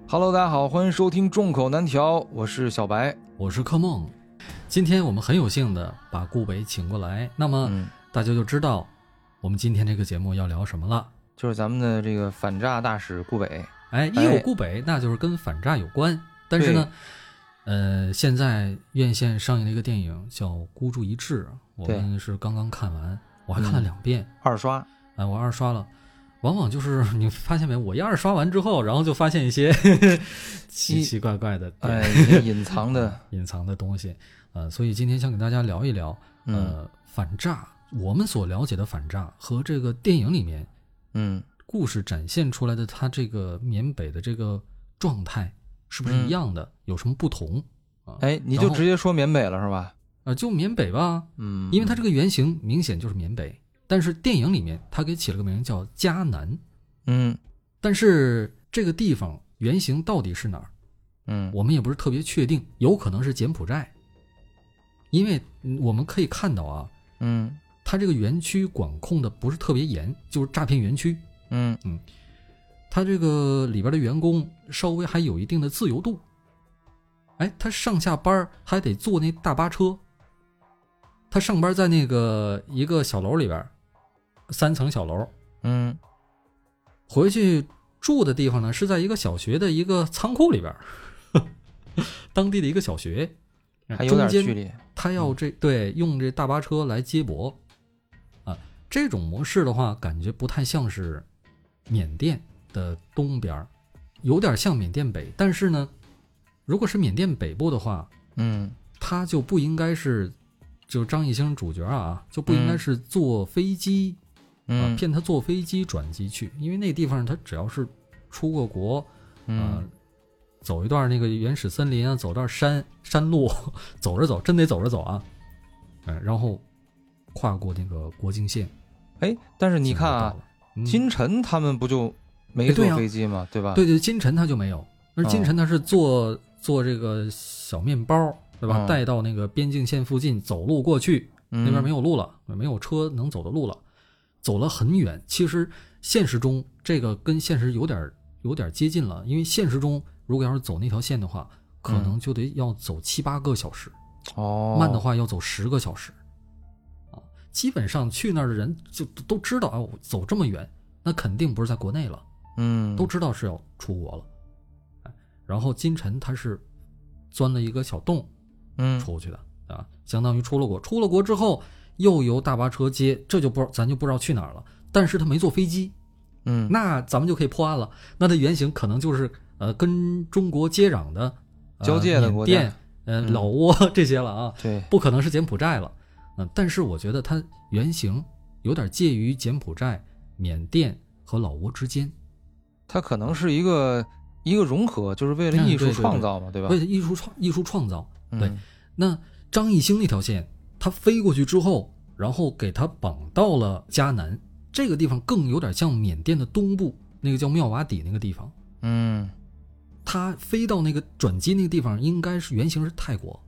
Hello， 大家好，欢迎收听众口难调，我是小白， 我是柯梦。今天我们很有幸的把顾北请过来，那么大家就知道我们今天这个节目要聊什么了， 就是咱们的这个反诈大使顾北。 一有顾北，那就是跟反诈有关。但是呢，现在院线上映了一个电影叫《孤注一掷》，我们是刚刚看完，我还看了2遍， 二刷。 我二刷了。往往就是你发现没，我一二刷完之后，然后就发现一些奇奇怪怪的隐藏的东西，所以今天想给大家聊一聊，反诈，我们所了解的反诈和这个电影里面，故事展现出来的它这个缅北的这个状态是不是一样的，有什么不同啊？ 你就直接说缅北了是吧？ 就缅北吧，因为它这个原型明显就是缅北。但是电影里面他给起了个名叫迦南，但是这个地方原型到底是哪儿？我们也不是特别确定，有可能是柬埔寨，因为我们可以看到啊，他这个园区管控的不是特别严，就是诈骗园区，他这个里边的员工稍微还有一定的自由度，他上下班还得坐那大巴车，他上班在那个一个小楼里边。3层小楼，回去住的地方呢是在一个小学的一个仓库里边，当地的一个小学， 还有点距离。 他要用这大巴车来接驳，这种模式的话，感觉不太像是缅甸的东边，有点像缅甸北，但是呢，如果是缅甸北部的话，他就不应该是，就张艺兴主角啊，就不应该是坐飞机。骗他坐飞机转机去，因为那地方他只要是出过国，走一段那个原始森林啊，走段山路，走着走，真得走着走啊，然后跨过那个国境线。 但是你看啊，金晨他们不就没坐飞机吗？对吧？ 对，金晨他就没有，而金晨他是坐这个小面包，对吧？带到那个边境线附近走路过去，那边没有路了，没有车能走的路了。走了很远，其实现实中这个跟现实有点接近了，因为现实中如果要是走那条线的话，可能就得要走7-8个小时，慢的话要走10个小时，基本上去那儿的人就都知道我走这么远，那肯定不是在国内了，都知道是要出国了，然后金晨他是钻了一个小洞，出去的相当于出了国，出了国之后。又由大巴车接，咱就不知道去哪儿了。但是他没坐飞机，那咱们就可以破案了。那他原型可能就是跟中国接壤的交界的国家， 缅甸、老挝这些了啊。 对， 不可能是柬埔寨了。但是我觉得它原型有点介于柬埔寨、缅甸和老挝之间。 它可能是一个融合，就是为了艺术创造嘛，对吧？ 为了艺术创造。对，那张艺兴那条线。他飞过去之后，然后给他绑到了迦南这个地方，更有点像缅甸的东部那个叫妙瓦底那个地方。他飞到那个转机那个地方，应该是原型是泰国。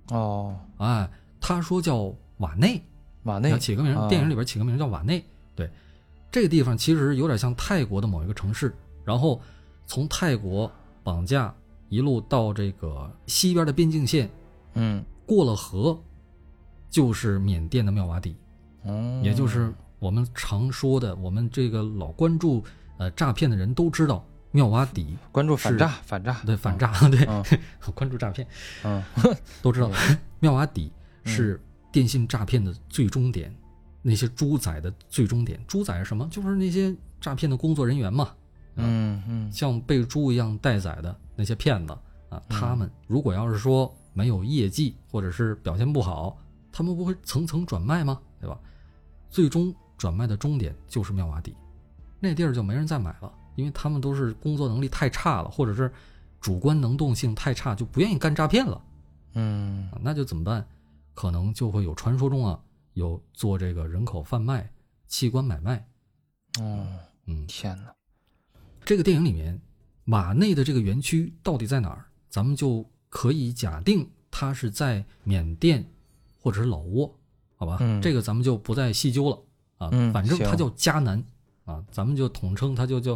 他说叫瓦内，起个名，电影里边起个名叫瓦内。对，这个地方其实有点像泰国的某一个城市，然后从泰国绑架一路到这个西边的边境线，过了河。就是缅甸的妙瓦底，也就是我们常说的，我们这个老关注诈骗的人都知道，妙瓦底关注反诈， 对反诈，对，关注诈骗，都知道妙瓦底是电信诈骗的最终点，那些猪仔的最终点，猪仔是什么？就是那些诈骗的工作人员嘛，像被猪一样待宰的那些骗子他们如果要是说没有业绩或者是表现不好。他们不会层层转卖吗？对吧？最终转卖的终点就是妙瓦底，那地儿就没人再买了，因为他们都是工作能力太差了，或者是主观能动性太差，就不愿意干诈骗了。那就怎么办？可能就会有传说中有做这个人口贩卖、器官买卖。 天哪！ 这个电影里面，瓦内的这个园区到底在哪儿？咱们就可以假定它是在缅甸。或者是老挝，好吧，这个咱们就不再细究了反正它叫迦南咱们就统称它就叫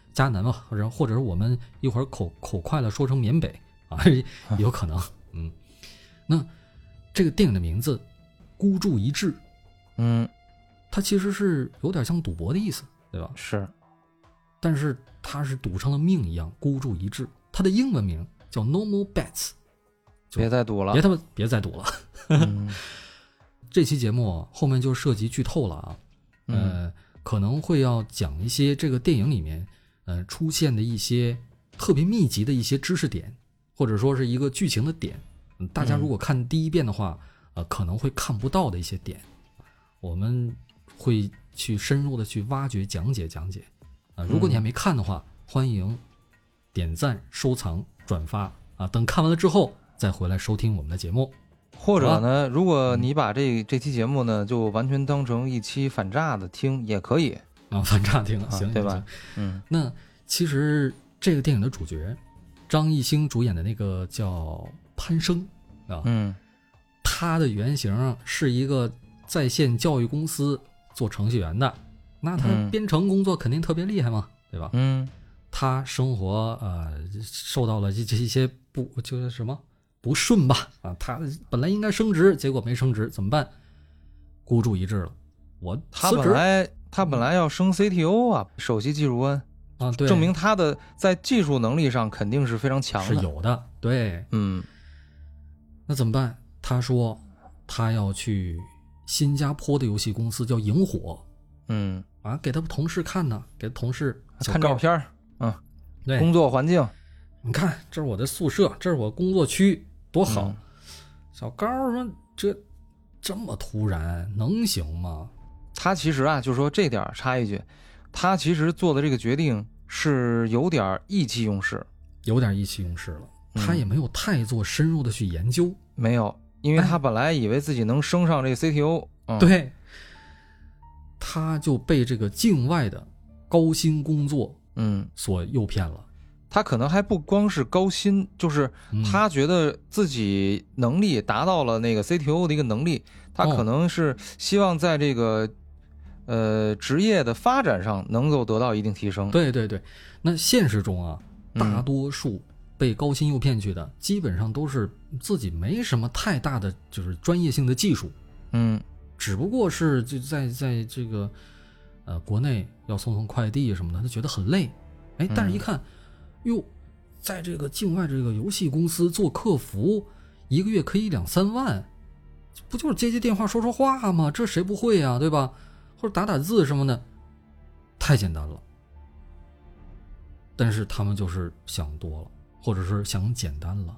迦南嘛，或者是我们一会儿口快了说成缅北啊，有可能。那这个电影的名字孤注一掷，它其实是有点像赌博的意思，对吧？ 是，但是它是赌上了命一样，孤注一掷。它的英文名叫 No More Bets， 别再赌了， 别再赌了。这期节目后面就涉及剧透了啊，可能会要讲一些这个电影里面出现的一些特别密集的一些知识点，或者说是一个剧情的点，大家如果看第一遍的话，可能会看不到的一些点，我们会去深入的去挖掘讲解如果你还没看的话，欢迎点赞收藏转发啊，等看完了之后再回来收听我们的节目。 或者呢，如果你把这期节目呢就完全当成一期反诈的听也可以啊，反诈听行， 对吧？ 那其实这个电影的主角张艺兴主演的那个叫潘生啊，他的原型是一个在线教育公司做程序员的，那他编程工作肯定特别厉害嘛，对吧？他生活受到了这些不顺吧啊，他本来应该升职，结果没升职，怎么办？孤注一掷了，我辞职。 他本来要升 CTO 啊，首席技术官啊，对， 证明他的在技术能力上肯定是非常强的， 是有的，对，那怎么办？他说他要去新加坡的游戏公司叫萤火，给他同事看呢，给他同事看照片， 对， 工作环境， 你看这是我的宿舍，这是我工作区，多好。小高说这么突然能行吗？ 他其实就是说这点插一句，他其实做的这个决定是有点意气用事了，他也没有太做深入的去研究， 没有，因为他本来以为自己能升上这个 CTO， 对，他就被这个境外的高薪工作所诱骗了。 他可能还不光是高薪，就是他觉得自己能力达到了那个 CTO 的一个能力，他可能是希望在这个职业的发展上能够得到一定提升。 对对对，那现实中啊，大多数被高薪诱骗去的，基本上都是自己没什么太大的就是专业性的技术，只不过是就在这个国内要送快递什么的，他觉得很累，但是一看。哟，在这个境外这个游戏公司做客服，一个月可以2-3万，不就是接电话说说话吗？这谁不会啊，对吧？或者打字什么的，太简单了。但是他们就是想多了，或者是想简单了。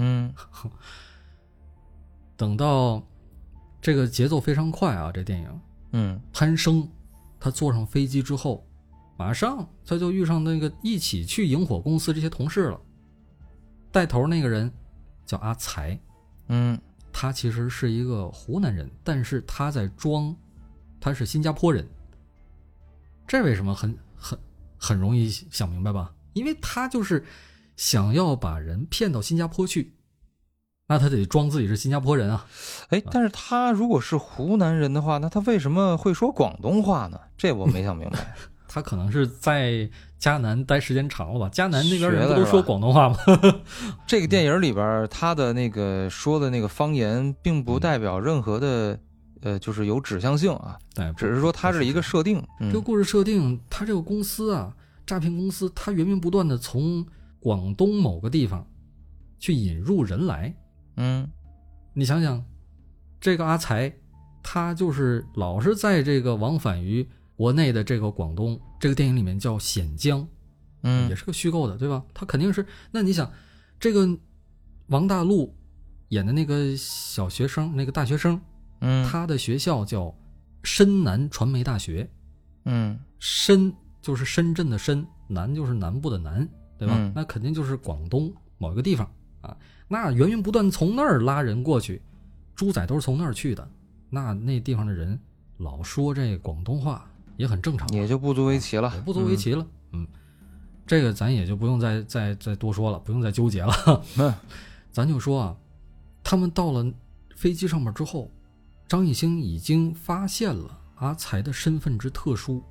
等到这个节奏非常快啊，这电影，潘生他坐上飞机之后。马上他就遇上那个一起去萤火公司这些同事了，带头那个人叫阿才，他其实是一个湖南人，但是他在装他是新加坡人。这为什么很容易想明白吧？因为他就是想要把人骗到新加坡去，那他得装自己是新加坡人啊。 但是他如果是湖南人的话，那他为什么会说广东话呢？这我没想明白。 他可能是在迦南待时间长了吧？迦南那边人不都说广东话吗？ 这个电影里边他的那个说的那个方言，并不代表任何的就是有指向性啊，只是说它是一个设定。 这个故事设定，他这个公司啊，诈骗公司，他源源不断的从广东某个地方去引入人来。你想想，这个阿才，他就是老是在这个往返于国内的这个广东，这个电影里面叫显江，也是个虚构的，对吧？他肯定是，那你想，这个王大陆演的那个小学生，那个大学生，他的学校叫深南传媒大学，深就是深圳的深，南就是南部的南，对吧？那肯定就是广东某一个地方啊。那源源不断从那儿拉人过去，猪仔都是从那儿去的，那地方的人老说这广东话。也很正常， 也就不足为奇了， 不足为奇了。这个咱也就不用再多说了，不用再纠结了。咱就说啊，他们到了飞机上面之后，张艺兴已经发现了阿才的身份之特殊，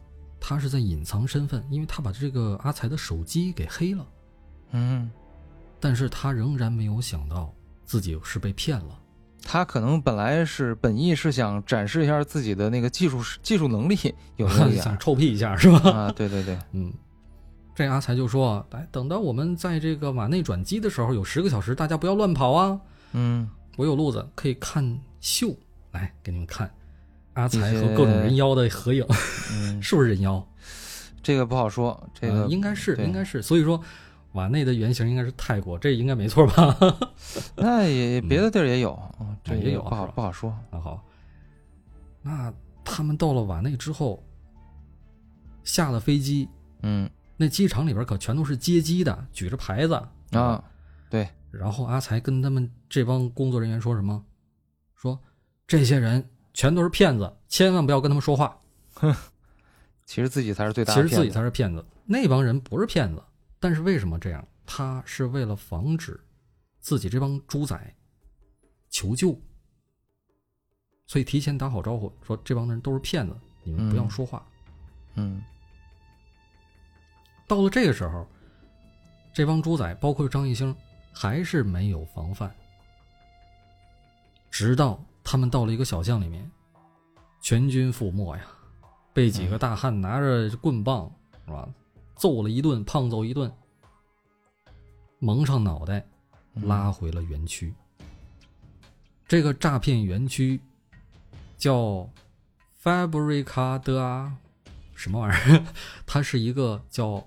他是在隐藏身份，因为他把这个阿才的手机给黑了。但是他仍然没有想到自己是被骗了。 他可能本意是想展示一下自己的那个技术能力，有那个想臭屁一下是吧？ 啊，对对对， 这阿才就说：“来，等到我们在这个瓦内转机的时候，有10个小时，大家不要乱跑啊。我有路子可以看秀，来给你们看阿才和各种人妖的合影，是不是人妖？ 这个不好说，这个应该是。所以说，瓦内的原型应该是泰国，这应该没错吧？ 那也别的地儿也有，这也有， 不好说。 那好，那他们到了瓦内之后，下了飞机，那机场里边可全都是接机的，举着牌子啊，对。 然后阿才跟他们这帮工作人员说什么？说这些人全都是骗子，千万不要跟他们说话。 其实自己才是最大的骗子。 其实自己才是骗子，那帮人不是骗子。但是为什么这样？他是为了防止自己这帮猪仔求救，所以提前打好招呼，说这帮人都是骗子，你们不要说话。到了这个时候，这帮猪仔包括张艺兴还是没有防范，直到他们到了一个小巷里面，全军覆没呀，被几个大汉拿着棍棒是吧，揍了一顿，胖揍一顿，蒙上脑袋，拉回了园区。这个诈骗园区叫 Fabrica de 什么玩意儿？它是一个叫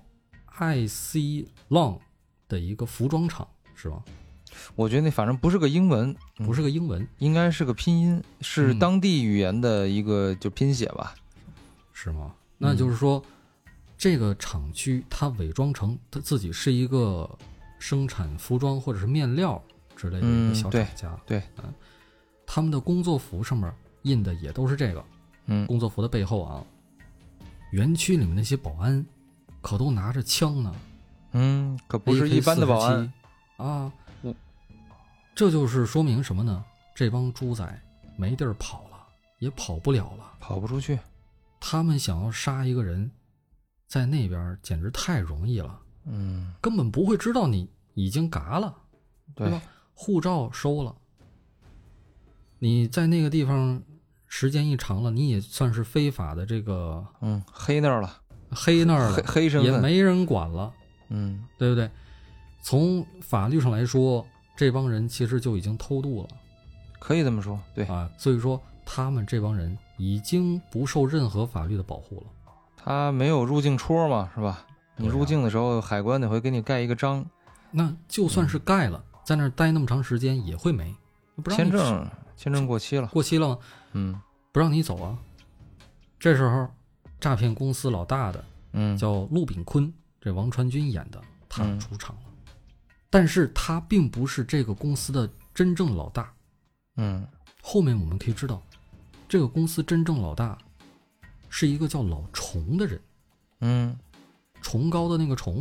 IC Long 的一个服装厂，是吧？ 我觉得那反正不是个英文， 不是个英文， 应该是个拼音，是当地语言的一个就拼写吧？ 是吗？那就是说，这个厂区它伪装成它自己是一个生产服装或者是面料之类的一个小厂家。 对， 他们的工作服上面印的也都是这个。工作服的背后啊，园区里面那些保安可都拿着枪呢。 可不是一般的保安啊。这就是说明什么呢？这帮猪仔没地儿跑了，也跑不了了， 跑不出去。 他们想要杀一个人，在那边简直太容易了。根本不会知道你已经嘎了，对吧？护照收了，你在那个地方时间一长了，你也算是非法的这个黑那儿了， 黑身份也没人管了，对不对？从法律上来说，这帮人其实就已经偷渡了， 可以这么说，对啊，所以说他们这帮人已经不受任何法律的保护了。 他没有入境戳嘛，是吧？你入境的时候，海关得会给你盖一个章。 那就算是盖了，在那儿待那么长时间也会没。不让你签证过期了。 过期了吗？不让你走啊。这时候，诈骗公司老大的，叫陆炳坤，这王传君演的，他出场了。但是他并不是这个公司的真正老大。后面我们可以知道，这个公司真正老大是一个叫老崇的人。崇高的那个崇。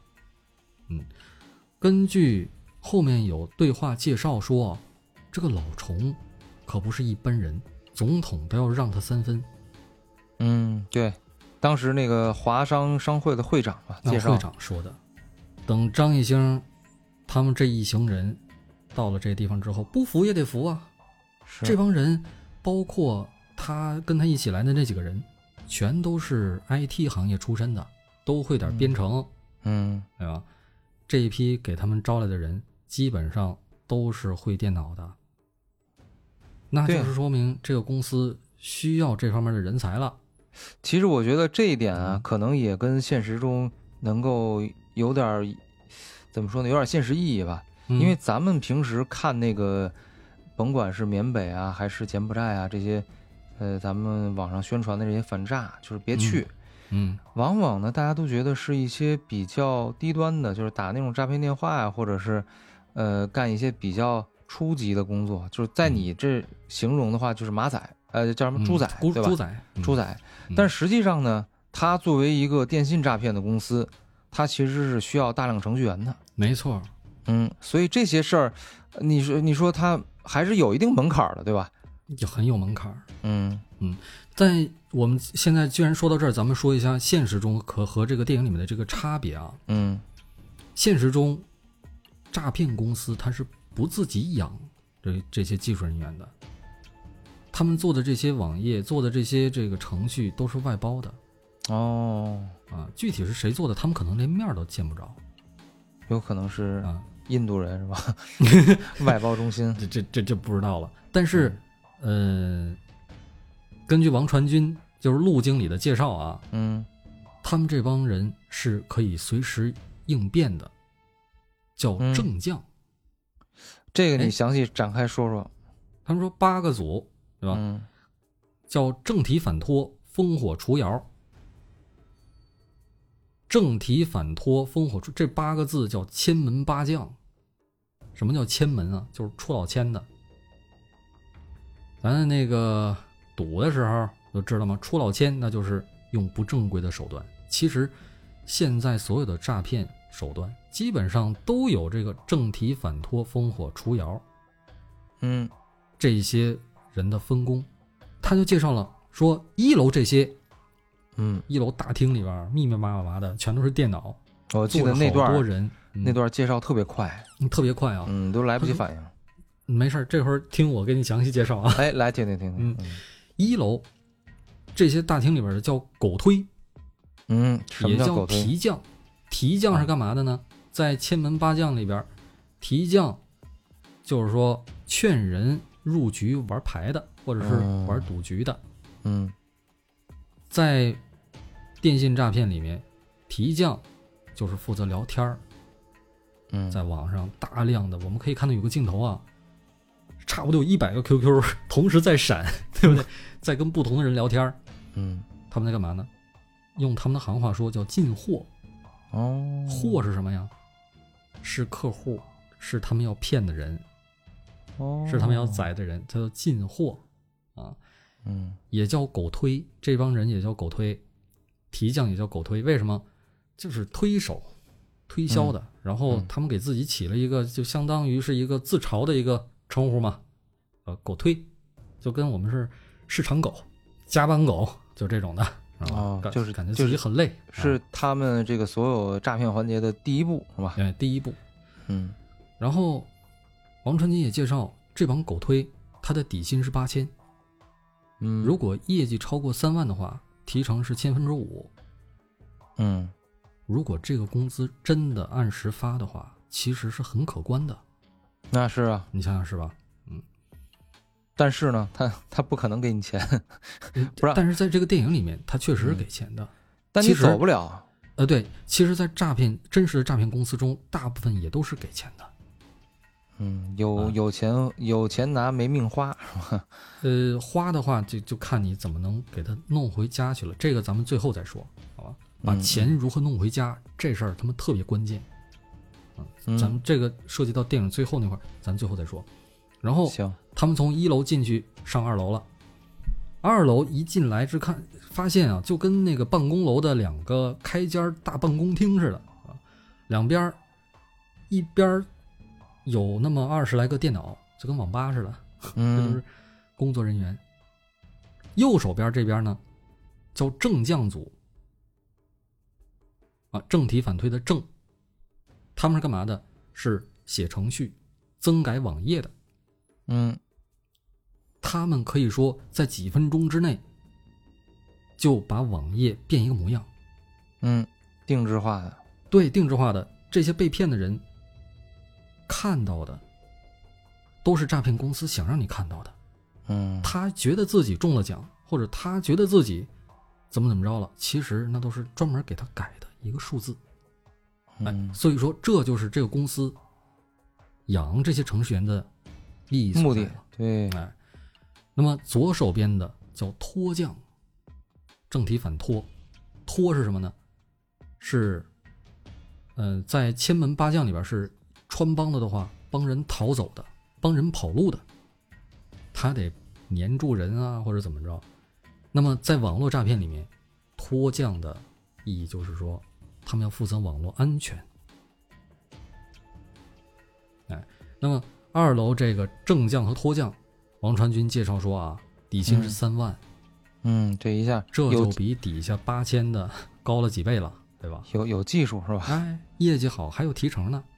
根据后面有对话介绍说，这个老崇可不是一般人，总统都要让他3分。 对，当时那个华商商会的会长吧，介绍会长说的。等张艺兴他们这一行人到了这个地方之后，不服也得服啊。这帮人包括他跟他一起来的那几个人，全都是 IT 行业出身的，都会点编程，对吧？这一批给他们招来的人基本上都是会电脑的，那就是说明这个公司需要这方面的人才了。 其实我觉得这一点啊，可能也跟现实中能够有点怎么说呢，有点现实意义吧。因为咱们平时看那个，甭管是缅北啊，还是柬埔寨啊这些，咱们网上宣传的这些反诈，就是别去。往往呢，大家都觉得是一些比较低端的，就是打那种诈骗电话啊，或者是，干一些比较初级的工作。就是在你这形容的话，就是马仔，叫什么猪仔，对吧？猪仔。但实际上呢，它作为一个电信诈骗的公司，它其实是需要大量程序员的。 没错。 所以这些事儿，你说它还是有一定门槛的，对吧？ 就很有门槛。 嗯， 在我们现在既然说到这儿，咱们说一下现实中和这个电影里面的这个差别啊。现实中诈骗公司它是不自己养这些技术人员的，他们做的这些网页做的这个程序都是外包的。具体是谁做的他们可能连面都见不着， 有可能是印度人是吧？外包中心这不知道了。但是根据王传君就是陆经理的介绍啊，他们这帮人是可以随时应变的，叫正将。 这个你详细展开说说。 他们说8个组，对吧？叫正体反脱、烽火除妖。正体反脱、烽火除，这8个字叫千门八将。什么叫千门啊？就是出老千的。咱那个赌的时候就知道吗？出老千那就是用不正规的手段。其实现在所有的诈骗手段基本上都有这个正体反脱、烽火除妖这些人的分工。他就介绍了说1楼这些1楼大厅里边密密麻麻的全都是电脑。 我记得那段好多人那段介绍特别快， 特别快啊， 都来不及反应。 没事，这会儿听我给你详细介绍啊。 来听听。 1楼这些大厅里边的叫狗推，也叫提将。提将是干嘛的呢？在千门八将里边，提将就是说劝人入局玩牌的，或者是玩赌局的。在电信诈骗里面，提将就是负责聊天。在网上大量的我们可以看到有个镜头啊，差不多有100个 QQ 同时在闪，对不对？在跟不同的人聊天。他们在干嘛呢？用他们的行话说叫进货。货是什么呀？是客户，是他们要骗的人，是他们要宰的人，他叫进货啊。也叫狗推，这帮人也叫狗推，提将也叫狗推。为什么？就是推手推销的。然后他们给自己起了一个就相当于是一个自嘲的一个称呼嘛，狗推，就跟我们是市场狗、加班狗，就这种的。 就是感觉自己很累， 是他们这个所有诈骗环节的第一步，是吧？ 对，第一步。然后王传君也介绍，这帮狗推他的底薪是8000，如果业绩超过3万的话，提成是5%。如果这个工资真的按时发的话，其实是很可观的。 那是啊， 你想想是吧？ 但是呢，他不可能给你钱，不是？ 但是在这个电影里面，他确实是给钱的， 但你走不了。 对，其实，在真实的诈骗公司中，大部分也都是给钱的。 有钱拿，没命花，是吧？ 花的话就看你怎么能给他弄回家去了。这个咱们最后再说，好吧？把钱如何弄回家，这事儿他们特别关键。咱们这个涉及到电影最后那块，咱最后再说。然后他们从1楼进去上2楼了。2楼一进来发现啊，就跟那个办公楼的2个开间大办公厅似的啊，两边一边有那么20来个电脑，就跟网吧似的，这都是工作人员。右手边这边呢叫正将组啊，正体反推的正，他们是干嘛的？是写程序、增改网页的。他们可以说在几分钟之内就把网页变一个模样。 定制化的。 对，定制化的。这些被骗的人看到的都是诈骗公司想让你看到的。他觉得自己中了奖，或者他觉得自己怎么着了，其实那都是专门给他改的一个数字。所以说这就是这个公司养这些程序员的利益所在了。目的。 对。 那么左手边的叫脱将，正体反脱。脱是什么呢？是在千门八将里边是穿帮了的话，帮人逃走的，帮人跑路的，他得黏住人啊，或者怎么着。那么在网络诈骗里面，脱将的意义就是说他们要负责网络安全。那么2楼这个正将和脱将王传君介绍说啊，底薪是3万。 这一下这就比底下8000的高了几倍了，对吧？ 有技术是吧？ 哎，业绩好还有提成呢。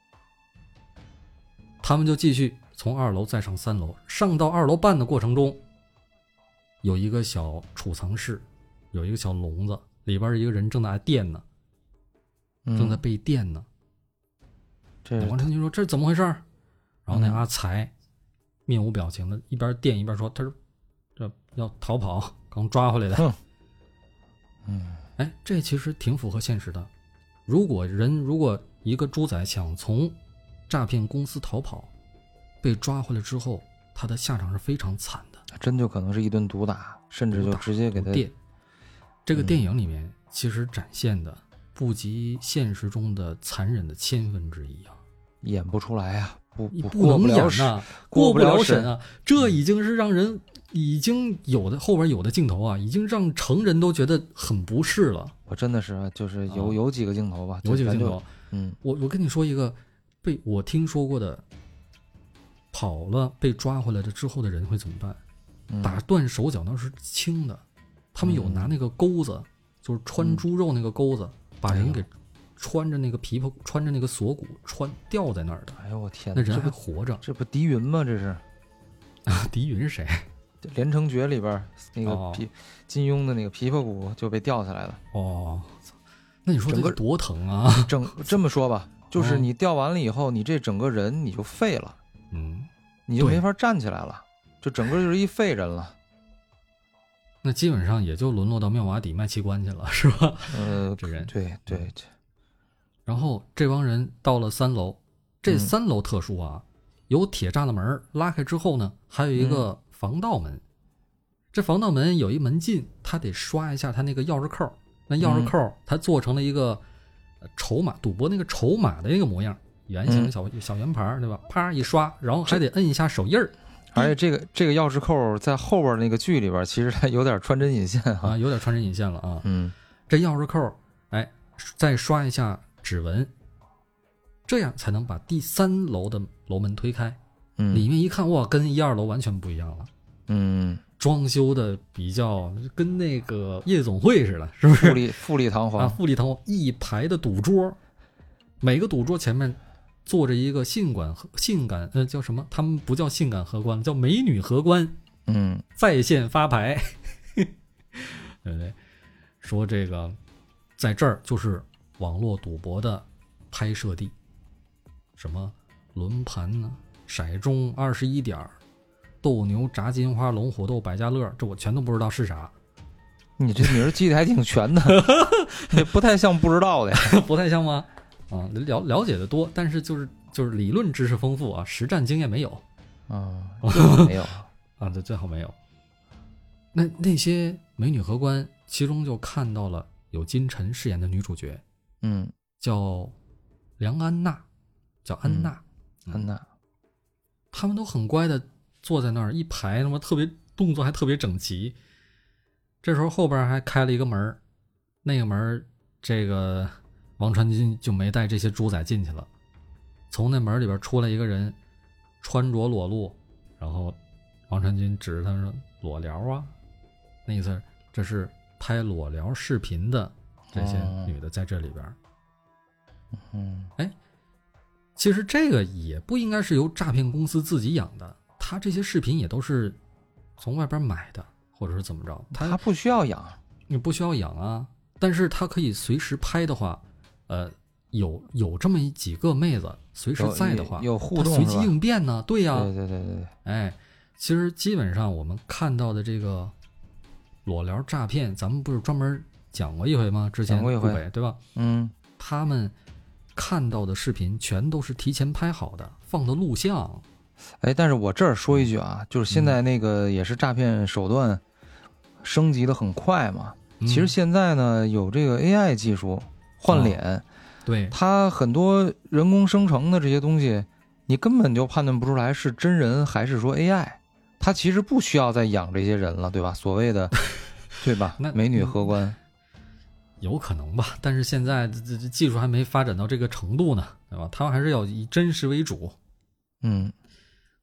他们就继续从2楼再上3楼，上到2楼半的过程中，有一个小储藏室，有一个小笼子，里边一个人正在电呢，正在被电呢。王传君说：“这是怎么回事？”然后那阿才面无表情的一边电一边说：“他说这要逃跑，刚抓回来的。”哎，这其实挺符合现实的。如果一个猪仔想从诈骗公司逃跑，被抓回来之后，他的下场是非常惨的， 真就可能是一顿毒打，甚至就直接给他电。这个电影里面其实展现的不及现实中的残忍的1/1000啊， 演不出来啊，不能演啊，过不了审啊，这已经是让人已经后边有的镜头啊，已经让成人都觉得很不适了。 我真的是就是有几个镜头吧， 有几个镜头，我跟你说一个我听说过的，跑了被抓回来的之后的人会怎么办？打断手脚那是轻的，他们有拿那个钩子，就是穿猪肉那个钩子，把人给穿着那个琵琶，穿着那个锁骨吊在那儿的。 哎呦我天， 那人还活着， 这不狄云吗？这是啊，狄云是谁？ 《连城诀》里边那个金庸的那个琵琶骨就被吊下来了。 哦，那你说这个多疼啊！ 这么说吧，就是你吊完了以后，你这整个人你就废了，你就没法站起来了，就整个就是一废人了。 那基本上也就沦落到妙瓦底卖器官去了，是吧？这人对。 然后这帮人到了3楼，这3楼特殊啊，有铁栅栏门拉开之后呢，还有一个防盗门。这防盗门有一门禁，他得刷一下他那个钥匙扣。那钥匙扣它做成了一个筹码，赌博那个筹码的一个模样，圆形小圆盘，对吧？啪一刷，然后还得摁一下手印儿。 而且这个钥匙扣在后边那个剧里边，其实它有点穿针引线啊，有点穿针引线了啊。这钥匙扣，哎，再刷一下指纹，这样才能把第3楼的楼门推开。里面一看，哇，跟1、2楼完全不一样了。装修的比较跟那个夜总会似的，是不是？ 富丽堂皇啊，富丽堂皇，一排的赌桌，每个赌桌前面坐着一个性感叫什么？他们不叫性感荷官，叫美女荷官。在线发牌，对不对？说这个在这儿就是网络赌博的拍摄地，什么轮盘呢、骰盅、21点、斗牛、炸金花、龙虎斗、百家乐，这我全都不知道是啥。 你这名记得还挺全的，不太像不知道的呀。 不太像吗？啊，了解的多，但是就是理论知识丰富啊，实战经验没有啊，最好没有啊，这最好没有。那些美女荷官，其中就看到了有金晨饰演的女主角，叫梁安娜，叫安娜， 安娜， 他们都很乖的坐在那儿一排，他妈特别动作还特别整齐。这时候后边还开了一个门，那个门这个王传君就没带这些猪仔进去了。从那门里边出来一个人，穿着裸露，然后王传君指着他说裸聊啊，那意思这是拍裸聊视频的这些女的在这里边。哎，其实这个也不应该是由诈骗公司自己养的，他这些视频也都是从外边买的，或者是怎么着，他不需要养， 你不需要养啊，但是他可以随时拍的话，有这么几个妹子随时在的话， 有互动， 随机应变呢，对呀， 对， 哎，其实基本上我们看到的这个裸聊诈骗，咱们不是专门讲过一回吗？之前顾北对吧？他们看到的视频全都是提前拍好的，放的录像。 哎，但是我这儿说一句啊，就是现在那个也是诈骗手段升级的很快嘛。其实现在呢有这个 AI 技术换脸， 对， 它很多人工生成的这些东西，你根本就判断不出来是真人还是说 AI。它其实不需要再养这些人了，对吧？所谓的，对吧？ 那美女荷官。 有可能吧，但是现在这技术还没发展到这个程度呢，对吧？它还是要以真实为主。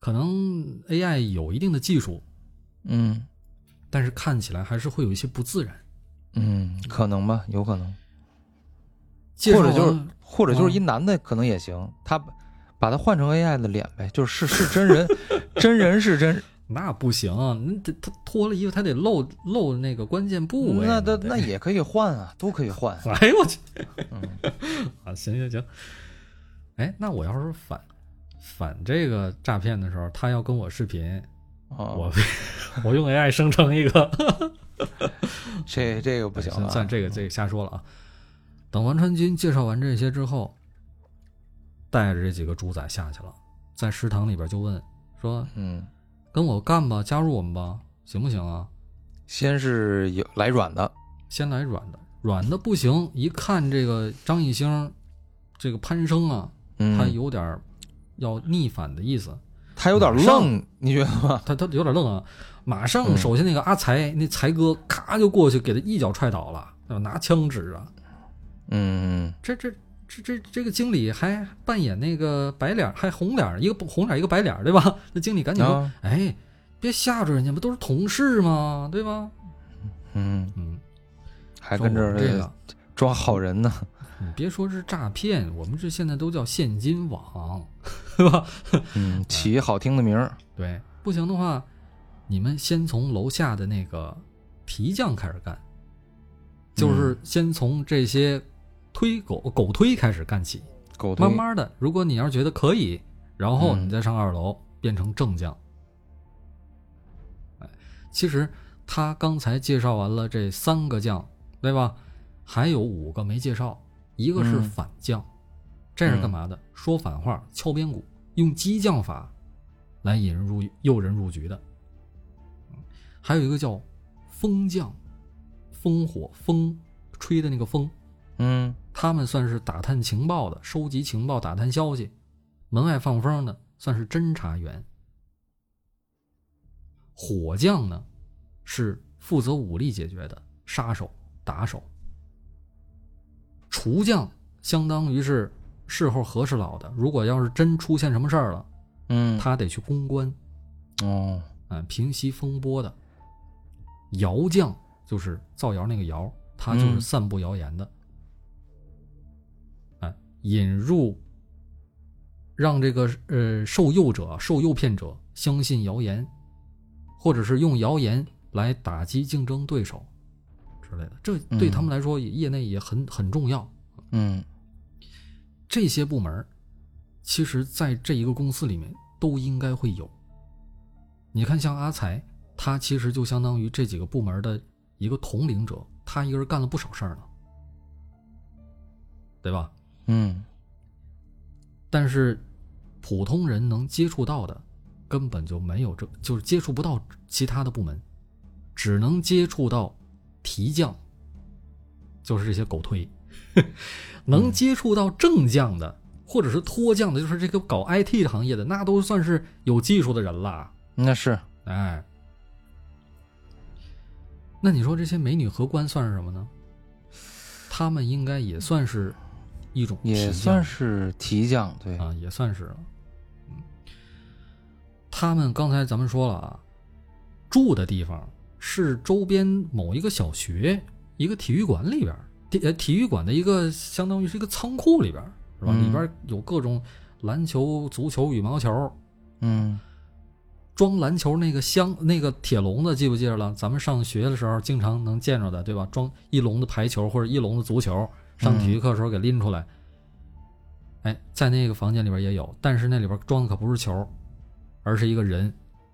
可能 AI 有一定的技术，但是看起来还是会有一些不自然。 可能吧，有可能。或者就是一男的可能也行，他把他换成 AI 的脸呗，就是真人，真人是真。 那不行，他脱了衣服，他得露那个关键部位。 那也可以换啊，都可以换。 哎呦我去！啊，行。哎，那我要是反这个诈骗的时候，他要跟我视频，我用 AI 生成一个， 这个不行了， 算这个瞎说了啊。等王传君介绍完这些之后，带着这几个猪仔下去了，在食堂里边就问说：“跟我干吧，加入我们吧，行不行啊？” 先是来软的， 软的不行。一看这个张艺兴，这个潘生啊，他有点要逆反的意思， 他有点愣，你觉得吗？ 他有点愣啊！马上，首先那个阿才，那才哥咔就过去给他一脚踹倒了，拿枪指啊。这个经理还扮演那个白脸，还红脸，一个红脸一个白脸，对吧？那经理赶紧说：“哎，别吓着人家，不都是同事吗？对吧？” 还跟这儿装好人呢。 你别说是诈骗，我们这现在都叫现金网，对吧？ 起好听的名儿。 对，不行的话，你们先从楼下的那个皮匠开始干，就是先从这些狗推开始干起，慢慢的，如果你要是觉得可以，然后你再上2楼变成正将。其实他刚才介绍完了这3个将，对吧？还有5个没介绍，一个是反将，这是干嘛的？说反话，敲边鼓，用激将法来诱人入局的。还有一个叫风将，烽火风吹的那个风，他们算是打探情报的，收集情报，打探消息，门外放风的，算是侦查员。火将呢，是负责武力解决的，杀手、打手。厨将相当于是事后和事佬的，如果要是真出现什么事儿了，他得去公关，平息风波的。谣将就是造谣那个谣，他就是散布谣言的。引入，让这个受诱骗者相信谣言，或者是用谣言来打击竞争对手之类的，这对他们来说业内也很重要。这些部门其实在这一个公司里面都应该会有。你看像阿才，他其实就相当于这几个部门的一个统领者，他一个人干了不少事儿了，对吧？但是普通人能接触到的根本就没有就是接触不到其他的部门，只能接触到提将，就是这些狗推。能接触到正将的或者是脱将的，就是这个搞 IT 行业的，那都算是有技术的人了。 那是， 那你说这些美女荷官算是什么呢？他们应该也算是一种提将， 也算是提将，对啊，也算是了。他们刚才咱们说了啊，住的地方是周边某一个小学、一个体育馆里边，体育馆的一个相当于是一个仓库里边，是吧？里边有各种篮球、足球、羽毛球，装篮球那个那个铁笼子记不记得了？咱们上学的时候经常能见着的，对吧？装一笼子排球或者一笼子足球，上体育课的时候给拎出来。在那个房间里边也有，但是那里边装的可不是球，而是一个人。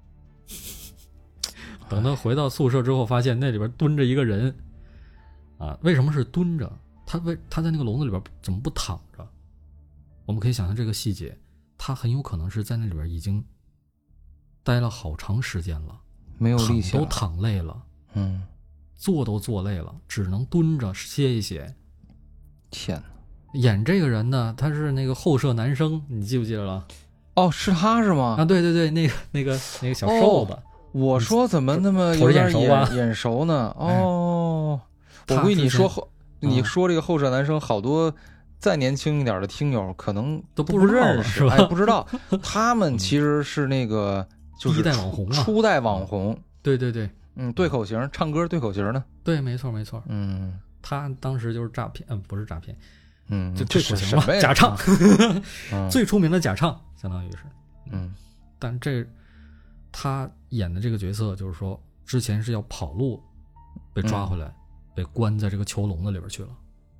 等他回到宿舍之后，发现那里边蹲着一个人。为什么是蹲着？他在那个笼子里边怎么不躺着？我们可以想象这个细节，他很有可能是在那里边已经待了好长时间了， 没有力气， 都躺累了，坐都坐累了，只能蹲着歇一歇。 天哪！ 演这个人呢，他是那个后舍男生，你记不记得了？ 是他是吗？ 对对对，那个小瘦子。 我说怎么那么有点眼熟呢？我跟你说这个后舍男生好多再年轻一点的听友可能都不认识，不知道他们其实是那个就是一代网红啊， 初代网红。 对对对， 对口型，唱歌对口型的。 对，没错没错。他当时就是诈骗，不是诈骗，就对口型嘛，假唱，最出名的假唱，相当于是。但他演的这个角色，就是说之前是要跑路，被抓回来，被关在这个囚笼子里边去了。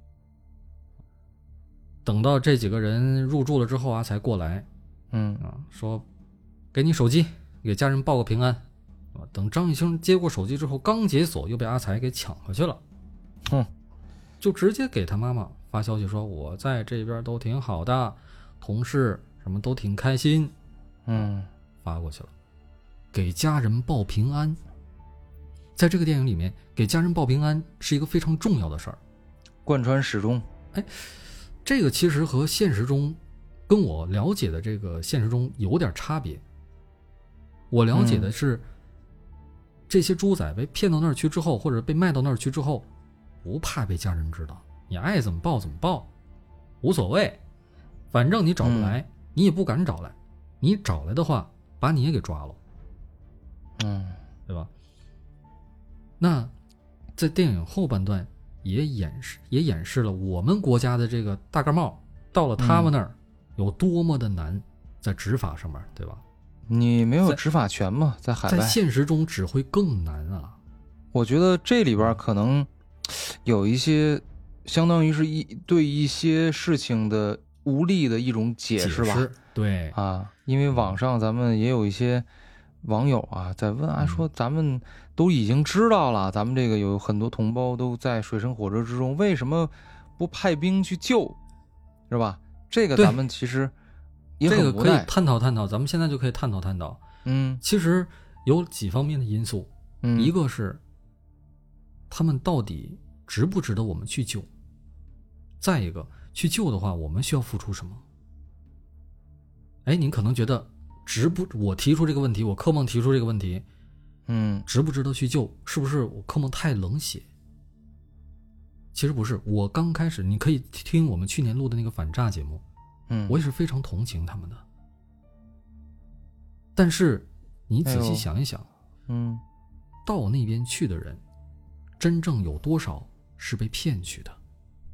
等到这几个人入住了之后啊，才过来，说给你手机，给家人报个平安。等张艺兴接过手机之后，刚解锁又被阿才给抢回去了。就直接给他妈妈发消息说，我在这边都挺好的，同事什么都挺开心。发过去了，给家人报平安。在这个电影里面，给家人报平安是一个非常重要的事儿， 贯穿始终。 这个其实和现实中跟我了解的这个现实中有点差别。我了解的是，这些猪仔被骗到那儿去之后，或者被卖到那儿去之后，不怕被家人知道，你爱怎么报怎么报，无所谓，反正你找不来，你也不敢找来，你找来的话，把你也给抓了，对吧？那在电影后半段也演示了我们国家的这个大盖帽到了他们那儿有多么的难，在执法上面，对吧？ 你没有执法权嘛，在海外， 在现实中只会更难啊。 我觉得这里边可能有一些相当于是对一些事情的无力的一种解释吧。 对啊，因为网上咱们也有一些网友啊在问说咱们都已经知道了，咱们这个有很多同胞都在水深火热之中，为什么不派兵去救，是吧？这个咱们其实也很无奈。 这个可以探讨探讨，咱们现在就可以探讨探讨。其实有几方面的因素，一个是他们到底值不值得我们去救，再一个去救的话，我们需要付出什么？您可能觉得我提出这个问题，我柯梦提出这个问题，值不值得去救？是不是我柯梦太冷血？其实不是，我刚开始你可以听我们去年录的那个反诈节目，我也是非常同情他们的。但是你仔细想一想，到那边去的人，真正有多少是被骗去的？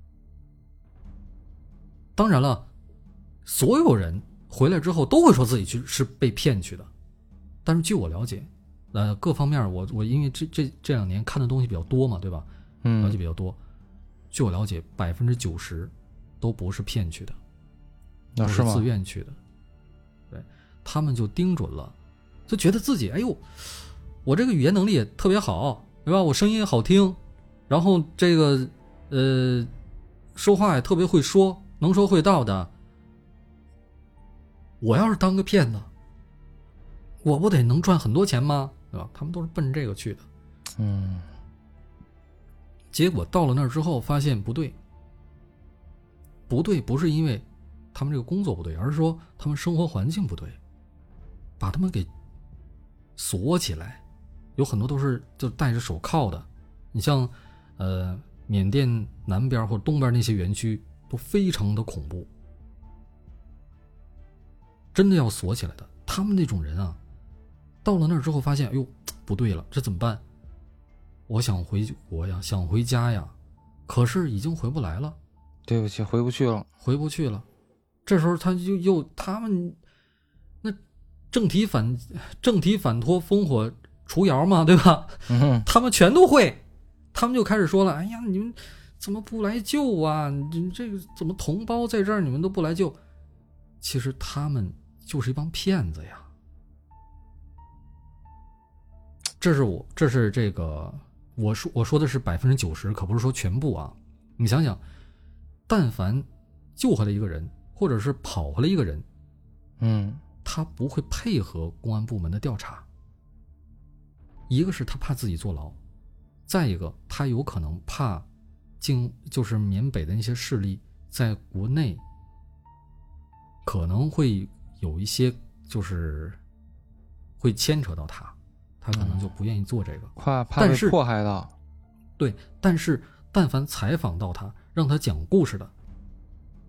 当然了，所有人回来之后都会说自己是被骗去的，但是据我了解，各方面我因为这2年看的东西比较多嘛，对吧？了解比较多。据我了解，90%都不是骗去的，都是自愿去的。对，他们就盯准了，就觉得自己我这个语言能力也特别好，对吧？我声音也好听，然后这个说话也特别会说，能说会道的。我要是当个骗子，我不得能赚很多钱吗？对吧？他们都是奔这个去的。结果到了那儿之后发现不对，不是因为他们这个工作不对，而是说他们生活环境不对，把他们给锁起来，有很多都是就戴着手铐的。你像缅甸南边或者东边那些园区都非常的恐怖，真的要锁起来的。他们那种人啊，到了那儿之后发现不对了，这怎么办？我想回家呀，可是已经回不来了。 对不起，回不去了。这时候他们那正题反托，烽火除窑嘛，对吧？他们全都会，他们就开始说了：“哎呀，你们怎么不来救啊？你这个怎么同胞在这儿你们都不来救？”其实他们就是一帮骗子呀。这是这个我说的是90%，可不是说全部啊。你想想，但凡救回来一个人，或者是跑回来一个人，他不会配合公安部门的调查。一个是他怕自己坐牢，再一个他有可能怕就是缅北的那些势力在国内可能会有一些就是会牵扯到他可能就不愿意做这个， 怕被迫害到。 对，但是但凡采访到他，让他讲故事的，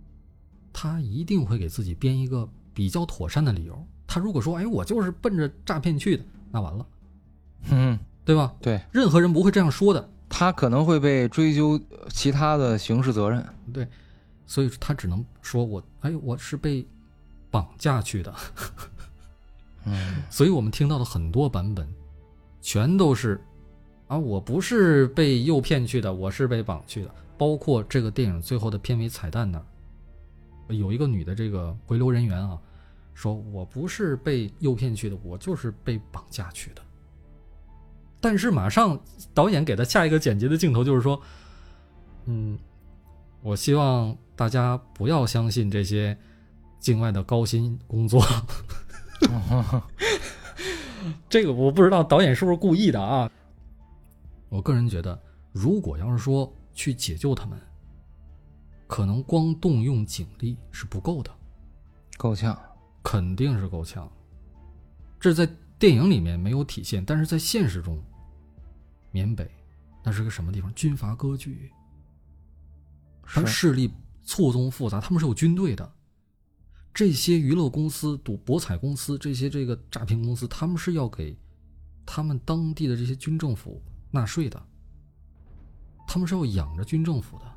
他一定会给自己编一个比较妥善的理由。他如果说，哎，我就是奔着诈骗去的，那完了，对吧？ 对， 任何人不会这样说的。 他可能会被追究其他的刑事责任。 对，所以他只能说我是被绑架去的。所以我们听到的很多版本，全都是我不是被诱骗去的，我是被绑去的。包括这个电影最后的片尾彩蛋那儿，有一个女的这个回流人员啊，说我不是被诱骗去的，我就是被绑架去的。但是马上导演给他下一个简洁的镜头，就是说，我希望大家不要相信这些境外的高薪工作。这个我不知道导演是不是故意的啊。我个人觉得，如果要是说去解救他们，可能光动用警力是不够的。 够呛， 肯定是够呛。这在电影里面没有体现，但是在现实中，缅北那是个什么地方？军阀割据，他们势力错综复杂，他们是有军队的。这些娱乐公司、博彩公司、这个诈骗公司，他们是要给他们当地的这些军政府纳税的，他们是要养着军政府的，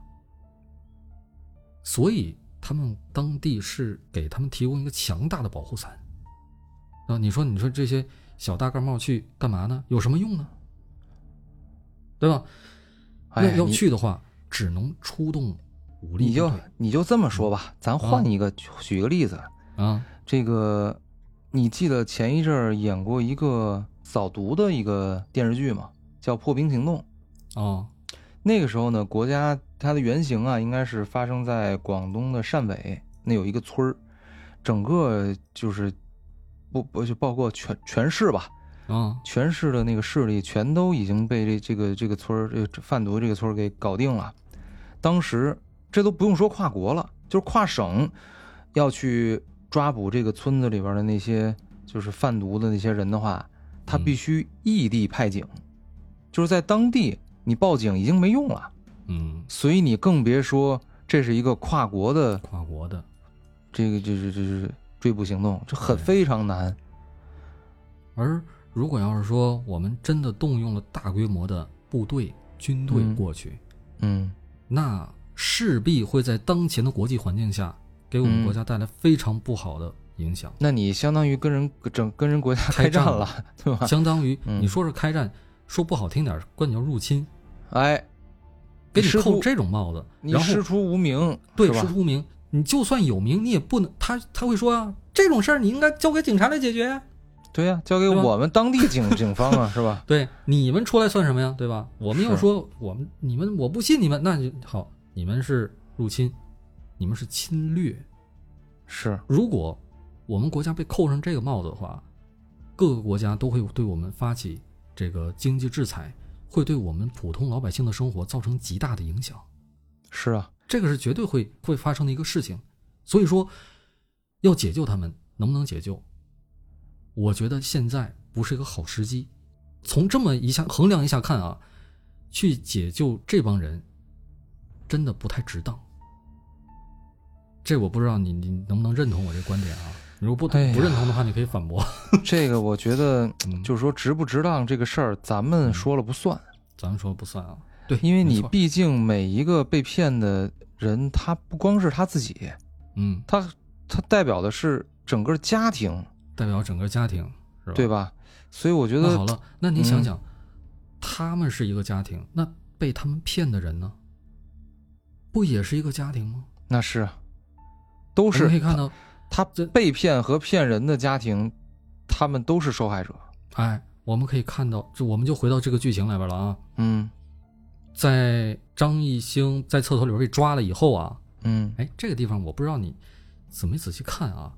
所以他们当地是给他们提供一个强大的保护伞。你说这些小大盖帽去干嘛呢？有什么用呢？对吧？要去的话，只能出动武力。 你就这么说吧，咱换一个，举个例子啊。 这个你记得前一阵演过一个扫毒的一个电视剧吗？叫《破冰行动》。那个时候呢，国家它的原型啊，应该是发生在广东的汕尾，那有一个村儿，整个就是就包括全市吧，全市的那个势力全都已经被这个村儿贩毒这个村儿给搞定了。当时这都不用说跨国了，就是跨省要去抓捕这个村子里边的那些就是贩毒的那些人的话，他必须异地派警，就是在当地你报警已经没用了。所以你更别说这是一个跨国的这个就是追捕行动，这非常难。 而如果要是说我们真的动用了大规模的部队军队过去，那势必会在当前的国际环境下给我们国家带来非常不好的影响。 那你相当于跟人国家开战了，对吧？ 相当于你说是开战，说不好听点，管你叫入侵。给你扣这种帽子， 你师出无名， 对，师出无名。你就算有名，你也不能，他会说啊，这种事儿你应该交给警察来解决。 对呀，交给我们当地警方啊，是吧？ 对，你们出来算什么呀，对吧？我们要说你们，我不信你们，那就好，你们是入侵，你们是侵略。 是， 如果我们国家被扣上这个帽子的话，各个国家都会对我们发起这个经济制裁，会对我们普通老百姓的生活造成极大的影响。 是啊， 这个是绝对会发生的一个事情。所以说要解救他们，能不能解救，我觉得现在不是一个好时机。从这么一下衡量一下看啊，去解救这帮人真的不太值当。这我不知道你能不能认同我这观点啊？如果不认同的话，你可以反驳。 这个我觉得就是说值不值当这个事儿，咱们说了不算。 咱们说了不算啊。对， 因为你毕竟每一个被骗的人，他不光是他自己，他代表的是整个家庭， 代表整个家庭，是吧？ 对吧？所以我觉得， 那好了，那你想想，他们是一个家庭，那被他们骗的人呢，不也是一个家庭吗？ 那是，都是。 你可以看到， 他被骗和骗人的家庭，他们都是受害者。 我们可以看到，我们就回到这个剧情里边了啊。在张艺兴在厕所里边被抓了以后啊，这个地方我不知道你仔没仔细看啊。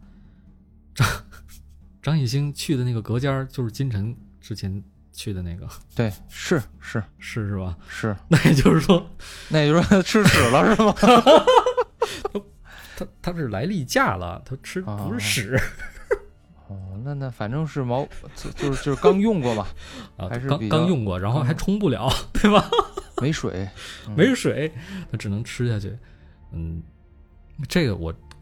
张艺兴去的那个隔间就是金晨之前去的那个。对， 是吧？ 是。 那也就是说他吃屎了是吗？ 他是来例假了，他吃不是屎。 那反正是就是刚用过嘛，还是刚用过，然后还冲不了，对吧？ 没水， 没水，他只能吃下去。这个我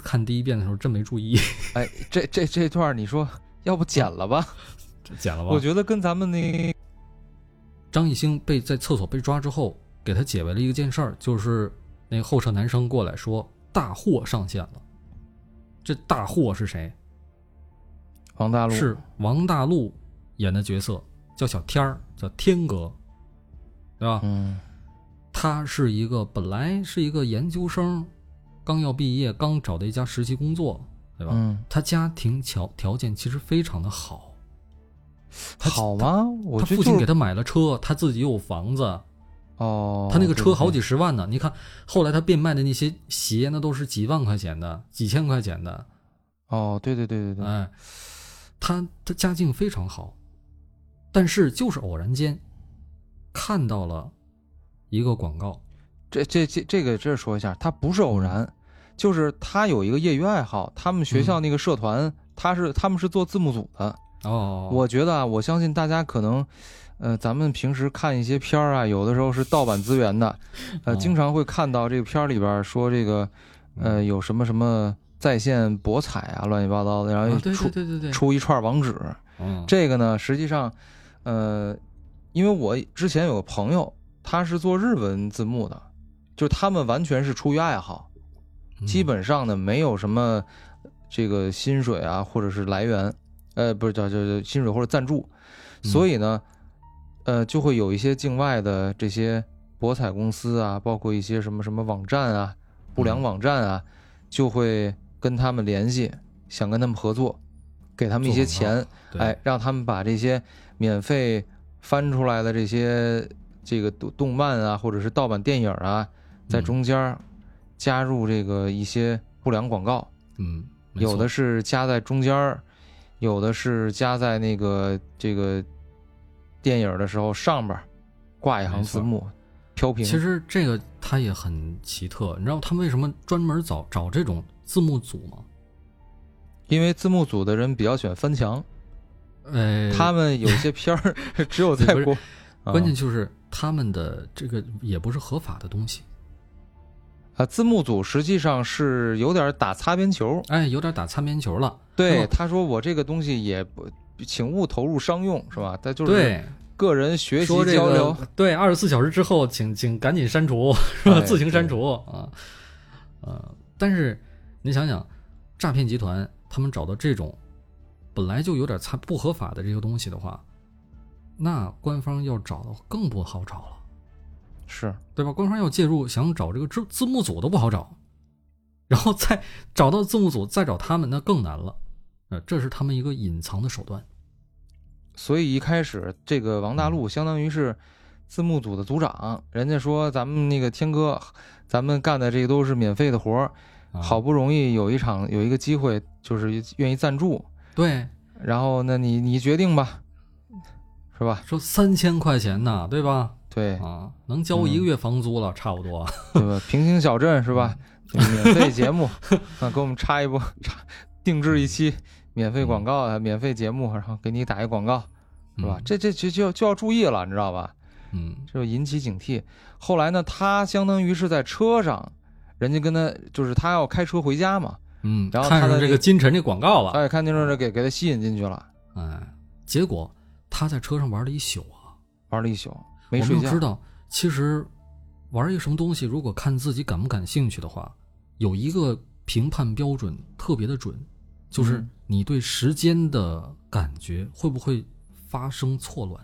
看第一遍的时候真没注意。 哎，这段你说要不剪了吧？ 剪了吧？ 我觉得跟咱们那张艺兴在厕所被抓之后，给他解围了一件事儿，就是那个后车男生过来说大货上线了。这大货是谁？ 王大陆， 是王大陆演的角色，叫小天儿，叫天哥，对吧？他是本来是一个研究生，刚要毕业，刚找的一家实习工作，对吧？他家庭条件其实非常的好。 好吗？ 他父亲给他买了车，他自己有房子。他那个车好几十万呢。你看后来他变卖的那些鞋，那都是几万块钱的，几千块钱的。 对。 哎，他家境非常好，但是就是偶然间看到了一个广告。 这个说一下，他不是偶然，就是他有一个业余爱好，他们学校那个社团，他们是做字幕组的。我觉得我相信大家可能，咱们平时看一些片儿啊，有的时候是盗版资源的，经常会看到这个片儿里边说这个，有什么什么在线博彩啊，乱七八糟的，然后出一串网址。这个呢，实际上，因为我之前有个朋友，他是做日文字幕的，就他们完全是出于爱好，基本上呢没有什么这个薪水啊，或者是来源。不是叫薪水或者赞助，所以呢，就会有一些境外的这些博彩公司啊，包括一些什么什么网站啊、不良网站啊，就会跟他们联系，想跟他们合作，给他们一些钱，哎，让他们把这些免费翻出来的这个动漫啊，或者是盗版电影啊，在中间加入这个一些不良广告，有的是加在中间。有的是加在这个电影的时候上边挂一行字幕飘屏。 其实这个它也很奇特，你知道他们为什么专门找这种字幕组吗？ 因为字幕组的人比较喜欢翻墙，他们有些片儿只有在国， 关键就是他们的这个也不是合法的东西。 字幕组实际上是有点打擦边球， 有点打擦边球了。 对，他说我这个东西也不，请勿投入商用，是吧？他就是个人学习交流。 对，24小时之后，请赶紧删除，是吧？自行删除啊。但是你想想，诈骗集团他们找到这种本来就有点不合法的这个东西的话，那官方要找的更不好找了。 是对吧？官方要介入，想找这个字幕组都不好找，然后再找到字幕组，再找他们，那更难了。这是他们一个隐藏的手段。 所以一开始这个王大陆相当于是字幕组的组长，人家说咱们那个天哥，咱们干的这个都是免费的活，好不容易有一个机会，就是愿意赞助。 对， 然后那你决定吧，是吧？ 说3000块钱呢，对吧？ 对能交1个月房租了，差不多， 对吧？平行小镇是吧？免费节目给我们插一波，定制一期免费广告免费节目，然后给你打一广告，是吧？这就要注意了，你知道吧？这就引起警惕。后来呢，他相当于是在车上，人家跟他就是他要开车回家嘛，然后看上这个金晨这广告了， 看见这给他吸引进去了， 结果他在车上玩了一宿啊， 玩了一宿。没睡觉。 我们知道，其实玩一个什么东西，如果看自己感不感兴趣的话，有一个评判标准特别的准，就是你对时间的感觉会不会发生错乱。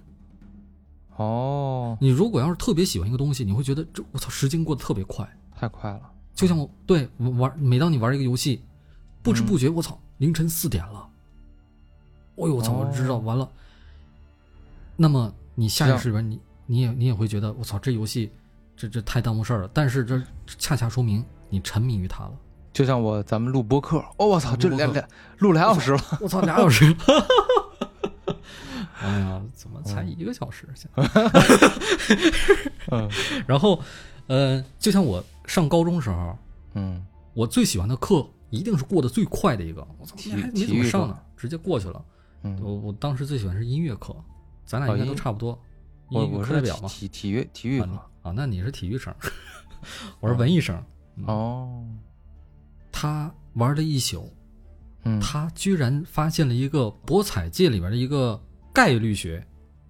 你如果要是特别喜欢一个东西，你会觉得我操，时间过得特别快， 太快了。 就像每当你玩一个游戏，不知不觉我操，凌晨4点了，我操，我知道完了。那么你下意识里边你也会觉得我操，这游戏这太耽误事儿了，但是这恰恰说明你沉迷于它了。 就像咱们录播客，我操，这录2小时了， 我操，2小时。哎呀，怎么才1个小时？然后就像我上高中时候，我最喜欢的课一定是过得最快的一个，我操，还没怎么上呢，直接过去了。我当时最喜欢是音乐课，咱俩应该都差不多。 我是体育课啊，那你是体育生，我是文艺生。 玩了一宿，他居然发现了一个博彩界里边的一个概率学。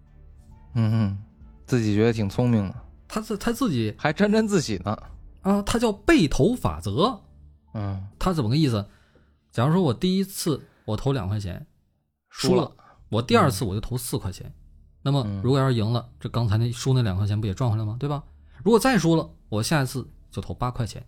自己觉得挺聪明的， 他自己还沾自喜呢啊！他叫被投法则。他怎么个意思？假如说我第一次我投2块钱，输了，我第二次我就投4块钱。那么如果要是赢了，这刚才输那2块钱不也赚回来吗？对吧？如果再输了，我下一次就投8块钱。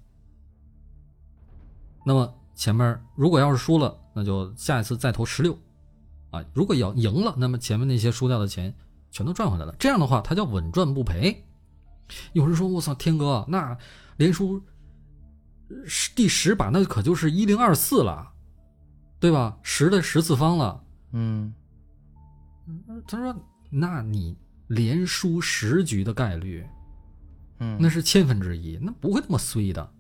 那么前面如果要是输了，那就下一次再投16啊。如果要赢了，那么前面那些输掉的钱全都赚回来了。这样的话，它叫稳赚不赔。有人说：“我操，天哥，那连输第10把，那可就是1024了，对吧？10的10次方了。”他说：“那你连输10局的概率，那是1/1000，那不会那么衰的。”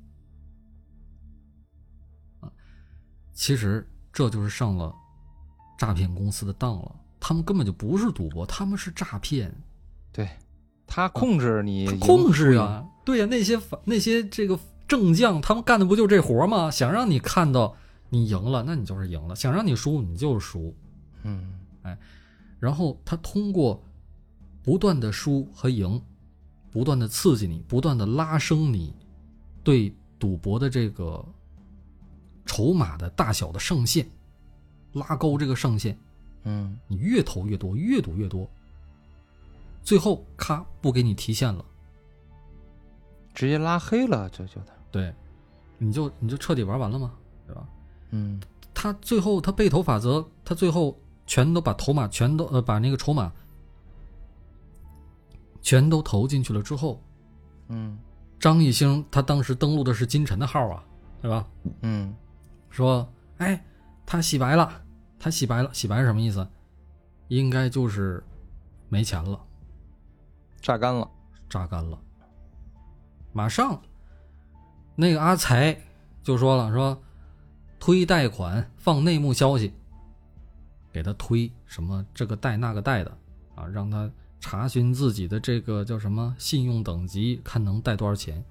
其实这就是上了诈骗公司的当了。他们根本就不是赌博，他们是诈骗。 对，他控制你， 他控制啊，对呀，那些这个正将，他们干的不就这活吗？想让你看到你赢了，那你就是赢了；想让你输，你就是输。然后他通过不断的输和赢，不断的刺激你，不断的拉升你对赌博的这个筹码的大小的上限，拉高这个上限。你越投越多，越赌越多，最后咔不给你提现了， 直接拉黑了，这就对，你就彻底玩完了吗？对吧？他最后他被投法则，他最后全都把筹码全都把那个筹码全都投进去了之后，张艺兴他当时登录的是金晨的号啊，对吧？说哎，他洗白了。他洗白了，洗白是什么意思？应该就是没钱了， 榨干了。马上那个阿财就说了，说推贷款放内幕消息，给他推什么这个贷那个贷的啊，让他查询自己的这个叫什么信用等级，看能贷多少钱。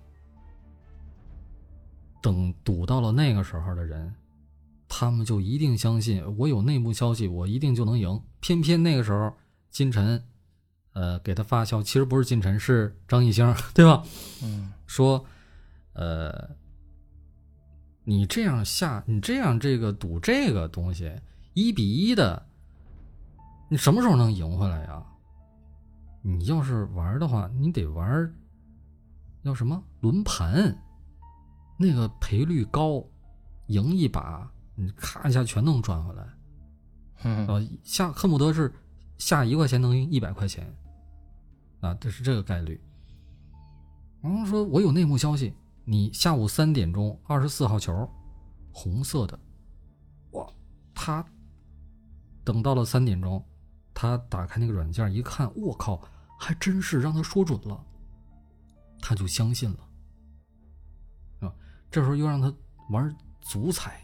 等赌到了那个时候的人，他们就一定相信我有内幕消息，我一定就能赢。偏偏那个时候金晨给他发消息，其实不是金晨，是张艺兴，对吧？说你这样这个赌这个东西1比1的，你什么时候能赢回来呀？你要是玩的话，你得玩叫什么轮盘，那个赔率高，赢一把你咔一下全能赚回来。恨不得是下1块钱能赢100块钱啊，这是这个概率。然后说我有内幕消息，你下午3点钟24号球，红色的。哇，他等到了3点钟，他打开那个软件一看，我靠，还真是让他说准了，他就相信了。这时候又让他玩足彩，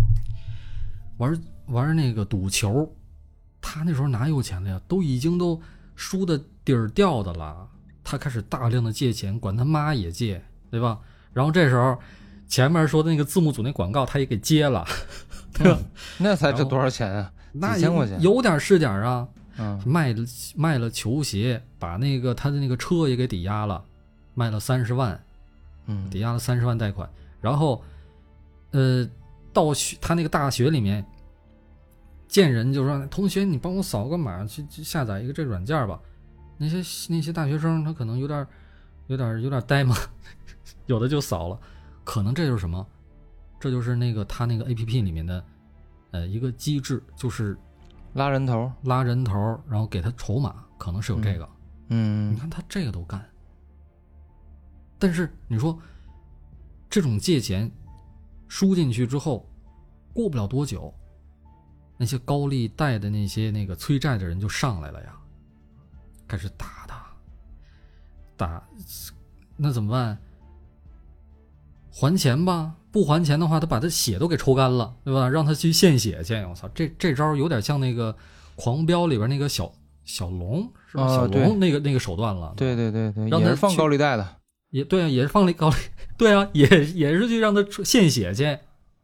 玩那个赌球，他那时候哪有钱了呀？都已经输的底儿掉的了。他开始大量的借钱，管他妈也借，对吧？然后这时候前面说的那个字幕组那广告他也给接了，对吧？ 那才值多少钱啊？ 那几千块钱， 有点是点啊。卖了球鞋，把那个他的那个车也给抵押了，卖了30万，抵押了30万贷款。然后到他那个大学里面见人就说，同学你帮我扫个码去下载一个这软件吧。那些大学生他可能有点呆嘛，有的就扫了。可能这就是什么？这就是他那个 APP 里面的一个机制，就是拉人头， 然后给他筹码，可能是有这个。你看他这个都干。但是你说这种借钱输进去之后，过不了多久，那些高利贷的那个催债的人就上来了呀，开始打他，那怎么办？还钱吧，不还钱的话，他把他血都给抽干了，对吧？让他去献血去。我操，这招有点像那个《狂飙》里边那个小龙，是吧？小龙那个手段了。 对，也是放高利贷的。 也对啊，也是放高利，对啊，也是去让他献血去。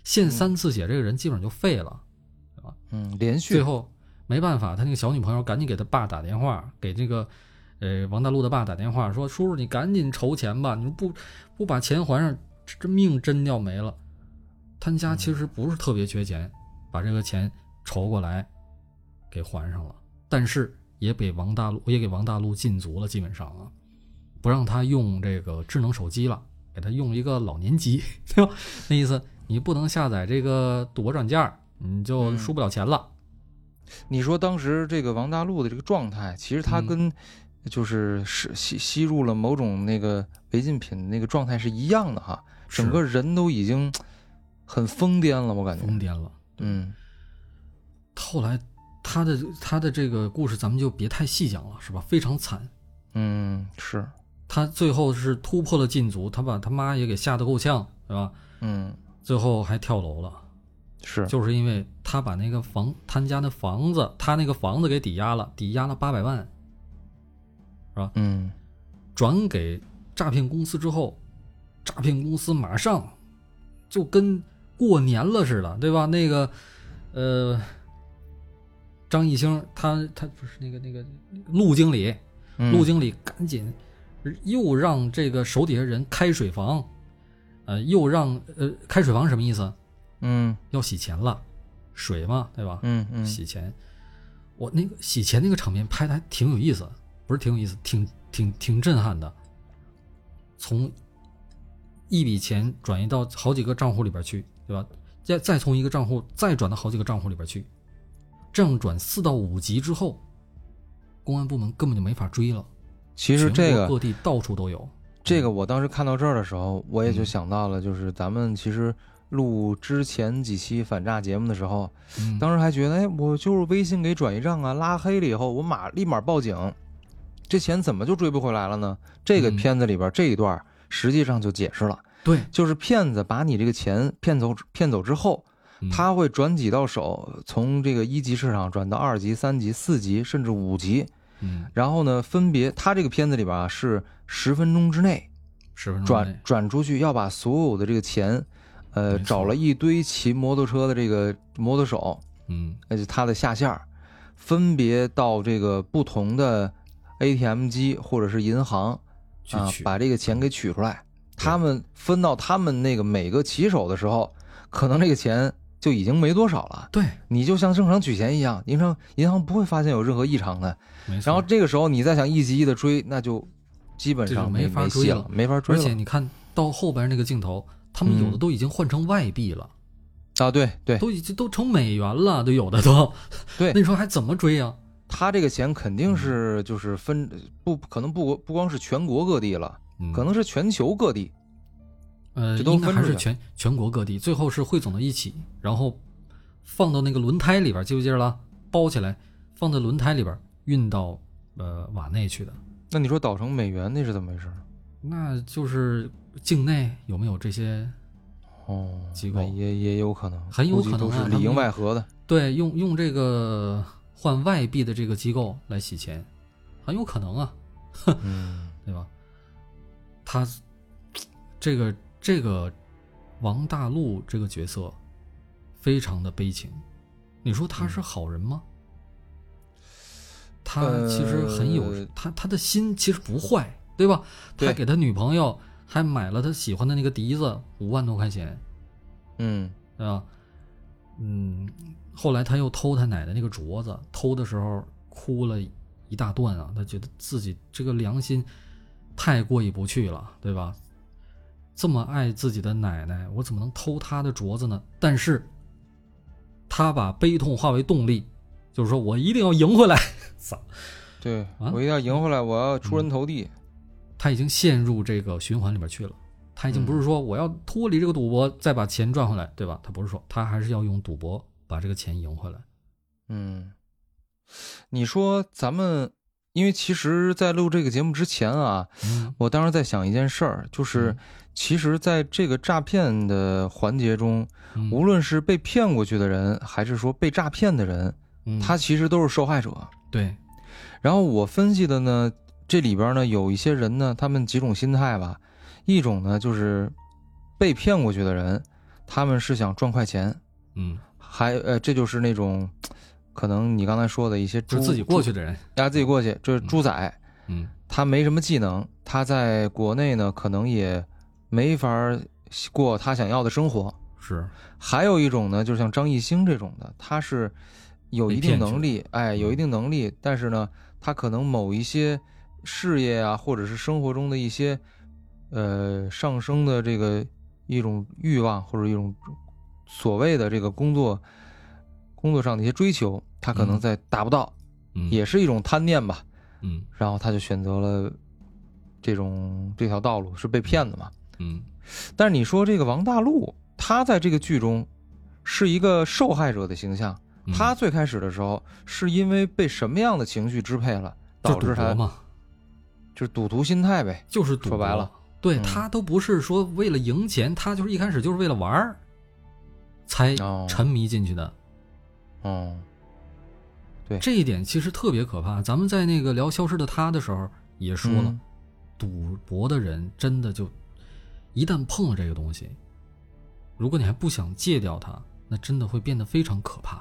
献3次血，这个人基本上就废了，对吧？ 连续。 最后没办法，他那个小女朋友赶紧给他爸打电话，给这个王大陆的爸打电话说：“叔叔，你赶紧筹钱吧，你不把钱还上，这命真要没了。”他家其实不是特别缺钱，把这个钱筹过来给还上了，但是也给王大陆禁足了，基本上啊，不让他用这个智能手机了，给他用一个老年机，对吧？那意思你不能下载这个赌博软件，你就输不了钱了。 你说当时这个王大陆的这个状态，其实他跟就是吸入了某种那个违禁品那个状态是一样的哈，整个人都已经很疯癫了，我感觉疯癫了。后来他的这个故事咱们就别太细讲了，是吧？非常惨。 是他最后是突破了禁足，他把他妈也给吓得够呛，对吧？最后还跳楼了。就是因为他把那个他家的房子，他那个房子给抵押了800万，是吧？转给诈骗公司之后，诈骗公司马上就跟过年了似的，对吧？那个张艺兴他不是那个陆经理，陆经理赶紧又让这个手底下人开水房，又让开水房什么意思？要洗钱了，水嘛，对吧？洗钱。我那个洗钱那个场面拍的还挺有意思，不是挺有意思，挺震撼的。从一笔钱转移到好几个账户里边去，对吧？再从一个账户再转到好几个账户里边去，这样转4到5级之后，公安部门根本就没法追了。 其实这个全国各地到处都有。 这个我当时看到这儿的时候，我也就想到了，就是咱们其实录之前几期反诈节目的时候，当时还觉得，我就是微信给转移账啊，拉黑了以后，我立马报警，这钱怎么就追不回来了呢？这个片子里边这一段实际上就解释了， 对， 就是骗子把你这个钱骗走之后，他会转几到手，从这个1级市场转到2级、3级、4级，甚至5级。然后呢，分别他这个片子里边是10分钟之内转出去，要把所有的这个钱找了一堆骑摩托车的这个摩托手，他的下线分别到这个不同的 ATM 机或者是银行把这个钱给取出来。他们分到他们那个每个骑手的时候，可能这个钱就已经没多少了。 对， 你就像正常取钱一样，银行不会发现有任何异常的。然后这个时候你再想一级一的追，那就基本上没法追了， 没法追了。 而且你看到后边那个镜头，他们有的都已经换成外币了。 对， 都已经都成美元了，都有的都。 对， 那时候还怎么追啊？ 他这个钱肯定是就是可能不光是全国各地了，可能是全球各地。 应该还是全国各地，最后是汇总到一起，然后放到那个轮胎里边，记不记得了？包起来，放在轮胎里边，运到瓦内去的。 那你说倒成美元那是怎么回事？ 那就是境内有没有这些机构？ 也有可能， 很有可能都是里应外合的。 对，用这个换外币的这个机构来洗钱，很有可能啊，对吧？他这个王大陆这个角色非常的悲情，你说他是好人吗？他其实很有他的心其实不坏，对吧？他给他女朋友还买了他喜欢的那个笛子，5万多块钱，对吧？后来他又偷他奶奶那个镯子，偷的时候哭了一大段啊，他觉得自己这个良心太过意不去了，对吧？这么爱自己的奶奶，我怎么能偷她的镯子呢？但是他把悲痛化为动力，就是说我一定要赢回来。 对，我一定要赢回来，我要出人头地。 他已经陷入这个循环里边去了，他已经不是说我要脱离这个赌博再把钱赚回来，对吧？他不是说，他还是要用赌博把这个钱赢回来。 你说咱们因为其实在录这个节目之前啊，我当时在想一件事儿，就是其实在这个诈骗的环节中，无论是被骗过去的人还是说被诈骗的人，他其实都是受害者。 对。 然后我分析的呢，这里边呢有一些人呢，他们几种心态吧。一种呢就是被骗过去的人， 他们是想赚快钱，这就是那种可能你刚才说的一些就自己过去的人， 自己过去，就是猪仔，他没什么技能，他在国内呢可能也没法过他想要的生活。 是， 还有一种呢，就像张艺兴这种的，他是有一定能力，有一定能力，但是呢，他可能某一些事业啊，或者是生活中的一些上升的这个一种欲望，或者一种所谓的这个工作上的一些追求，他可能在达不到，也是一种贪念吧，然后他就选择了这条道路，是被骗的嘛，但是你说这个王大陆，他在这个剧中是一个受害者的形象，他最开始的时候是因为被什么样的情绪支配了，导致他就是赌徒心态呗， 就是赌，说白了， 对，他都不是说为了赢钱，他就是一开始就是为了玩才沉迷进去的。对，这一点其实特别可怕。咱们在那个聊《消失的她》的时候也说了，赌博的人真的就一旦碰了这个东西，如果你还不想戒掉它，那真的会变得非常可怕。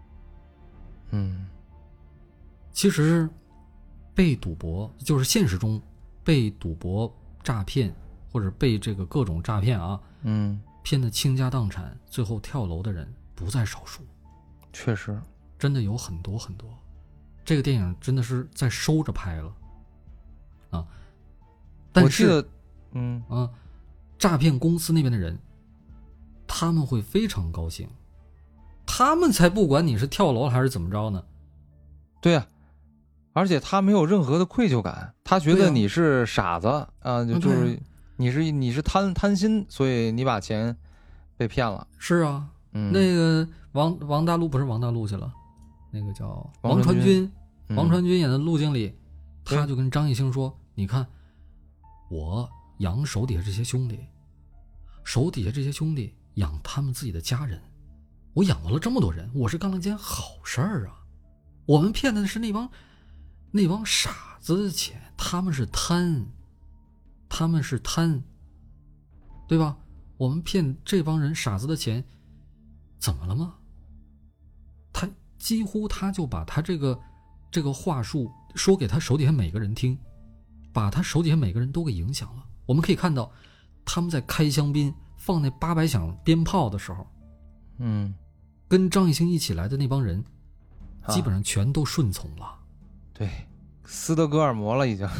其实被赌博，就是现实中被赌博诈骗或者被这个各种诈骗啊，骗得倾家荡产最后跳楼的人不在少数。 确实真的有很多很多。这个电影真的是在收着拍了啊，但是诈骗公司那边的人他们会非常高兴，他们才不管你是跳楼还是怎么着呢。 对啊，而且他没有任何的愧疚感，他觉得你是傻子就是你是贪心，所以你把钱被骗了。 是啊，那个王大陆不是王大陆去了，那个叫王传君，王传君演的陆经理，他就跟张艺兴说：“你看，我养手底下这些兄弟，手底下这些兄弟养他们自己的家人，我养活了这么多人，我是干了件好事儿啊。我们骗的是那帮傻子的钱，他们是贪，对吧？我们骗这帮人傻子的钱，怎么了吗？”他几乎他就把他这个话术说给他手底下每个人听，把他手底下每个人都给影响了。我们可以看到，他们在开香槟放那800响鞭炮的时候，跟张艺兴一起来的那帮人，基本上全都顺从了。 对，斯德哥尔摩了已经，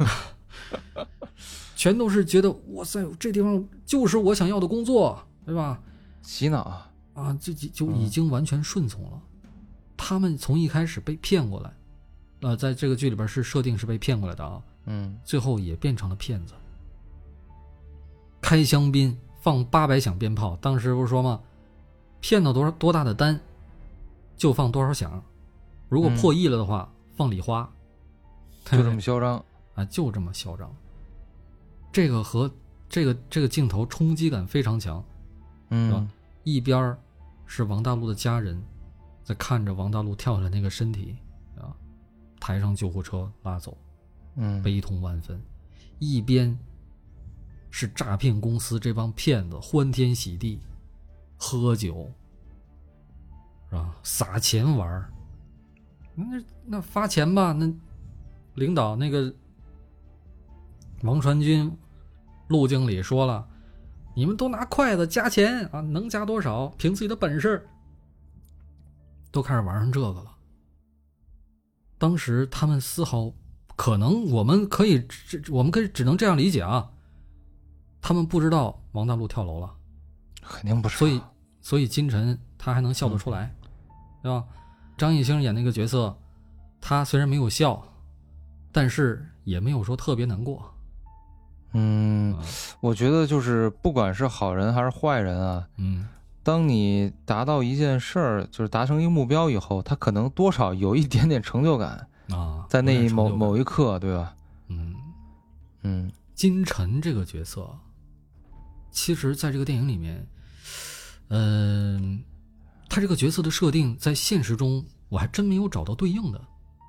全都是觉得哇塞，这地方就是我想要的工作，对吧？ 洗脑啊，就已经完全顺从了。他们从一开始被骗过来，在这个剧里边是设定是被骗过来的啊，最后也变成了骗子。开香槟，放800响鞭炮，当时不是说吗？骗到多大的单，就放多少响，如果破亿了的话，放礼花， 就这么嚣张啊，就这么嚣张。这个和这个镜头冲击感非常强，是吧？一边是王大陆的家人在看着王大陆跳下来那个身体啊，抬上救护车拉走，悲痛万分。一边是诈骗公司这帮骗子欢天喜地喝酒，是吧？撒钱玩，那发钱吧，那领导那个王传君陆经理说了，你们都拿筷子加钱啊，能加多少凭自己的本事，都开始玩上这个了。当时他们丝毫可能我们可以只能这样理解啊，他们不知道王大陆跳楼了， 肯定不是。 所以金晨他还能笑得出来，对吧？张艺兴演那个角色，他虽然没有笑，但是也没有说特别难过。 我觉得就是不管是好人还是坏人啊，当你达到一件事儿，就是达成一个目标以后，他可能多少有一点点成就感啊， 在那某一刻，对吧？ 金晨这个角色，其实在这个电影里面，他这个角色的设定在现实中我还真没有找到对应的。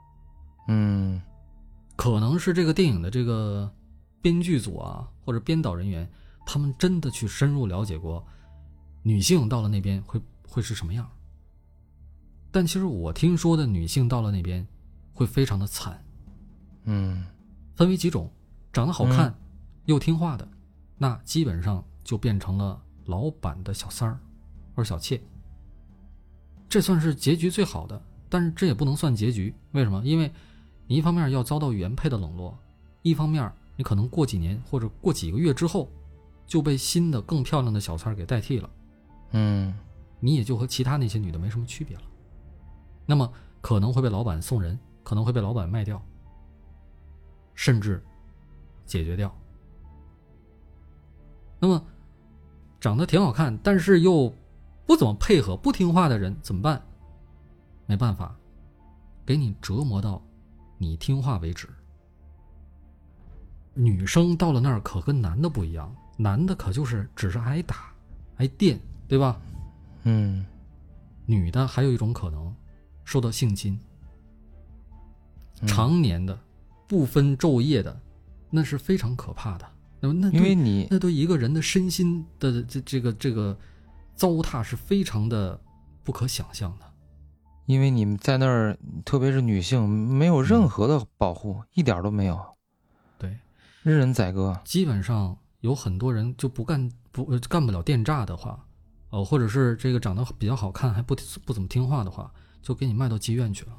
可能是这个电影的这个编剧组啊，或者编导人员，他们真的去深入了解过女性到了那边会是什么样。但其实我听说的女性到了那边会非常的惨。分为几种，长得好看又听话的，那基本上就变成了老板的小三儿或者小妾。这算是结局最好的，但是这也不能算结局。为什么？因为你一方面要遭到原配的冷落，一方面你可能过几年或者过几个月之后就被新的更漂亮的小三儿给代替了。你也就和其他那些女的没什么区别了。那么可能会被老板送人，可能会被老板卖掉，甚至解决掉。那么长得挺好看但是又不怎么配合不听话的人怎么办？没办法，给你折磨到你听话为止。女生到了那儿可跟男的不一样，男的可就是只是挨打挨电，对吧？女的还有一种可能受到性侵，常年的不分昼夜的，那是非常可怕的。 因为那对一个人的身心的这个糟蹋是非常的不可想象的。 因为你们在那儿，特别是女性，没有任何的保护，一点都没有。 对， 任人宰割。 基本上有很多人就干不了电诈的话，或者是这个长得比较好看还不怎么听话的话，就给你卖到妓院去了。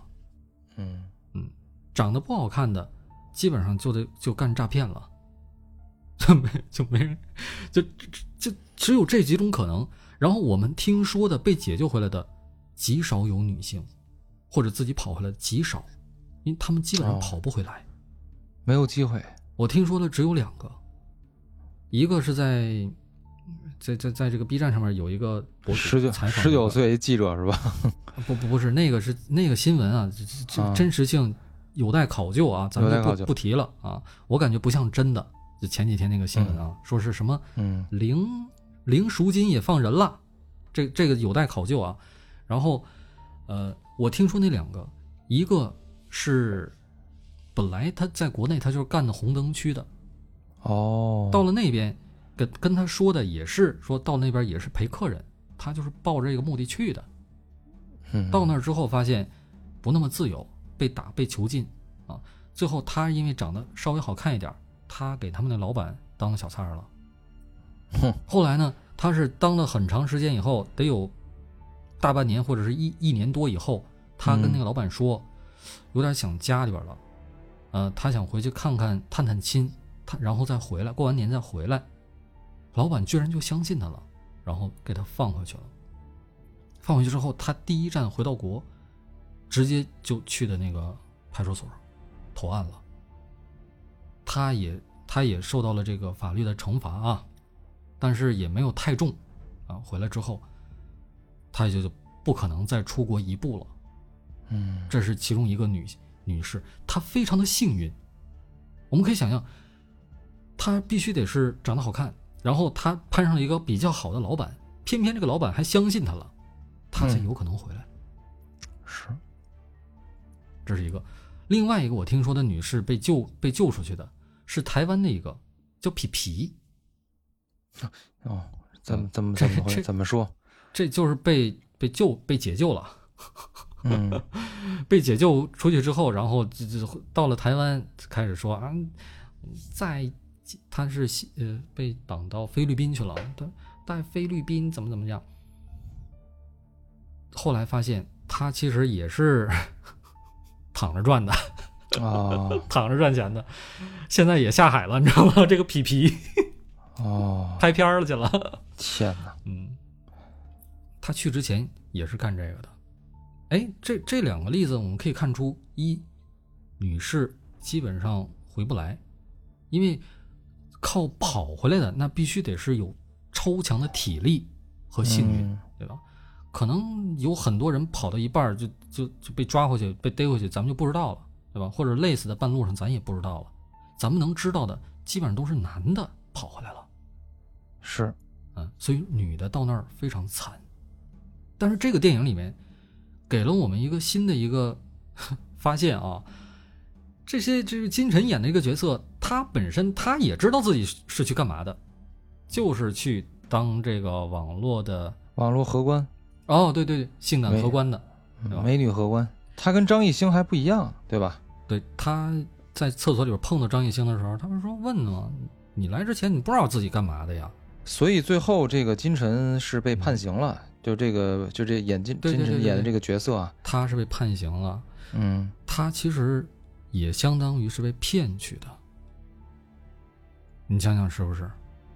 长得不好看的，基本上就干诈骗了，就没人，就只有这几种可能。然后我们听说的被解救回来的极少有女性，或者自己跑回来的极少，因为他们基本上跑不回来， 没有机会。 我听说的只有2个，一个是在这个 B 站上面有一个博主采访 19岁记者是吧？ 不是那个新闻啊，这真实性有待考究啊，咱们就不提了啊。我感觉不像真的。就前几天那个新闻啊，说是什么零赎金也放人了，这个有待考究啊。然后我听说那2个，一个是本来他在国内他就是干的红灯区的，到了那边跟他说的也是说到那边也是陪客人，他就是抱着这个目的去的。到那儿之后发现不那么自由，被打被囚禁啊。最后他因为长得稍微好看一点，他给他们的老板当了小三儿了。后来呢，他是当了很长时间以后，得有大半年或者是一年多以后，他跟那个老板说，有点想家里边了，他想回去看看探探亲，然后再回来，过完年再回来。老板居然就相信他了，然后给他放回去了。放回去之后，他第一站回到国，直接就去的那个派出所投案了。他也受到了这个法律的惩罚啊，但是也没有太重啊。回来之后，他也就不可能再出国一步了。这是其中一个女士，她非常的幸运。我们可以想象，她必须得是长得好看，然后她攀上了一个比较好的老板，偏偏这个老板还相信她了，她才有可能回来。 是， 这是一个。另外一个我听说的女士被救出去的是台湾的一个叫皮皮。 怎么说？ 这就是被解救了。被解救出去之后，然后就到了台湾，开始说啊，他是被绑到菲律宾去了，在菲律宾怎么样。后来发现他其实也是躺着赚的躺着赚钱的，现在也下海了，你知道吗？这个皮皮拍片了去了。 天哪！ 他去之前也是干这个的。这2个例子我们可以看出，一，女士基本上回不来，因为靠跑回来的那必须得是有超强的体力和幸运，对吧？可能有很多人跑到一半就被抓回去被逮回去，咱们就不知道了，对吧？或者累死在半路上，咱也不知道了。咱们能知道的基本上都是男的跑回来了。 是， 所以女的到那儿非常惨。但是这个电影里面给了我们一个新的一个发现啊，这是金晨演的一个角色，他本身他也知道自己是去干嘛的，就是去当这个网络荷官。 哦，对对对，性感荷官的， 美女荷官。他跟张艺兴还不一样，对吧？ 对，他在厕所里边碰到张艺兴的时候，他们说问嘛，你来之前你不知道自己干嘛的呀？ 所以最后这个金晨是被判刑了，就这演金晨演的这个角色啊， 他是被判刑了。他其实也相当于是被骗去的，你想想是不是？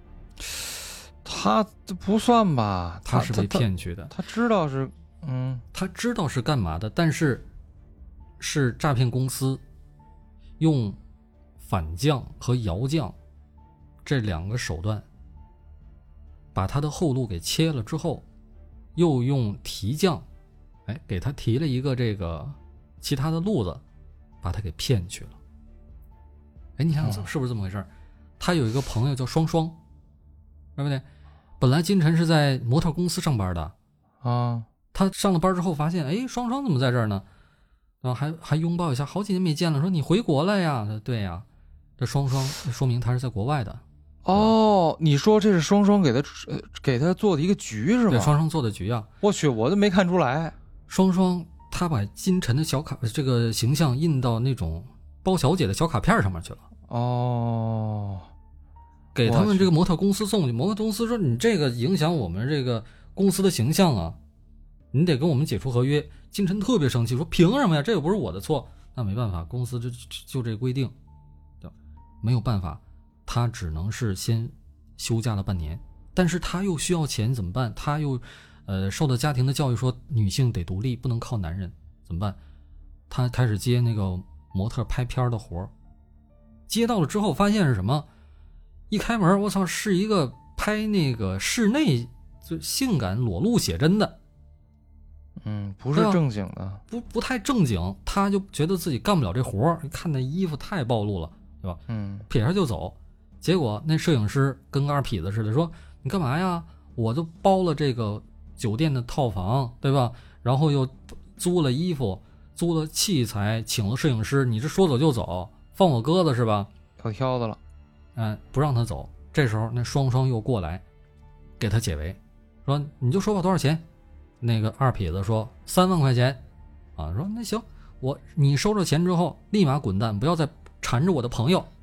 他不算吧？ 他是被骗去的， 他知道是， 他知道是干嘛的，但是是诈骗公司用反将和摇将这2个手段，把他的后路给切了之后，又用提将，给他提了一个这个其他的路子，把他给骗去了。你看是不是这么回事？他有一个朋友叫双双，对不对？本来金晨是在模特公司上班的啊， 他上了班之后发现，双双怎么在这儿呢？然后还拥抱一下，好几年没见了，说你回国了呀？对呀，这双双说明他是在国外的。 哦，你说这是双双给他做的一个局是吗？ 对，双双做的局啊！ 我去，我都没看出来。 双双他把金晨的小卡这个形象印到那种包小姐的小卡片上面去了。 哦， 给他们这个模特公司送去，模特公司说你这个影响我们这个公司的形象啊，你得跟我们解除合约。金晨特别生气，说凭什么呀？这又不是我的错。那没办法，公司就这规定，没有办法，他只能是先休假了半年。但是他又需要钱，怎么办？他又受到家庭的教育，说女性得独立，不能靠男人，怎么办？他开始接那个模特拍片的活，接到了之后发现是什么？一开门，我操，是一个拍那个室内就性感裸露写真的。 不是正经的， 不太正经，他就觉得自己干不了这活，看那衣服太暴露了，对吧？撇下就走。结果那摄影师跟个二痞子似的，说你干嘛呀？我都包了这个酒店的套房，对吧？然后又租了衣服，租了器材，请了摄影师，你这说走就走，放我鸽子是吧？ 要挑子了， 不让他走。这时候那双双又过来给他解围，说你就说吧，多少钱？那个二痞子说3万块钱啊，说那行，你收着钱之后立马滚蛋，不要再缠着我的朋友。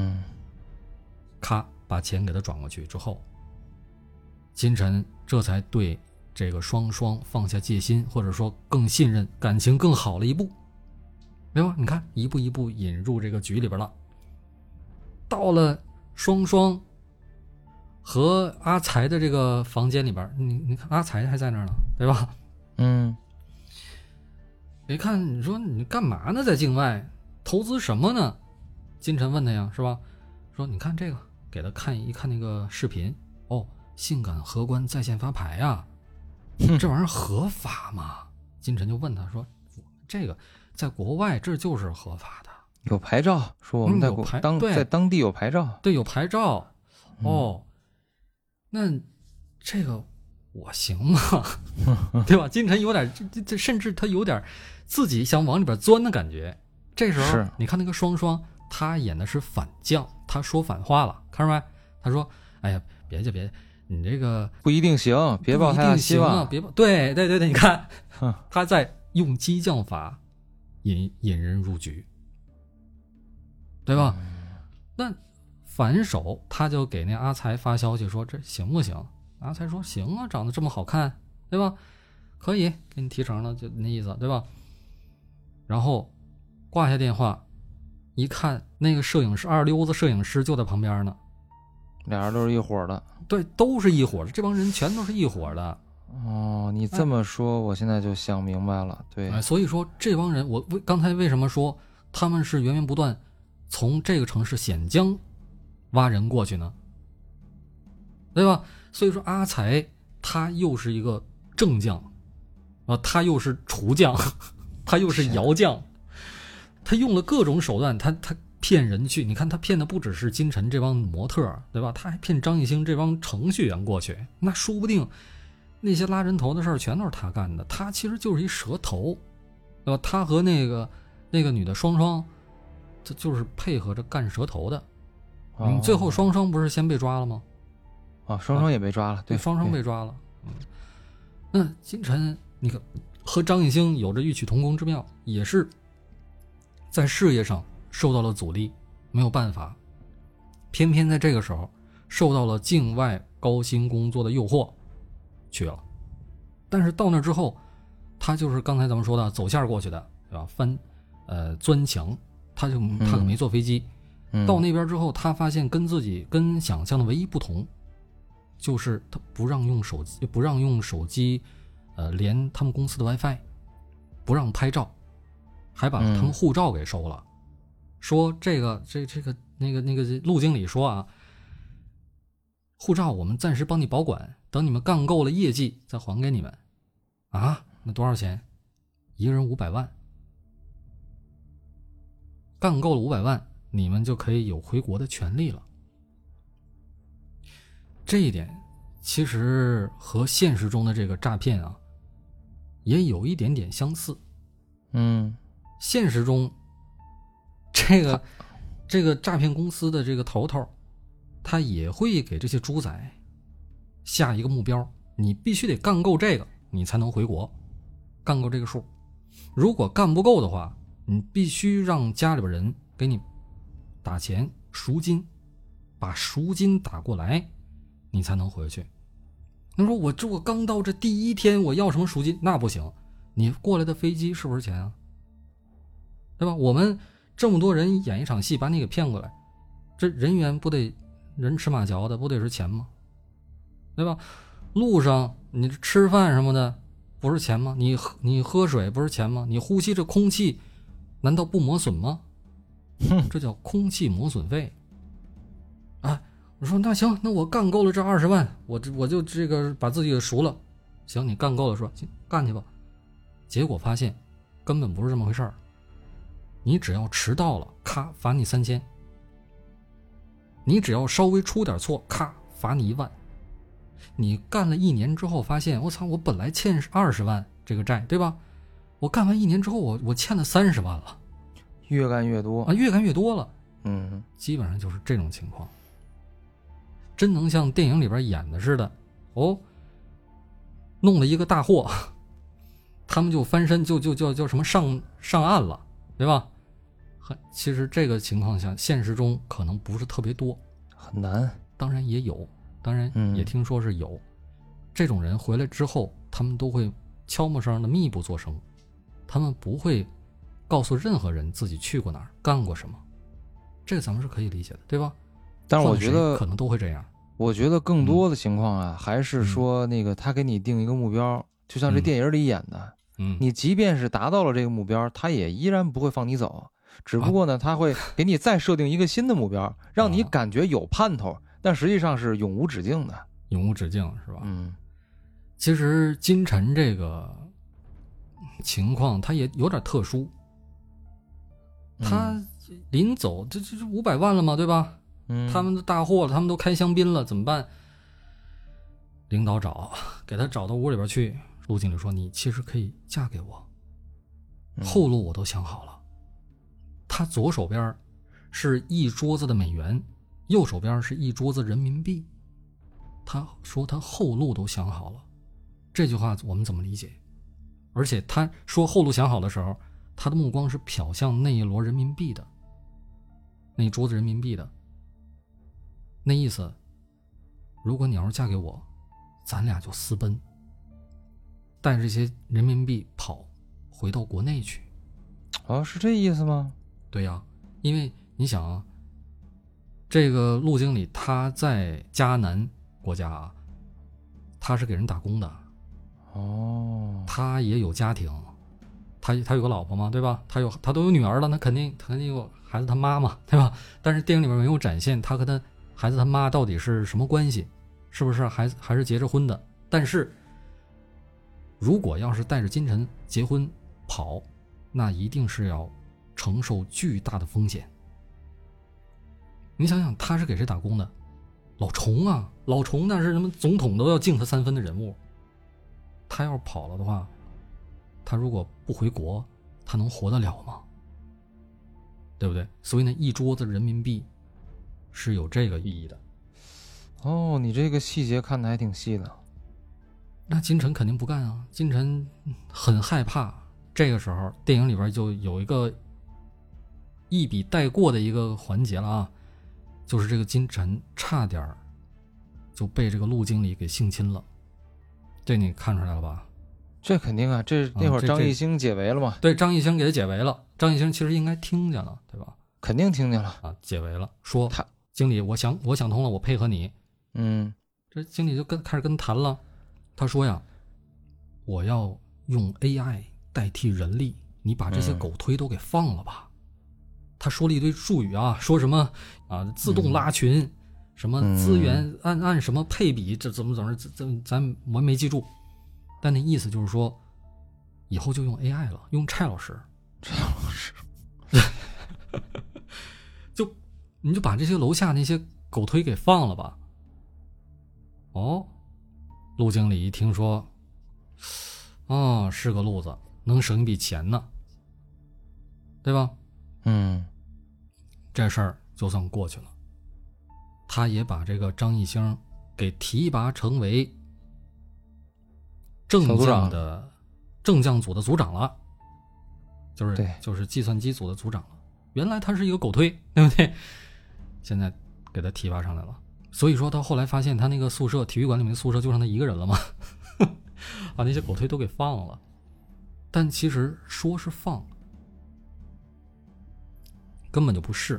咔，把钱给他转过去之后，金晨这才对这个双双放下戒心，或者说更信任，感情更好了一步，对吧？你看一步一步引入这个局里边了。到了双双和阿才的这个房间里边，你看阿才还在那儿呢，对吧？一看你说你干嘛呢，在境外投资什么呢？金晨问他呀，是吧？说你看这个，给他看一看那个视频，性感荷官在线发牌啊，这玩意儿合法吗？金晨就问他说，这个在国外这就是合法的， 有牌照，说我们在当地有牌照， 对，有牌照。那这个我行吗？对吧？金晨有点这甚至他有点自己想往里边钻的感觉。这时候你看那个双双，他演的是反将，他说反话了，看着没？他说哎呀别介，你这个不一定行，别抱太大希望， 别抱。对，你看他在用激将法引人入局，对吧？那反手他就给那阿才发消息说这行不行？阿才说行啊，长得这么好看，对吧？可以给你提成了，就那意思，对吧？然后挂下电话一看，那个摄影师二溜子摄影师就在旁边呢， 俩人都是一伙的。 对，都是一伙的，这帮人全都是一伙的。 你这么说，我现在就想明白了。对， 所以说这帮人，我刚才为什么说他们是源源不断从这个城市显江挖人过去呢？对吧？所以说阿才他又是一个正将他又是厨将，他又是窑匠，他用了各种手段，他骗人去。你看他骗的不只是金晨这帮模特，对吧？他还骗张艺兴这帮程序员过去，那说不定那些拉人头的事儿全都是他干的。他其实就是一蛇头，对吧？他和那个女的双双，这就是配合着干蛇头的。最后双双不是先被抓了吗？ 啊，双双也被抓了，对， 双双被抓了。那金晨，你看和张艺兴有着异曲同工之妙，也是在事业上受到了阻力，没有办法，偏偏在这个时候受到了境外高薪工作的诱惑，去了。但是到那之后，他就是刚才咱们说的走线过去的，对吧？钻墙，他可没坐飞机。到那边之后，他发现跟想象的唯一不同，就是他不让用手机，连他们公司的 WiFi， 不让拍照，还把他们护照给收了。说那个陆经理说啊，护照我们暂时帮你保管，等你们干够了业绩再还给你们。啊，那多少钱？一个人500万。干够了500万。你们就可以有回国的权利了。这一点其实和现实中的这个诈骗啊，也有一点点相似。现实中，这个诈骗公司的这个头头，他也会给这些猪仔下一个目标，你必须得干够这个，你才能回国，干够这个数。如果干不够的话，你必须让家里边人给你打钱赎金，把赎金打过来，你才能回去。你说我刚到这第一天，我要什么赎金？那不行，你过来的飞机是不是钱啊？对吧？我们这么多人演一场戏，把你给骗过来，这人员不得人吃马嚼的，不得是钱吗？对吧？路上你吃饭什么的不是钱吗？你喝水不是钱吗？你呼吸这空气难道不磨损吗？这叫空气磨损费啊！我说那行，那我干够了这20万，我就这个把自己给赎了。行，你干够了，说行干去吧。结果发现根本不是这么回事儿。你只要迟到了，咔罚你3000；你只要稍微出点错，咔罚你1万。你干了1年之后，发现我操，我本来欠20万这个债，对吧？我干完1年之后，我欠了30万了。 越干越多啊，越干越多了。基本上就是这种情况。真能像电影里边演的似的，弄了一个大祸，他们就翻身，就叫什么上岸了，对吧？其实这个情况下，现实中可能不是特别多， 很难。 当然也有，当然也听说是有。这种人回来之后，他们都会悄没声的密不作声，他们不会告诉任何人自己去过哪儿，干过什么，这个咱们是可以理解的，对吧？ 但是我觉得可能都会这样。 我觉得更多的情况啊，还是说那个他给你定一个目标，就像这电影里演的，你即便是达到了这个目标，他也依然不会放你走，只不过呢，他会给你再设定一个新的目标，让你感觉有盼头，但实际上是永无止境的， 永无止境是吧？其实金晨这个情况他也有点特殊。他临走这500万了嘛，对吧？他们都大祸了，他们都开香槟了，怎么办？领导给他找到屋里边去。陆经理说：“你其实可以嫁给我，后路我都想好了。”他左手边是1桌子的美元，右手边是1桌子人民币。他说他后路都想好了，这句话我们怎么理解？而且他说后路想好的时候，他的目光是瞟向那一摞人民币的，那一桌子人民币的，那意思，如果你要是嫁给我，咱俩就私奔，带着这些人民币回到国内去。 是这意思吗？ 对呀，因为你想啊，这个陆经理他在迦南国家啊，他是给人打工的。他也有家庭，他有个老婆嘛，对吧？他都有女儿了，那肯定有孩子他妈嘛，对吧？但是电影里面没有展现他和他孩子他妈到底是什么关系，是不是还是结着婚的？但是如果要是带着金晨结婚跑，那一定是要承受巨大的风险。你想想，他是给谁打工的？老虫啊，老虫那是什么总统都要敬他3分的人物。他要是跑了的话，他如果不回国，他能活得了吗？对不对？所以呢，1桌子人民币是有这个意义的。 哦，你这个细节看的还挺细的。 那金晨肯定不干啊，金晨很害怕。这个时候电影里边就有一个一笔带过的一个环节了啊，就是这个金晨差点就被这个陆经理给性侵了，这你看出来了吧？ 这肯定啊，这那会儿张艺兴解围了嘛？ 对，张艺兴给他解围了。张艺兴其实应该听见了，对吧？ 肯定听见了啊，解围了，说经理，我想通了，我配合你。这经理就开始跟谈了。他说呀，我要用 AI 代替人力，你把这些狗推都给放了吧。他说了一堆术语啊，说什么啊，自动拉群，什么资源按什么配比，这怎么我没记住。但那意思就是说，以后就用 AI 了，用蔡老师，你就把这些楼下那些狗推给放了吧。哦，陆经理一听说，哦，是个路子，能省一笔钱呢，对吧？这事儿就算过去了。他也把这个张艺兴给提拔成为正将组的组长了，就是计算机组的组长了。原来他是一个狗推，对不对？现在给他提拔上来了。所以说到后来发现他那个宿舍，体育馆里面的宿舍就剩他一个人了嘛，把那些狗推都给放了。但其实说是放，根本就不是。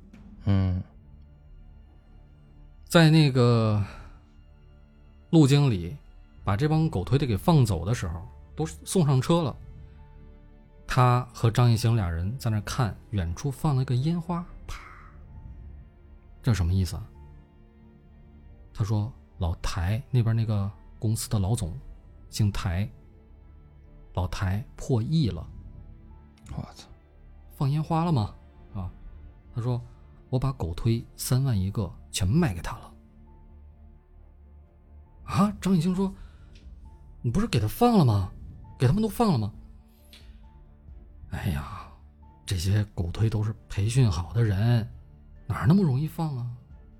在那个陆经理把这帮狗推的给放走的时候，都送上车了。他和张艺兴俩人在那看，远处放了个烟花，啪，这什么意思啊？他说老台那边那个公司的老总姓台，老台破亿了。 我操， 放烟花了吗？啊，他说我把狗推3万一个全卖给他了。啊，张艺兴说你不是给他放了吗？给他们都放了吗？哎呀，这些狗推都是培训好的人，哪那么容易放啊？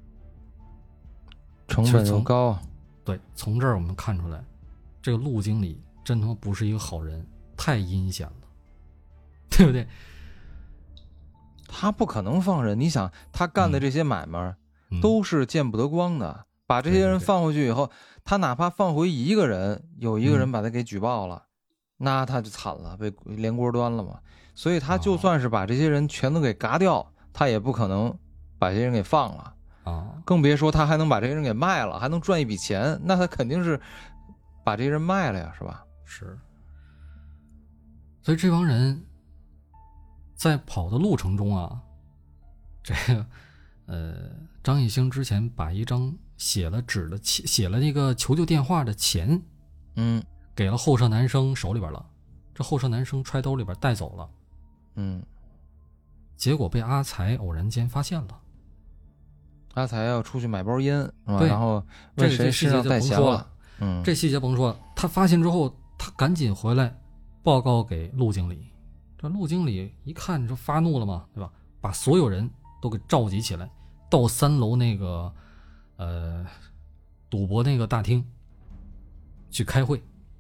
成本又高。 对，从这儿我们看出来，这个陆经理真他妈不是一个好人，太阴险了，对不对？ 他不可能放人，你想他干的这些买卖都是见不得光的，把这些人放回去以后，他哪怕放回一个人，有一个人把他给举报了，那他就惨了，被连锅端了嘛。所以他就算是把这些人全都给嘎掉，他也不可能把这些人给放了啊，更别说他还能把这些人给卖了，还能赚一笔钱，那他肯定是把这些人卖了呀，是吧？ 是。所以这帮人在跑的路程中啊，这个张艺兴之前把一张写了那个求救电话的钱，给了后舍男生手里边了，这后舍男生揣兜里边带走了，结果被阿才偶然间发现了。 阿才要出去买包烟，然后问谁身上带钱了。 这细节甭说了，他发现之后，他赶紧回来报告给陆经理。这陆经理一看就发怒了嘛，对吧？把所有人都给召集起来，到3楼那个赌博那个大厅去开会。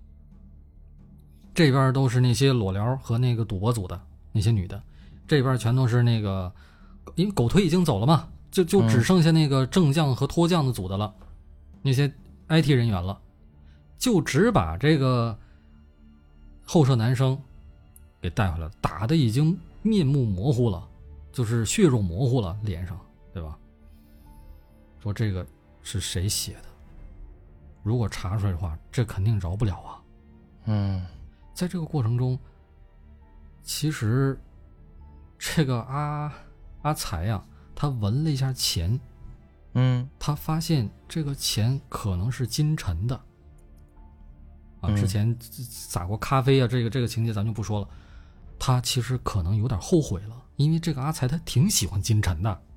这边都是那些裸聊和那个赌博组的那些女的，这边全都是那个，因为狗推已经走了嘛，就只剩下那个正将和脱将的组的了，那些 IT 人员了，就只把这个后舍男生给带回来了，打的已经面目模糊了，就是血肉模糊了脸上，对吧？说这个是谁写的？如果查出来的话，这肯定饶不了啊。在这个过程中，其实这个阿才呀，他闻了一下钱，他发现这个钱可能是金晨的啊。之前撒过咖啡啊，这个情节咱就不说了。他其实可能有点后悔了，因为这个阿才他挺喜欢金晨的。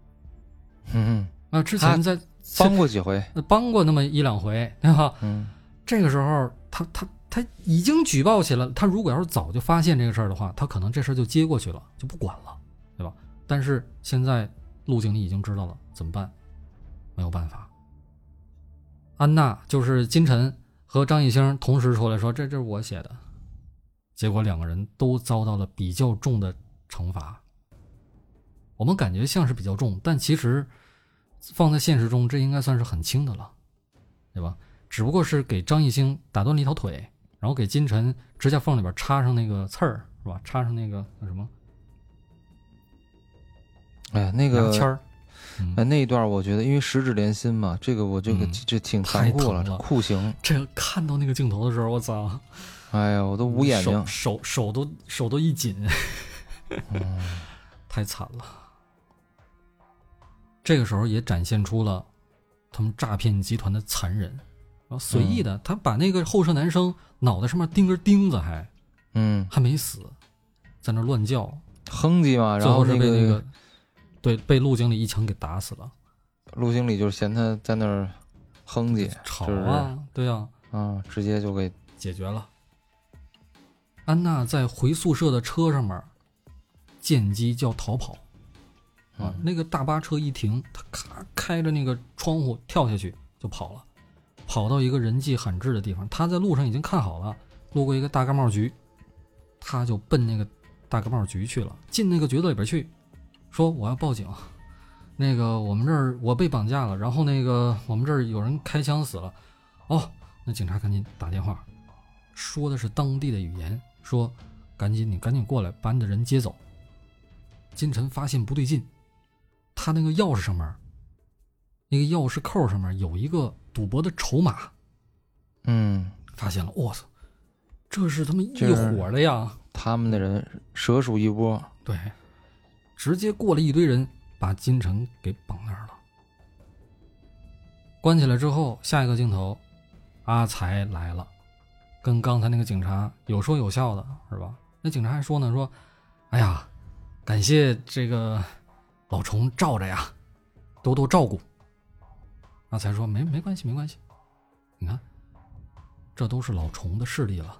之前在帮过几回， 帮过那么1-2回，对吧？这个时候他已经举报起来了，他如果要是早就发现这个事儿的话，他可能这事儿就接过去了，就不管了，对吧？但是现在陆经理已经知道了，怎么办？没有办法， 安娜就是金晨和张艺兴同时出来说这是我写的，结果两个人都遭到了比较重的惩罚。我们感觉像是比较重，但其实放在现实中这应该算是很轻的了，对吧？只不过是给张艺兴打断了一条腿，然后给金晨指甲缝里边插上那个刺儿，是吧？插上那个叫什么？ 哎，那个签儿。 那一段我觉得因为十指连心嘛，这个这挺残酷了，酷刑。 这个看到那个镜头的时候，我操！ 哎呀，我都捂眼睛， 手都一紧，太惨了。这个时候也展现出了他们诈骗集团的残忍，然后随意的，他把那个后舍男生脑袋上面钉根钉子还没死，在那乱叫哼唧嘛，然后最后是被那个对被陆经理一枪给打死了。 陆经理就是嫌他在那儿哼唧吵啊，对啊， 直接就给解决了。安娜在回宿舍的车上面见机就要逃跑那个大巴车一停，他咔开着那个窗户跳下去就跑了，跑到一个人迹罕至的地方。他在路上已经看好了，路过一个大盖帽局，他就奔那个大盖帽局去了，进那个局子里边去，说我要报警，那个我们这儿我被绑架了，然后那个我们这儿有人开枪死了。那警察赶紧打电话，说的是当地的语言，说你赶紧过来把你的人接走。金晨发现不对劲，他那个钥匙上面，那个钥匙扣上面有一个赌博的筹码，发现了，我操，这是他们一伙的呀！ 他们的人蛇鼠一窝， 对，直接过了一堆人，把金晨给绑那儿了。关起来之后，下一个镜头，阿才来了，跟刚才那个警察有说有笑的，是吧？那警察还说呢，说，哎呀，感谢这个老虫罩着呀，多多照顾。阿才说没关系，你看，这都是老虫的势力了。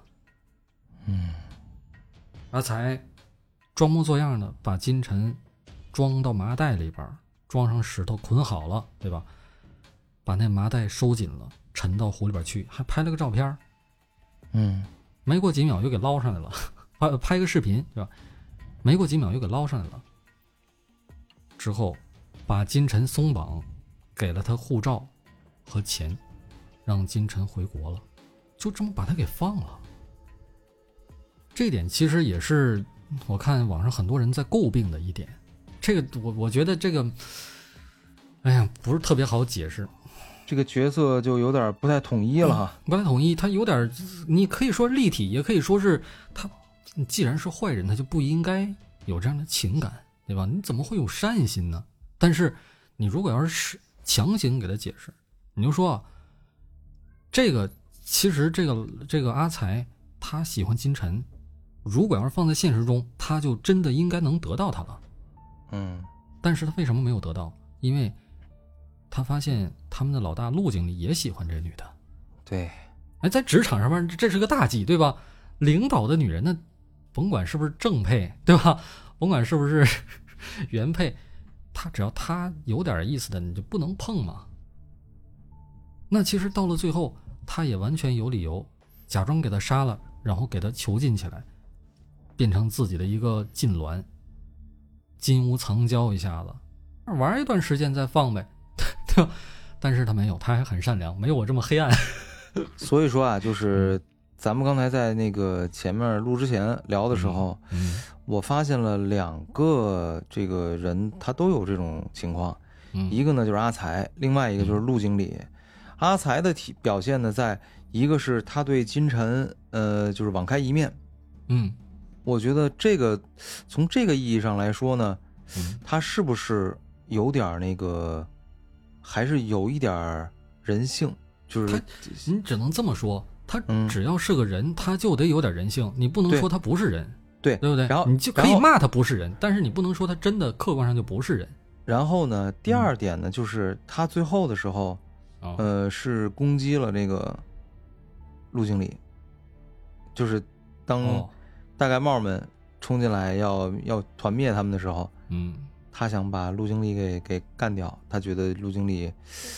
阿才装模作样的把金晨装到麻袋里边，装上石头捆好了，对吧？把那麻袋收紧了，沉到湖里边去，还拍了个照片。没过几秒又给捞上来了，拍个视频，对吧？没过几秒又给捞上来了。之后把金晨松绑，给了他护照和钱，让金晨回国了，就这么把他给放了。这点其实也是我看网上很多人在诟病的一点，这个我觉得这个，哎呀，不是特别好解释。 这个角色就有点不太统一了哈， 不太统一，他有点，你可以说立体，也可以说是他既然是坏人，他就不应该有这样的情感，对吧？你怎么会有善心呢？但是你如果要是强行给他解释，你就说这个其实这个阿才他喜欢金晨，如果要是放在现实中，他就真的应该能得到他了。但是他为什么没有得到？因为他发现他们的老大陆经理也喜欢这女的。 对， 在职场上面这是个大忌，对吧？领导的女人呢，甭管是不是正配，对吧？甭管是不是原配，只要他有点意思的，你就不能碰嘛。那其实到了最后，他也完全有理由假装给他杀了，然后给他囚禁起来，变成自己的一个禁脔，金屋藏娇一下子，玩一段时间再放呗，对吧？但是他没有，他还很善良，没有我这么黑暗。 所以说啊，就是咱们刚才在那个前面录之前聊的时候，我发现了两个这个人他都有这种情况，一个呢就是阿才，另外一个就是陆经理。阿才的表现呢，在一个是他对金晨就是网开一面，我觉得这个从这个意义上来说呢，他是不是有点那个，还是有一点人性？就是你只能这么说，他只要是个人，他就得有点人性。你不能说他不是人， 对不对？ 然后你就可以骂他不是人，但是你不能说他真的客观上就不是人。 然后呢，第二点呢，就是他最后的时候，是攻击了这个陆经理，就是当大盖帽们冲进来要团灭他们的时候，他想把陆经理给干掉，他觉得陆经理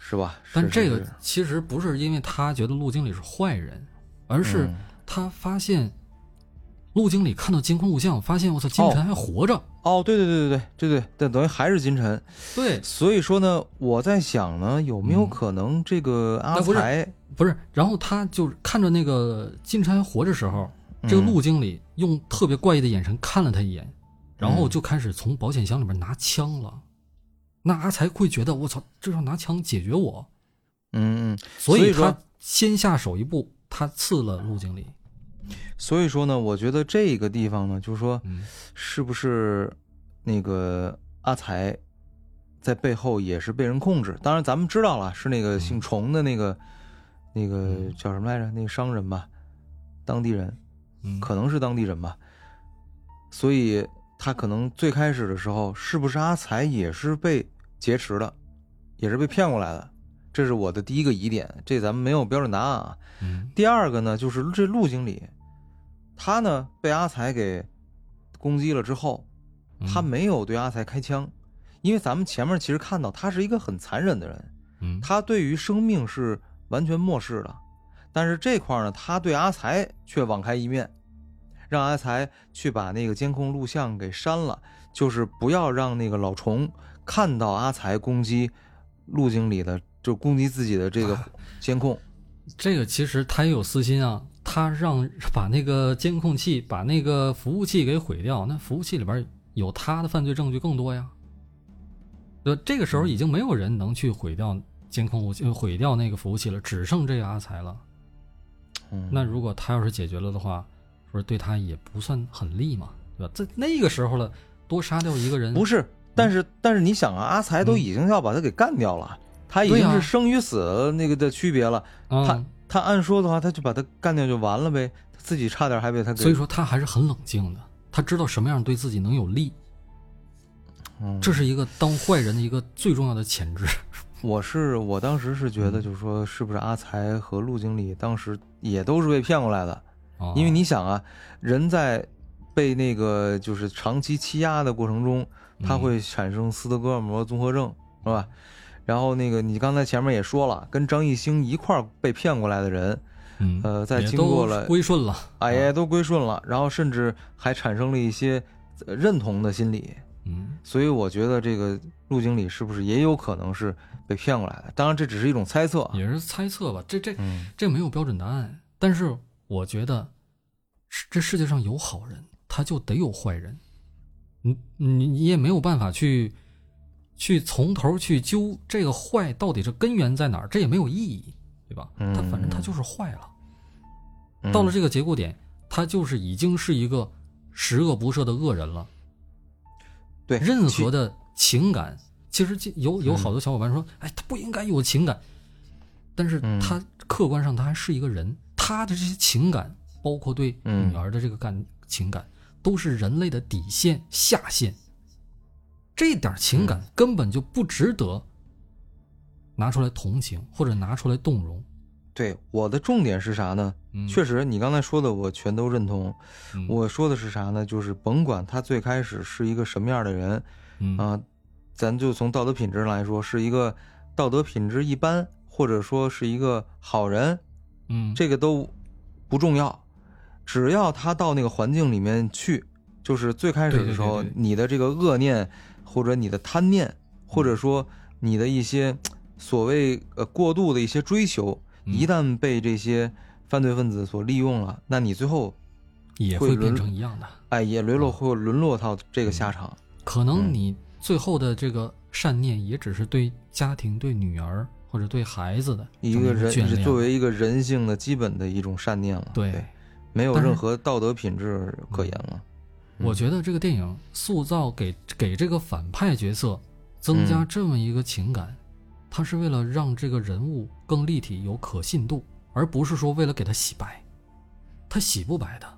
是吧？ 但这个其实不是因为他觉得陆经理是坏人，而是他发现陆经理看到监控录像，发现我操，金晨还活着。 对，等于还是金晨。 对， 所以说呢，我在想呢，有没有可能这个阿才不是？然后他就看着那个金晨还活着时候，这个陆经理用特别怪异的眼神看了他一眼，然后就开始从保险箱里面拿枪了。那阿才会觉得我操，这要拿枪解决我。所以他先下手一步，他刺了陆经理。 所以说呢，我觉得这个地方呢，就是说，是不是那个阿才在背后也是被人控制？当然，咱们知道了是那个姓崇的那个叫什么来着？那个商人吧，当地人，可能是当地人吧。所以他可能最开始的时候，是不是阿才也是被劫持的，也是被骗过来的？这是我的第一个疑点，这咱们没有标准答案啊。第二个呢，就是这陆经理，他呢被阿才给攻击了之后，他没有对阿才开枪，因为咱们前面其实看到他是一个很残忍的人，他对于生命是完全漠视的，但是这块呢，他对阿才却网开一面，让阿才去把那个监控录像给删了，就是不要让那个老虫看到阿才攻击陆经理的，就攻击自己的这个监控。 这个其实他也有私心啊，他让把那个监控器把那个服务器给毁掉，那服务器里边有他的犯罪证据更多呀。这个时候已经没有人能去毁掉监控毁掉那个服务器了，只剩这个阿才了。那如果他要是解决了的话，说对他也不算很利嘛，对吧？在那个时候了，多杀掉一个人不是？但是你想啊，阿才都已经要把他给干掉了，他已经是生与死的那个的区别了。他按说的话，他就把他干掉就完了呗，他自己差点还被他给。 所以说他还是很冷静的，他知道什么样对自己能有利。这是一个当坏人的一个最重要的潜质。 我当时是觉得，就是说，是不是阿才和陆经理当时也都是被骗过来的？因为你想啊，人在被那个就是长期欺压的过程中，他会产生斯德哥尔摩综合症，是吧？然后那个你刚才前面也说了，跟张艺兴一块儿被骗过来的人，在经过了也都归顺了， 也都归顺了，然后甚至还产生了一些认同的心理。所以我觉得这个陆经理是不是也有可能是被骗过来的？当然这只是一种猜测， 也是猜测吧。这没有标准答案，但是我觉得这世界上有好人，他就得有坏人。你也没有办法去从头去揪这个坏到底是根源在哪儿，这也没有意义，对吧？他反正他就是坏了，到了这个节骨点，他就是已经是一个十恶不赦的恶人了。 对， 任何的情感，其实有好多小伙伴说，他不应该有情感，但是他客观上他还是一个人，他的这些情感，包括对女儿的这个情感，都是人类的底线下限。这点情感根本就不值得拿出来同情或者拿出来动容。 对，我的重点是啥呢？确实你刚才说的我全都认同。我说的是啥呢？就是甭管他最开始是一个什么样的人，咱就从道德品质来说，是一个道德品质一般，或者说是一个好人，这个都不重要，只要他到那个环境里面去，就是最开始的时候，你的这个恶念或者你的贪念，或者说你的一些所谓过度的一些追求，一旦被这些犯罪分子所利用了，那你最后也会变成一样的， 也沦落到这个下场。 可能你最后的这个善念也只是对家庭、对女儿或者对孩子的一个人，作为一个人性的基本的一种善念了。 对， 没有任何道德品质可言了。 我觉得这个电影塑造给这个反派角色增加这么一个情感，它是为了让这个人物更立体有可信度，而不是说为了给他洗白，他洗不白的。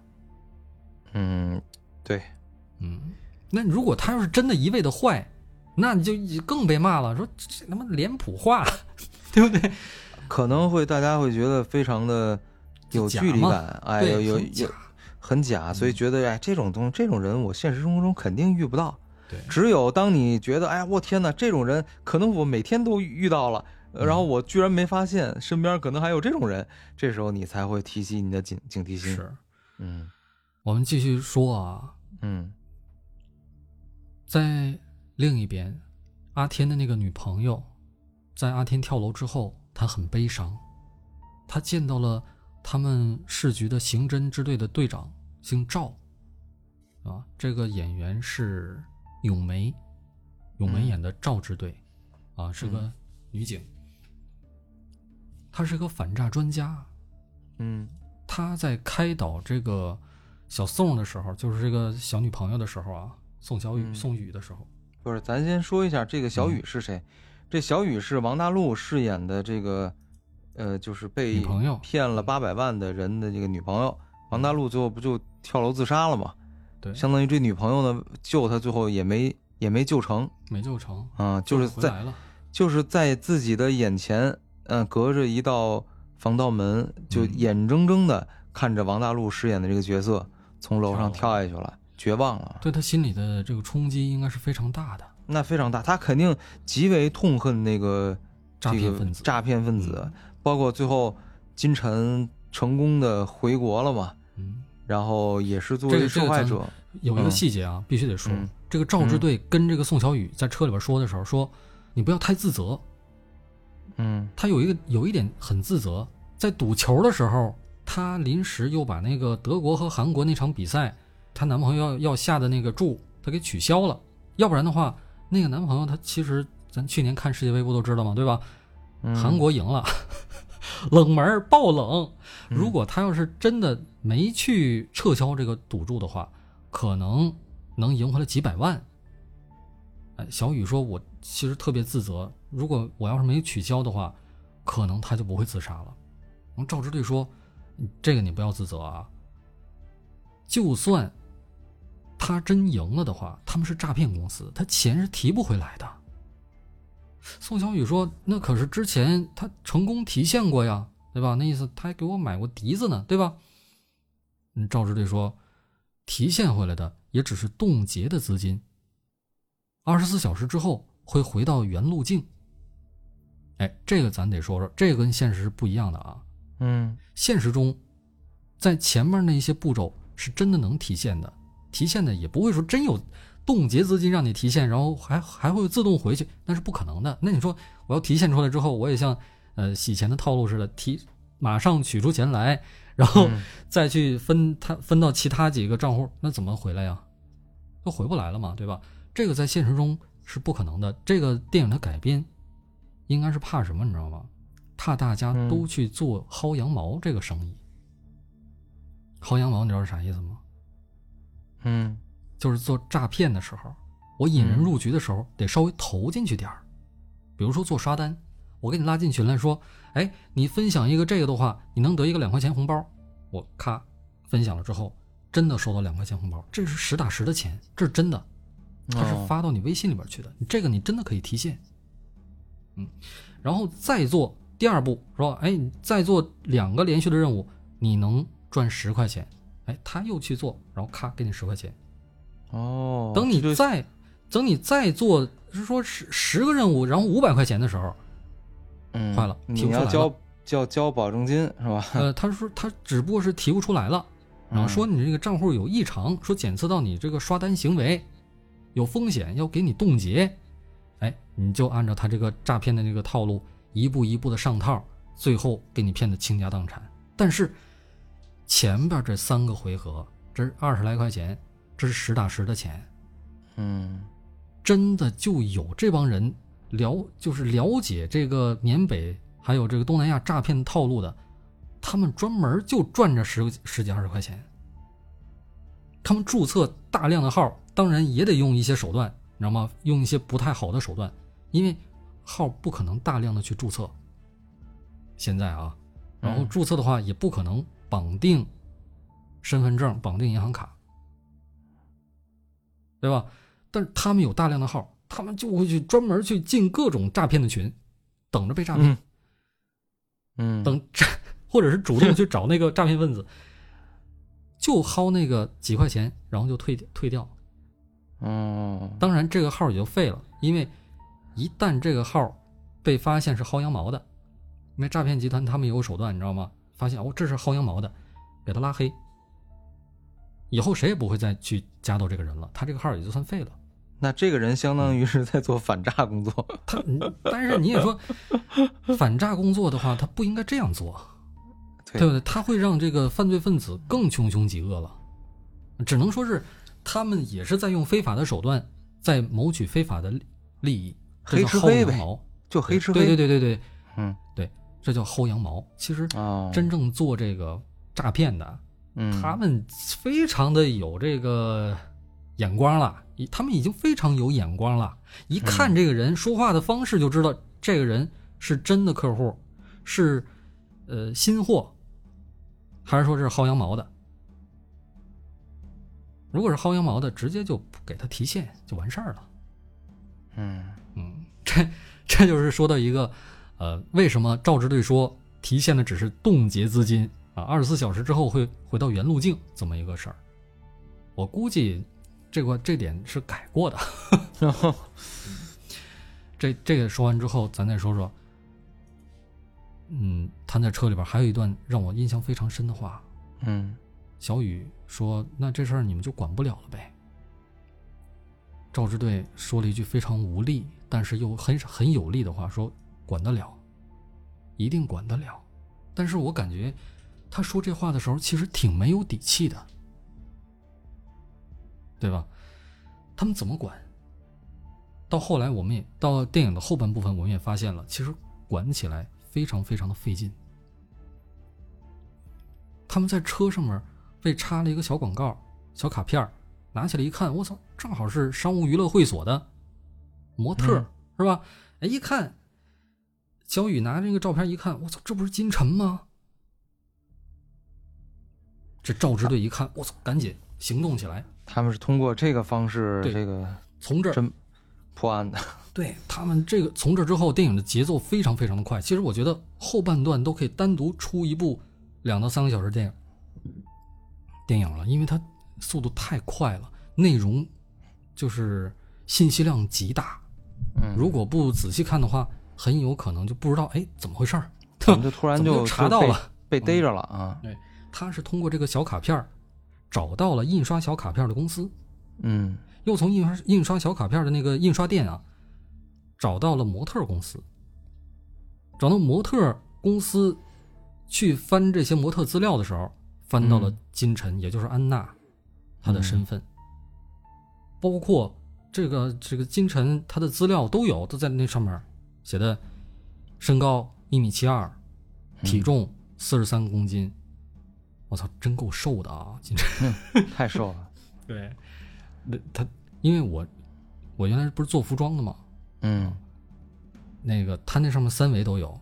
对， 那如果他要是真的一味的坏，那你就更被骂了，说这他妈脸谱化，对不对？ 可能大家会觉得非常的有距离感，有很假，所以觉得这种人我现实生活中肯定遇不到。 对， 只有当你觉得我天哪，这种人可能我每天都遇到了， 然后我居然没发现身边可能还有这种人，这时候你才会提起你的警惕心。 是，我们继续说啊，在另一边，阿天的那个女朋友，在阿天跳楼之后，她很悲伤，她见到了他们市局的刑侦支队的队长，姓赵，啊，这个演员是咏梅演的赵支队，啊，是个女警，她是个反诈专家，她在开导这个小宋的时候，就是这个小女朋友的时候啊，宋雨的时候， 不是，咱先说一下这个小雨是谁？这小雨是王大陆饰演的这个，就是被骗了800万的人的这个女朋友。王大陆最后不就跳楼自杀了吗？ 对， 相当于这女朋友呢救他，最后也没救成，啊，就是在自己的眼前，隔着一道防盗门，就眼睁睁的看着王大陆饰演的这个角色从楼上跳下去了，绝望了。 对他心里的这个冲击应该是非常大的。 那非常大，他肯定极为痛恨那个诈骗分子，包括最后金晨成功的回国了嘛，然后也是作为受害者。 有一个细节啊，必须得说，这个赵支队跟这个宋小雨在车里边说的时候说，你不要太自责。他有一点很自责，在赌球的时候，他临时又把那个德国和韩国那场比赛，她男朋友要下的那个注，他给取消了，要不然的话。那个男朋友他其实咱去年看世界杯不都知道吗？对吧？韩国赢了，冷门爆冷。如果他要是真的没去撤销这个赌注的话，可能能赢回来几百万。小雨说：“我其实特别自责，如果我要是没取消的话，可能他就不会自杀了。”然后赵支队说：“这个你不要自责啊，就算。”他真赢了的话，他们是诈骗公司，他钱是提不回来的。宋小雨说：“那可是之前他成功提现过呀，对吧？那意思他还给我买过笛子呢，对吧？”赵支队说：“提现回来的也只是冻结的资金，24小时之后会回到原路径。”这个咱得说说，这个跟现实是不一样的啊。现实中，在前面那些步骤是真的能提现的。提现的也不会说真有冻结资金让你提现，然后还会自动回去，那是不可能的。那你说我要提现出来之后，我也像洗钱的套路似的，马上取出钱来，然后再去分到其他几个账户，那怎么回来呀？都回不来了嘛，对吧？这个在现实中是不可能的。这个电影的改编应该是怕什么，你知道吗？怕大家都去做薅羊毛这个生意。薅羊毛你知道是啥意思吗？就是做诈骗的时候，我引人入局的时候得稍微投进去点儿。比如说做刷单，我给你拉进群来说，你分享一个这个的话，你能得一个2块钱红包。我咔分享了之后，真的收到2块钱红包，这是实打实的钱，这是真的，它是发到你微信里边去的，这个你真的可以提现。然后再做第二步，说你再做2个连续的任务，你能赚10块钱。他又去做，然后咔给你10块钱。等你再做，是说10个任务，然后500块钱的时候，坏了，提不出来了。 你要交保证金是吧？ 他说他只不过是提不出来了，然后说你这个账户有异常，说检测到你这个刷单行为有风险，要给你冻结。你就按照他这个诈骗的这个套路，一步一步的上套，最后给你骗得倾家荡产。但是前边这3个回合，这是20来块钱，这是实打实的钱。真的就有这帮人就是了解这个缅北还有这个东南亚诈骗套路的，他们专门就赚着十几20块钱。他们注册大量的号，当然也得用一些手段，你知道吗？用一些不太好的手段，因为号不可能大量的去注册。现在啊，然后注册的话也不可能绑定身份证，绑定银行卡，对吧？但是他们有大量的号，他们就会去专门去进各种诈骗的群，等着被诈骗。或者是主动去找那个诈骗分子，就薅那个几块钱，然后就退掉。当然这个号也就废了，因为一旦这个号被发现是薅羊毛的，因为诈骗集团他们有手段，你知道吗？发现这是薅羊毛的，给他拉黑，以后谁也不会再去加到这个人了，他这个号也就算废了。 那这个人相当于是在做反诈工作。 但是你也说，反诈工作的话，他不应该这样做，对不对？他会让这个犯罪分子更穷凶极恶了。只能说是他们也是在用非法的手段，在谋取非法的利益， 黑吃黑呗，就黑吃黑。 对，对，这叫薅羊毛。其实真正做这个诈骗的，他们非常的有这个眼光了。他们已经非常有眼光了，一看这个人说话的方式就知道这个人是真的客户，是新货，还是说是薅羊毛的。如果是薅羊毛的，直接就给他提现就完事儿了。这就是说到一个为什么赵支队说提现的只是冻结资金啊，24小时之后会回到原路径这么一个事儿。我估计这点是改过的。这个说完之后，咱再说说，他在车里边还有一段让我印象非常深的话。小雨说：“那这事儿你们就管不了了呗。”赵支队说了一句非常无力，但是又很有力的话，说：“管得了，一定管得了。”但是我感觉他说这话的时候，其实挺没有底气的。对吧？他们怎么管？到后来我们也到电影的后半部分，我们也发现了，其实管起来非常非常的费劲。他们在车上面被插了一个小广告、小卡片，拿起来一看，我操，正好是商务娱乐会所的模特，是吧？哎，一看，小雨拿这个照片一看，我操，这不是金晨吗？这赵支队一看，我操，赶紧行动起来。 他们是通过这个方式，这个从这儿破案的。对， 他们这个从这之后，电影的节奏非常非常的快。其实我觉得后半段都可以单独出一部2到3个小时电影了，因为它速度太快了，内容就是信息量极大。如果不仔细看的话，很有可能就不知道怎么回事儿， 就突然就查到了， 被逮着了啊！ 对，他是通过这个小卡片找到了印刷小卡片的公司，又从印刷小卡片的那个印刷店啊，找到了模特公司，找到模特公司去翻这些模特资料的时候，翻到了金晨，也就是安娜，她的身份，包括这个金晨她的资料都在那上面写的，身高1.72米，体重43公斤。我操，真够瘦的啊！金晨太瘦了。 对，他因为我原来不是做服装的嘛，那个他那上面3维都有。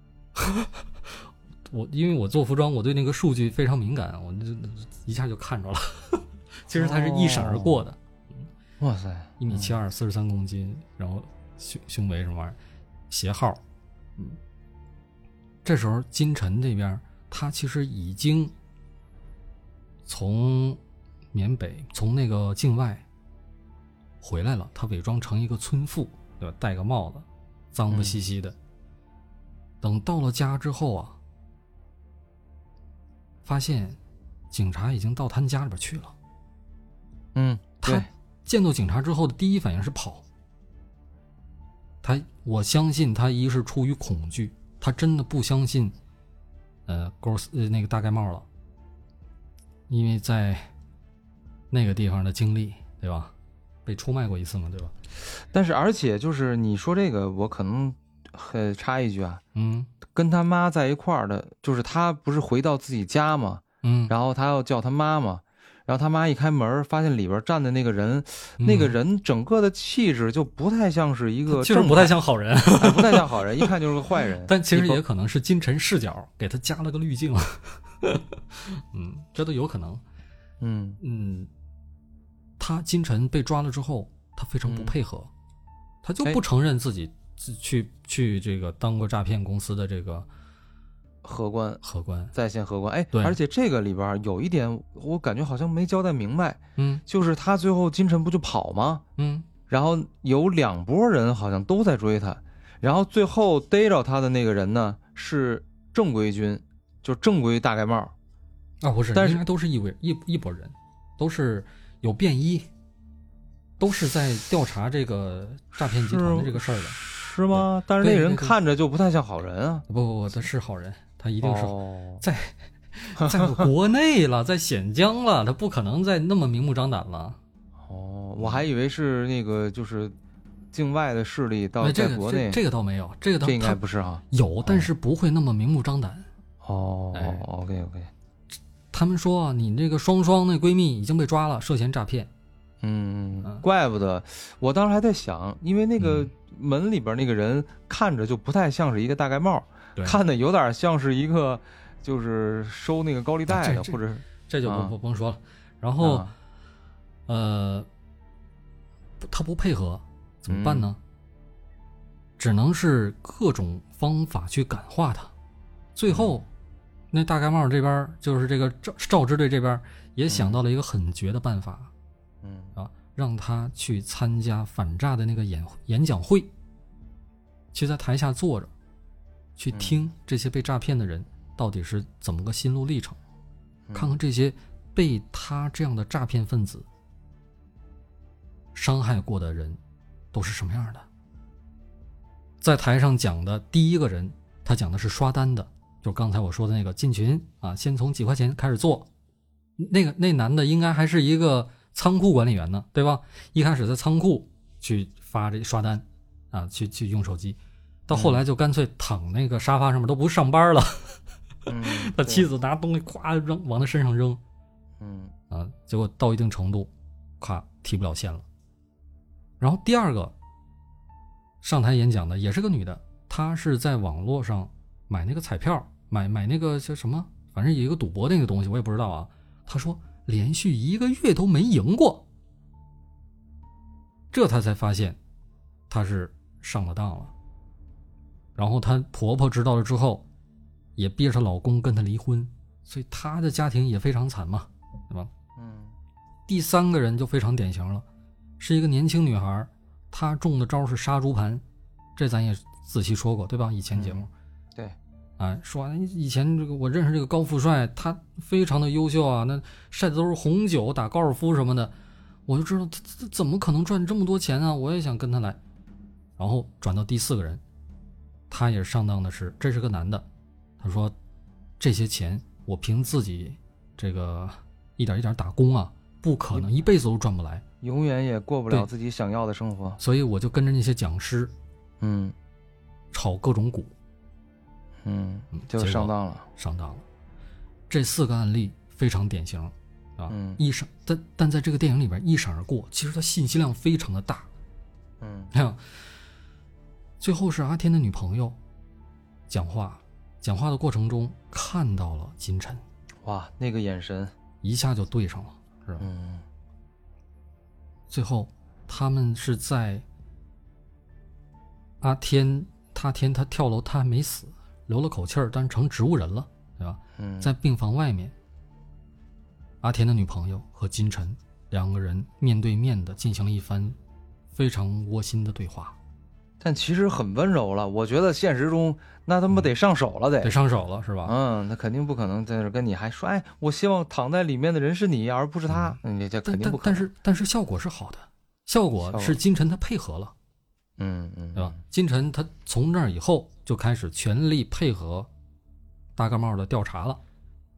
因为我做服装，我对那个数据非常敏感，我就一下就看着了。其实他是一闪而过的。 哇塞 ，1.72米，43公斤，然后胸围什么玩意儿，鞋号。这时候金晨这边，他其实已经从缅北，从那个境外回来了，他伪装成一个村妇，对吧？戴个帽子，脏不兮兮的。等到了家之后啊，发现警察已经到他家里边去了。他见到警察之后的第一反应是跑。我相信他一是出于恐惧，他真的不相信那个大盖帽了，因为在那个地方的经历，对吧？被出卖过一次嘛，对吧？ 但是而且就是你说这个，我可能插一句啊，跟他妈在一块儿的，就是他不是回到自己家嘛，然后他要叫他妈嘛，然后他妈一开门发现里边站的那个人，那个人整个的气质就不太像是一个， 就是不太像好人， 不太像好人，一看就是个坏人。 但其实也可能是金晨视角给他加了个滤镜。这都有可能。他金晨被抓了之后，他非常不配合，他就不承认自己去这个当过诈骗公司的这个荷官在线荷官。 对， 而且这个里边有一点我感觉好像没交代明白，就是他最后金晨不就跑吗？然后有2拨人好像都在追他， 然后最后逮着他的那个人呢是正规军，就正规大盖帽啊，不是， 但是应该都是一拨人，都是有便衣，都是在调查这个诈骗集团的这个事儿的， 是吗？但是那个人看着就不太像好人啊。 不，他是好人，他一定是在国内了，在显江了，他不可能再那么明目张胆了。 哦，我还以为是那个就是境外的势力到在国内， 这个倒没有，这应该不是哈， 有，但是不会那么明目张胆。 哦，OK， 他们说啊，你这个双双那闺蜜已经被抓了，涉嫌诈骗。 怪不得，我当时还在想，因为那个门里边那个人看着就不太像是一个大盖帽，看的有点像是一个就是收那个高利贷的，或者这就甭说了。然后，他不配合怎么办呢？只能是各种方法去感化他。最后，那大盖帽这边就是这个赵支队这边也想到了一个很绝的办法，让他去参加反诈的那个演讲会，去在台下坐着，去听这些被诈骗的人到底是怎么个心路历程，看看这些被他这样的诈骗分子伤害过的人都是什么样的。在台上讲的第一个人，他讲的是刷单的，就是刚才我说的那个进群啊，先从几块钱开始做。那男的应该还是一个仓库管理员呢，对吧？一开始在仓库去发这刷单啊，去用手机，到后来就干脆躺那个沙发上面都不上班了。他妻子拿东西咵扔往他身上扔，结果到一定程度，咵提不了线了。然后第二个上台演讲的也是个女的，她是在网络上买那个彩票，买那个叫什么，反正有一个赌博那个东西，我也不知道啊。她说连续1个月都没赢过，这她才发现她是上了当了。然后她婆婆知道了之后，也逼着她老公跟她离婚，所以她的家庭也非常惨嘛，对吧？第三个人就非常典型了，是一个年轻女孩，她中的招是杀猪盘，这咱也仔细说过，对吧？以前节目， 对， 说以前这个我认识这个高富帅，他非常的优秀啊，那晒的都是红酒，打高尔夫什么的，我就知道他怎么可能赚这么多钱啊，我也想跟他来。然后转到第四个人，他也上当的是，这是个男的，他说这些钱我凭自己这个一点一点打工啊，不可能一辈子都赚不来， 永远也过不了自己想要的生活， 所以我就跟着那些讲师炒各种股， 就上当了。 这4个案例非常典型啊，但在这个电影里边一闪而过，其实它信息量非常的大。最后是阿天的女朋友讲话的过程中看到了金晨， 哇，那个眼神一下就对上了，是吧？最后他们是在阿天他跳楼，他还没死，留了口气儿，但是成植物人了，对吧？在病房外面，阿田的女朋友和金晨2个人面对面的进行了一番非常窝心的对话， 但其实很温柔了。我觉得现实中那他妈得上手了，得上手了，是吧？ 那肯定不可能在这跟你还说，我希望躺在里面的人是你，而不是他。这肯定不可能。 但是效果是好的，效果是金晨他配合了。对吧？金晨他从那以后就开始全力配合大盖帽的调查了。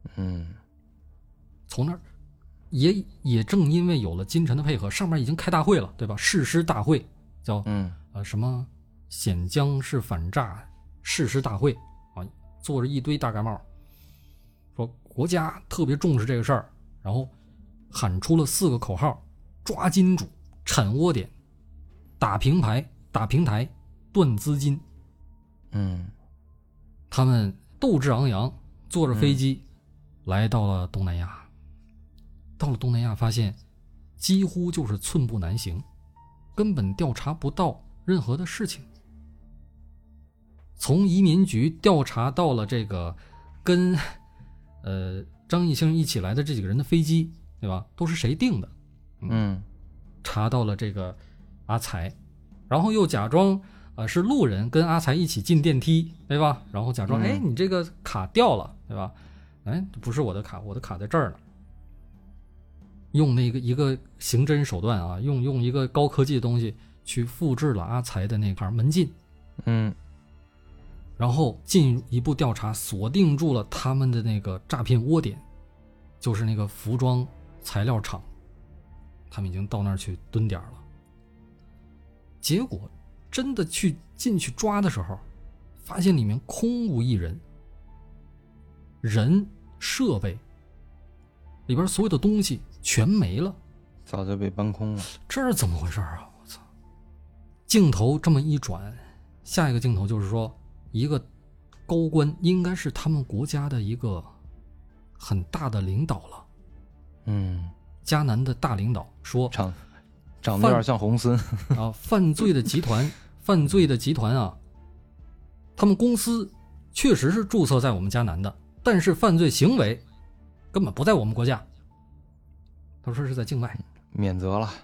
从那儿也正因为有了金晨的配合，上面已经开大会了，对吧？誓师大会叫什么显江市反诈誓师大会啊，坐着一堆大盖帽，说国家特别重视这个事儿，然后喊出了4个口号：抓金主、铲窝点、打平台、断资金。他们斗志昂扬，坐着飞机来到了东南亚。到了东南亚，发现几乎就是寸步难行，根本调查不到任何的事情。从移民局调查到了这个跟张艺兴一起来的这几个人的飞机，对吧？都是谁订的？查到了这个阿才，然后又假装是路人跟阿才一起进电梯，对吧？然后假装你这个卡掉了，对吧？不是我的卡，我的卡在这儿呢。用那个一个刑侦手段啊，用一个高科技的东西去复制了阿才的那块门禁，然后进一步调查，锁定住了他们的那个诈骗窝点，就是那个服装材料厂，他们已经到那儿去蹲点了。结果真的进去抓的时候，发现里面空无一人，人设备里边所有的东西全没了， 早就被搬空了。 这是怎么回事啊？我操！镜头这么一转，下一个镜头就是说，一个高官，应该是他们国家的一个很大的领导了。迦南的大领导说， 长得有点像洪森啊，犯罪的集团啊，他们公司确实是注册在我们迦南的，但是犯罪行为根本不在我们国家。他说是在境外， 免责了。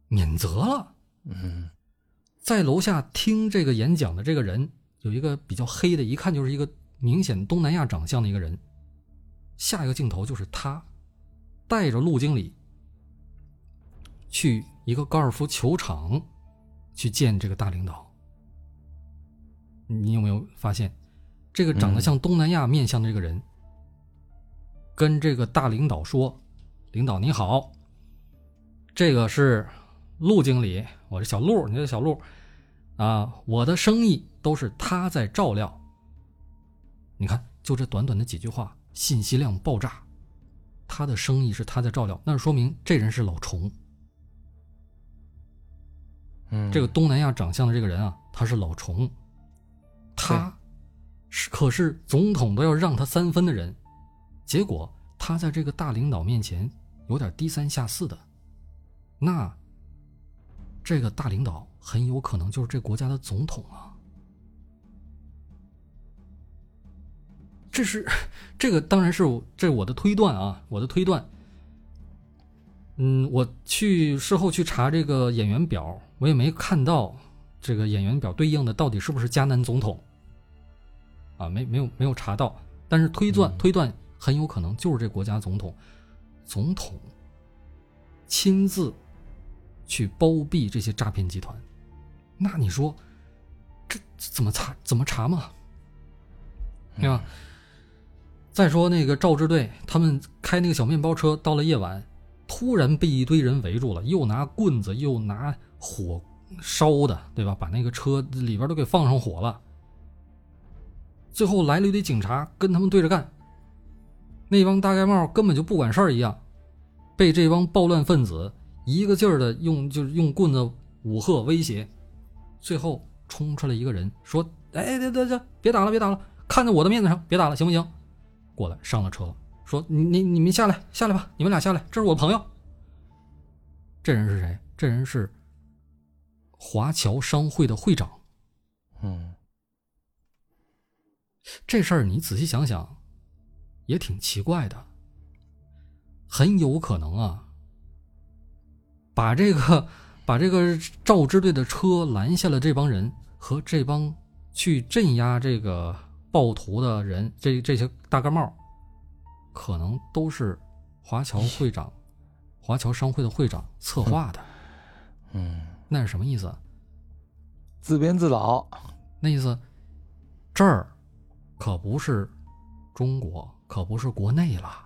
在楼下听这个演讲的这个人，有一个比较黑的，一看就是一个明显东南亚长相的一个人。下一个镜头就是他带着陆经理去一个高尔夫球场去见这个大领导。你有没有发现，这个长得像东南亚面相的这个人，跟这个大领导说：“领导你好，这个是陆经理，我是小陆，你是小陆啊，我的生意都是他在照料。”你看，就这短短的几句话，信息量爆炸。他的生意是他在照料，那说明这人是老虫。这个东南亚长相的这个人啊，他是老虫，他可是总统都要让他3分的人，结果他在这个大领导面前有点低三下四的，那这个大领导很有可能就是这国家的总统啊。这个当然是我的推断啊，我的推断。我事后去查这个演员表，我也没看到这个演员表对应的到底是不是迦南总统啊，没有查到。但是推断很有可能就是这国家总统亲自去包庇这些诈骗集团。那你说这怎么查嘛？对吧？再说那个赵支队，他们开那个小面包车，到了夜晚突然被一堆人围住了，又拿棍子又拿火烧的，对吧？把那个车里边都给放上火了。最后来了一堆警察跟他们对着干，那帮大盖帽根本就不管事儿一样，被这帮暴乱分子一个劲儿的用棍子武吓威胁。最后冲出来一个人说：“哎，别打了，看在我的面子上，别打了，行不行？”过来上了车，说：“你们下来吧，你们俩下来，这是我朋友。”这人是谁？这人是华侨商会的会长。这事儿你仔细想想也挺奇怪的，很有可能啊，把这个赵支队的车拦下了，这帮人和这帮去镇压这个暴徒的人，这些大盖帽可能都是华侨商会的会长策划的。那是什么意思？ 自编自导。 那意思，这儿可不是中国，可不是国内了。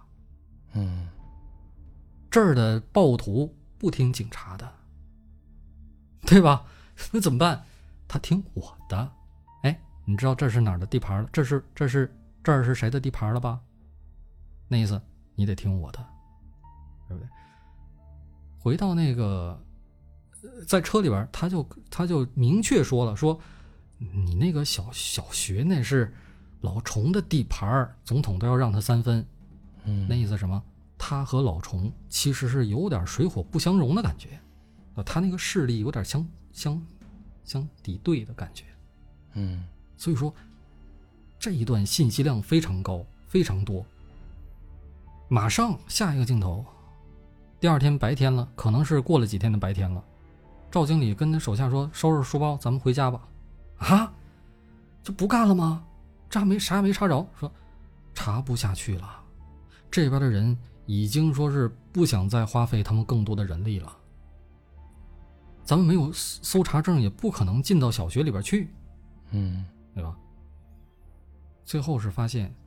这儿的暴徒不听警察的，对吧？那怎么办？他听我的。哎，你知道这是哪儿的地盘了？这儿是谁的地盘了吧？那意思你得听我的，对不对？回到那个在车里边，他就明确说了，说你那个小学那是老虫的地盘，总统都要让他3分。那意思什么？他和老虫其实是有点水火不相容的感觉，他那个势力有点相敌对的感觉。所以说这一段信息量非常高，非常多。马上下一个镜头，第二天白天了，可能是过了几天的白天了。赵经理跟他手下说：“收拾书包，咱们回家吧。” 啊，就不干了吗？啥也没查着，说查不下去了，这边的人已经说是不想再花费他们更多的人力了，咱们没有搜查证也不可能进到小学里边去，对吧？最后是发现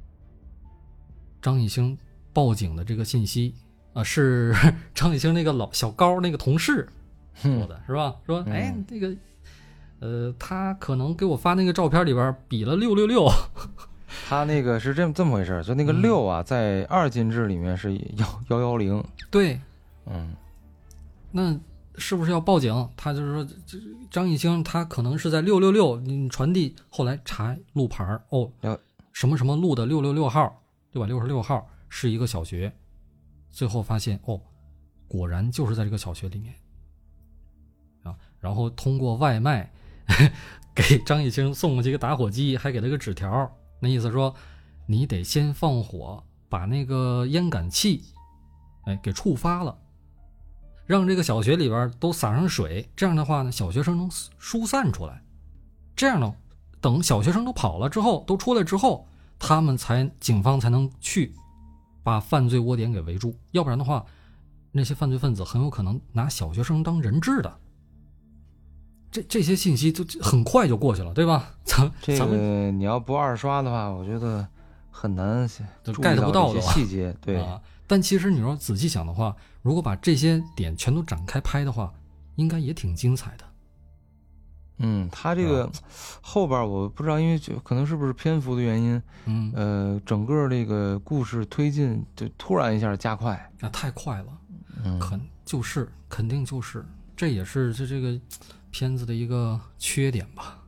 张艺兴报警的这个信息是张艺兴那个小高那个同事说的，是吧？说哎，这个他可能给我发那个照片里边比了666。 他那个是这么回事，就那个6啊，在2进制里面是110。 对，那是不是要报警？他就是说，张艺兴他可能是在666你传递，后来查路牌什么什么路的666号，对吧？66号是一个小学，最后发现果然就是在这个小学里面啊。然后通过外卖给张艺兴送过去一个打火机，还给了个纸条，那意思说你得先放火，把那个烟感器给触发了，让这个小学里边都撒上水，这样的话呢，小学生能疏散出来。这样呢，等小学生都跑了之后，都出来之后，警方才能去把犯罪窝点给围住。要不然的话，那些犯罪分子很有可能拿小学生当人质的。这些信息就很快就过去了，对吧？ 这个你要不二刷的话，我觉得很难就 get 不到的细节。对但其实你说仔细想的话，如果把这些点全都展开拍的话，应该也挺精彩的。 他这个后边我不知道，因为可能是不是篇幅的原因，整个这个故事推进就突然一下加快， 太快了，肯定就是，这也是这个片子的一个缺点吧。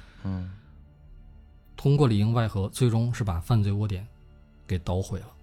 通过里应外合，最终是把犯罪窝点给捣毁了。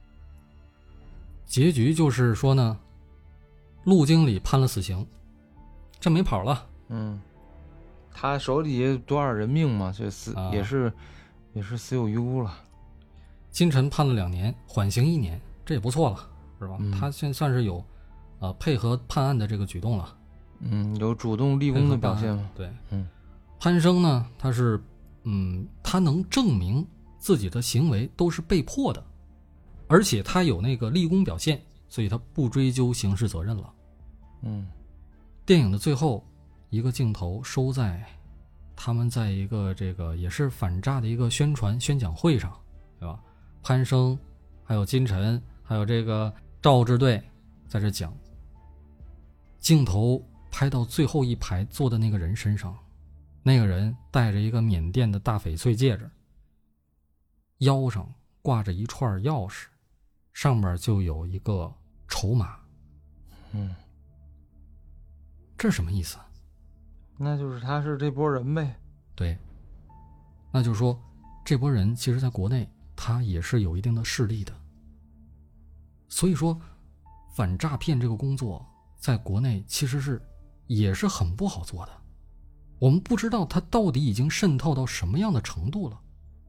结局就是说呢，陆经理判了死刑，这没跑了。 他手里多少人命嘛，这也是死有余辜了。 金晨判了2年，缓刑1年，这也不错了，是吧？他现在算是有配合判案的这个举动了。 有主动立功的表现吗？ 对，潘生呢，他能证明自己的行为都是被迫的，而且他有那个立功表现，所以他不追究刑事责任了。电影的最后一个镜头收在他们在一个这个也是反诈的一个宣讲会上，对吧？潘生还有金晨还有这个赵支队在这讲，镜头拍到最后一排坐的那个人身上，那个人戴着一个缅甸的大翡翠戒指，腰上挂着一串钥匙，上面就有一个筹码。这是什么意思？ 那就是他是这波人呗。 对，那就是说这波人其实在国内他也是有一定的势力的。所以说反诈骗这个工作在国内其实也是很不好做的，我们不知道他到底已经渗透到什么样的程度了。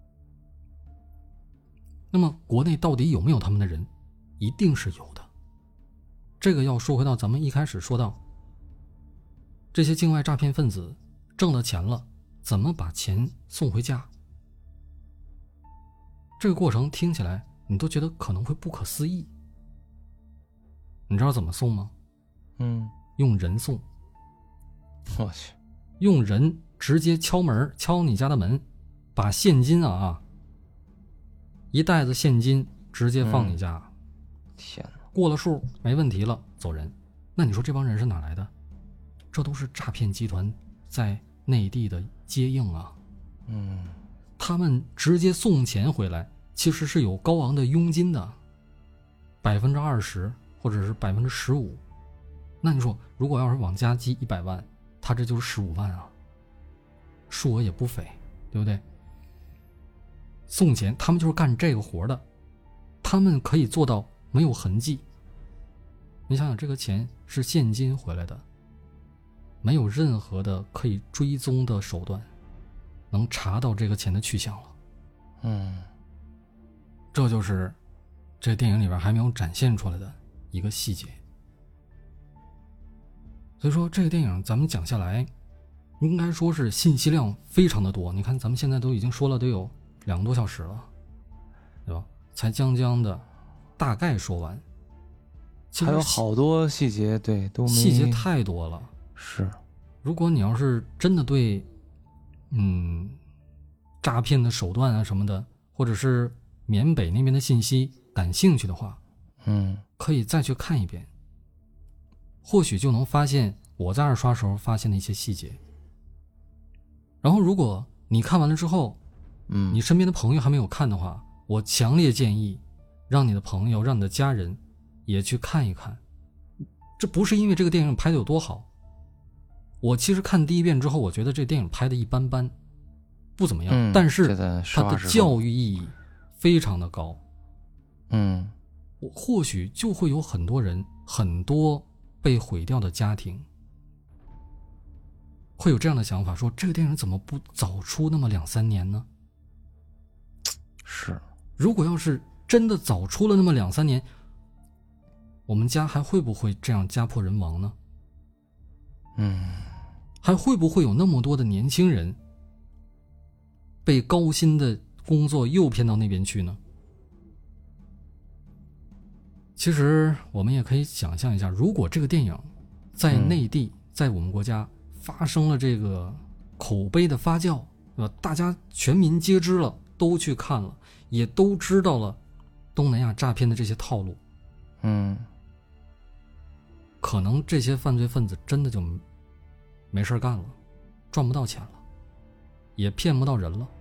那么国内到底有没有他们的人？一定是有的。这个要说回到咱们一开始说到，这些境外诈骗分子挣了钱了，怎么把钱送回家？这个过程听起来你都觉得可能会不可思议。你知道怎么送吗？用人送。 我去， 用人直接敲你家的门，把现金一袋子现金直接放你家。 天哪！ 过了数没问题了，走人。那你说这帮人是哪来的？这都是诈骗集团在内地的接应啊。他们直接送钱回来，其实是有高昂的佣金的，20%或者是15%。那你说，如果要是往家寄100万，他这就是15万啊，数额也不菲，对不对？送钱，他们就是干这个活的，他们可以做到没有痕迹。你想想，这个钱是现金回来的，没有任何的可以追踪的手段能查到这个钱的去向了。这就是这电影里边还没有展现出来的一个细节。所以说这个电影咱们讲下来， 应该说是信息量非常的多。你看咱们现在都已经说了得有2个多小时了，对吧？才将的大概说完， 还有好多细节，对，都没细节太多了。 是， 如果你要是真的对诈骗的手段啊什么的，或者是缅北那边的信息感兴趣的话，可以再去看一遍，或许就能发现我在二刷时候发现的一些细节。然后如果你看完了之后，你身边的朋友还没有看的话，我强烈建议让你的朋友让你的家人也去看一看。这不是因为这个电影拍得有多好，我其实看第一遍之后，我觉得这电影拍得一般般，不怎么样，但是它的教育意义非常的高。或许就会有很多人，很多被毁掉的家庭会有这样的想法，说这个电影怎么不早出那么2-3年呢？ 是， 如果要是真的早出了那么2-3年，我们家还会不会这样家破人亡呢？还会不会有那么多的年轻人被高薪的工作诱骗到那边去呢？其实我们也可以想象一下，如果这个电影在内地，在我们国家发生了这个口碑的发酵，大家全民皆知了，都去看了，也都知道了东南亚诈骗的这些套路，可能这些犯罪分子真的就没事干了，赚不到钱了，也骗不到人了。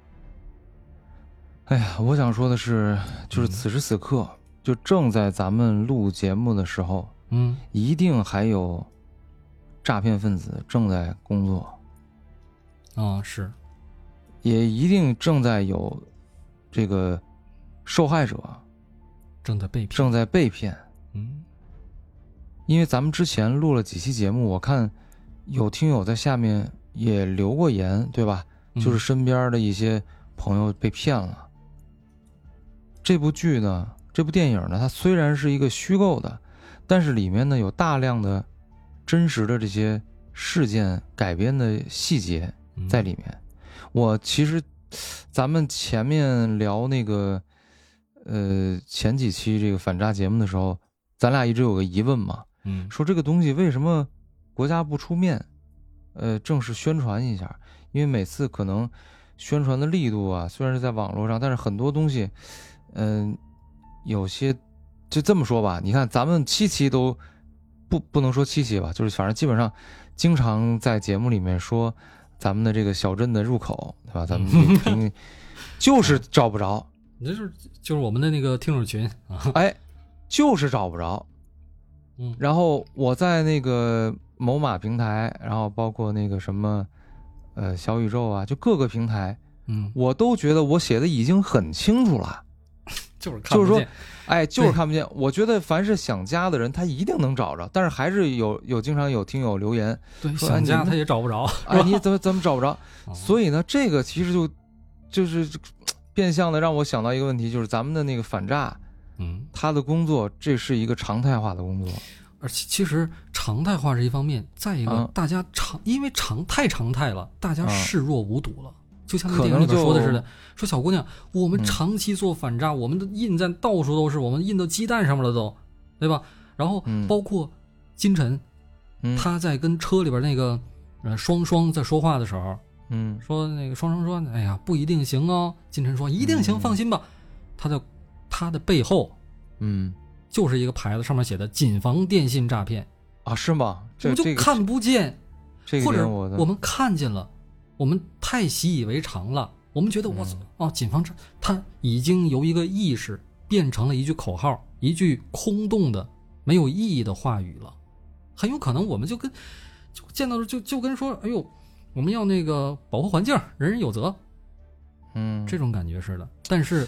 哎呀，我想说的是，就是此时此刻，就正在咱们录节目的时候，一定还有诈骗分子正在工作是， 也一定正在有这个受害者正在被骗。 因为咱们之前录了几期节目，我看有听友在下面也留过言，对吧？就是身边的一些朋友被骗了。这部剧呢，这部电影呢，它虽然是一个虚构的，但是里面呢有大量的真实的这些事件改编的细节在里面。我其实咱们前面聊那个前几期这个反诈节目的时候，咱俩一直有个疑问嘛，说这个东西为什么国家不出面正式宣传一下？因为每次可能宣传的力度啊，虽然是在网络上，但是很多东西有些就这么说吧，你看咱们7期都不能说7期吧，就是反正基本上经常在节目里面说咱们的这个小镇的入口，对吧？咱们就是找不着， 这就是我们的那个听友群哎，就是找不着。然后我在那个某马平台，然后包括那个什么小宇宙啊，就各个平台，我都觉得我写的已经很清楚了， 就是看不见， 就是说，哎，就是看不见。我觉得凡是想加的人，他一定能找着，但是还是经常有听友留言， 对，想加他也找不着， 哎，你怎么找不着？所以呢，这个其实就是变相的让我想到一个问题，就是咱们的那个反诈，他的工作这是一个常态化的工作， 而且其实常态化是一方面，再一个大家因为太常态了，大家视若无睹了。就像那电影里边说的似的，说小姑娘，我们长期做反诈，我们的印在到处都是，我们印到鸡蛋上面了都，对吧？然后包括金晨，他在跟车里边那个双双在说话的时候，说那个双双说，哎呀，不一定行哦。金晨说一定行，放心吧。他的背后，就是一个牌子，上面写的谨防电信诈骗啊，是吗？ 我们就看不见，或者我们看见了。我们太习以为常了，我们觉得谨防这，它已经由一个意识变成了一句口号，一句空洞的没有意义的话语了。很有可能我们就见到就跟说，哎呦，我们要那个保护环境，人人有责，这种感觉似的。但是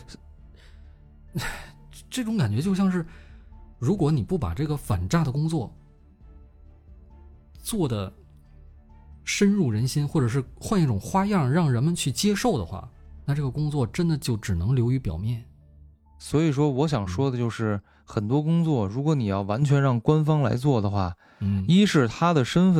这种感觉就像是，如果你不把这个反诈的工作做的深入人心，或者是换一种花样让人们去接受的话，那这个工作真的就只能流于表面。 所以说我想说的就是，很多工作如果你要完全让官方来做的话，一是他的身份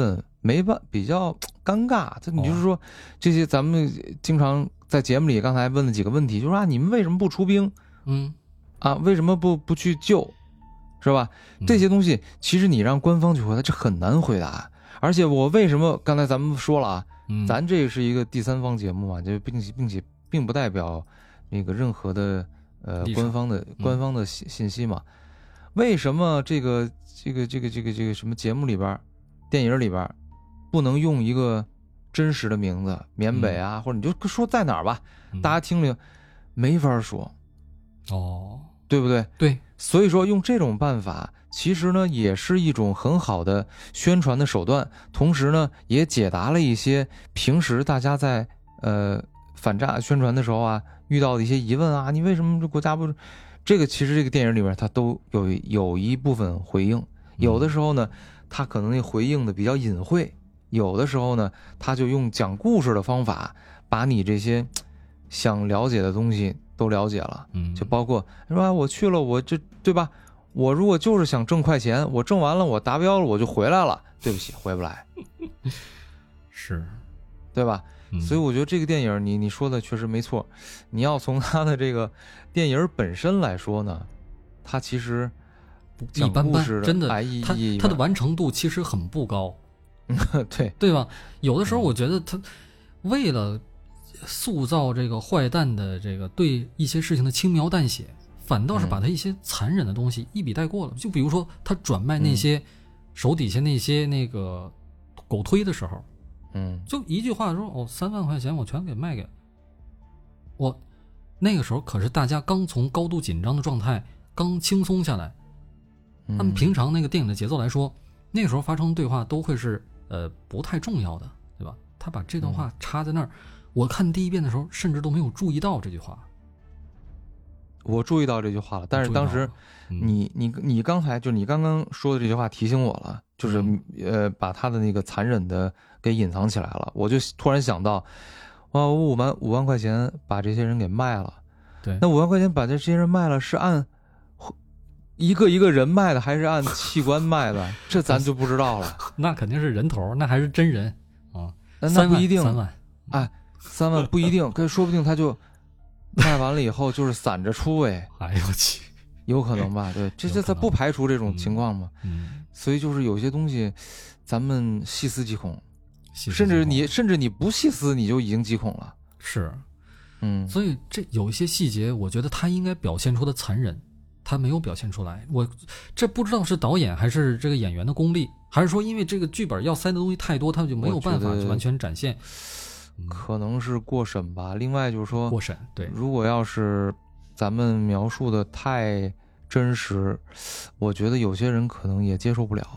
比较尴尬。你就是说这些咱们经常在节目里刚才问了几个问题，就是说你们为什么不出兵？为什么不去救？是吧？这些东西其实你让官方去回答，这很难回答。而且我为什么刚才咱们说了啊，咱这是一个第三方节目嘛，就并且并不代表那个任何的官方的信息嘛。为什么这个什么节目里边、电影里边不能用一个真实的名字，缅北啊，或者你就说在哪儿吧，大家听听，没法说。对不对？ 对， 所以说用这种办法，其实呢也是一种很好的宣传的手段，同时呢也解答了一些平时大家在反诈宣传的时候啊遇到的一些疑问啊，你为什么这国家不？这个其实这个电影里面它都有一部分回应，有的时候呢它可能那回应的比较隐晦，有的时候呢它就用讲故事的方法把你这些想了解的东西都了解了，就包括是吧？我去了，我这对吧？我如果就是想挣快钱，我挣完了，我达标了，我就回来了。对不起，回不来， 是， 对吧？所以我觉得这个电影，你说的确实没错。你要从它的这个电影本身来说呢，它其实一般般，真的，它的完成度其实很不高，对吧？有的时候我觉得它为了塑造这个坏蛋的这个对一些事情的轻描淡写，反倒是把他一些残忍的东西一笔带过了。就比如说他转卖那些手底下那些那个狗推的时候，就一句话说3万块钱我全给卖给我。那个时候可是大家刚从高度紧张的状态刚轻松下来，按平常那个电影的节奏来说，那个时候发生的对话都会是不太重要的，对吧？他把这段话插在那儿。我看第一遍的时候甚至都没有注意到这句话。 我注意到这句话了，但是当时你刚才就你刚刚说的这句话提醒我了，就是把他的那个残忍的给隐藏起来了。我就突然想到，我5万块钱把这些人给卖了， 对， 那5万块钱把这些人卖了，是按一个一个人卖的还是按器官卖的？这咱就不知道了。 那肯定是人头，那还是真人啊？ 那不一定 ，3万， 哎，3万不一定，说不定他就卖完了以后就是散着出位。 哎呦我去， 有可能吧？对，这他不排除这种情况嘛。所以就是有些东西，咱们细思极恐，甚至你不细思，你就已经极恐了。 是，所以这有一些细节，我觉得他应该表现出的残忍，他没有表现出来。我这不知道是导演还是这个演员的功力，还是说因为这个剧本要塞的东西太多，他就没有办法完全展现。 可能是过审吧。另外就是说， 过审，对， 如果要是咱们描述的太真实，我觉得有些人可能也接受不了。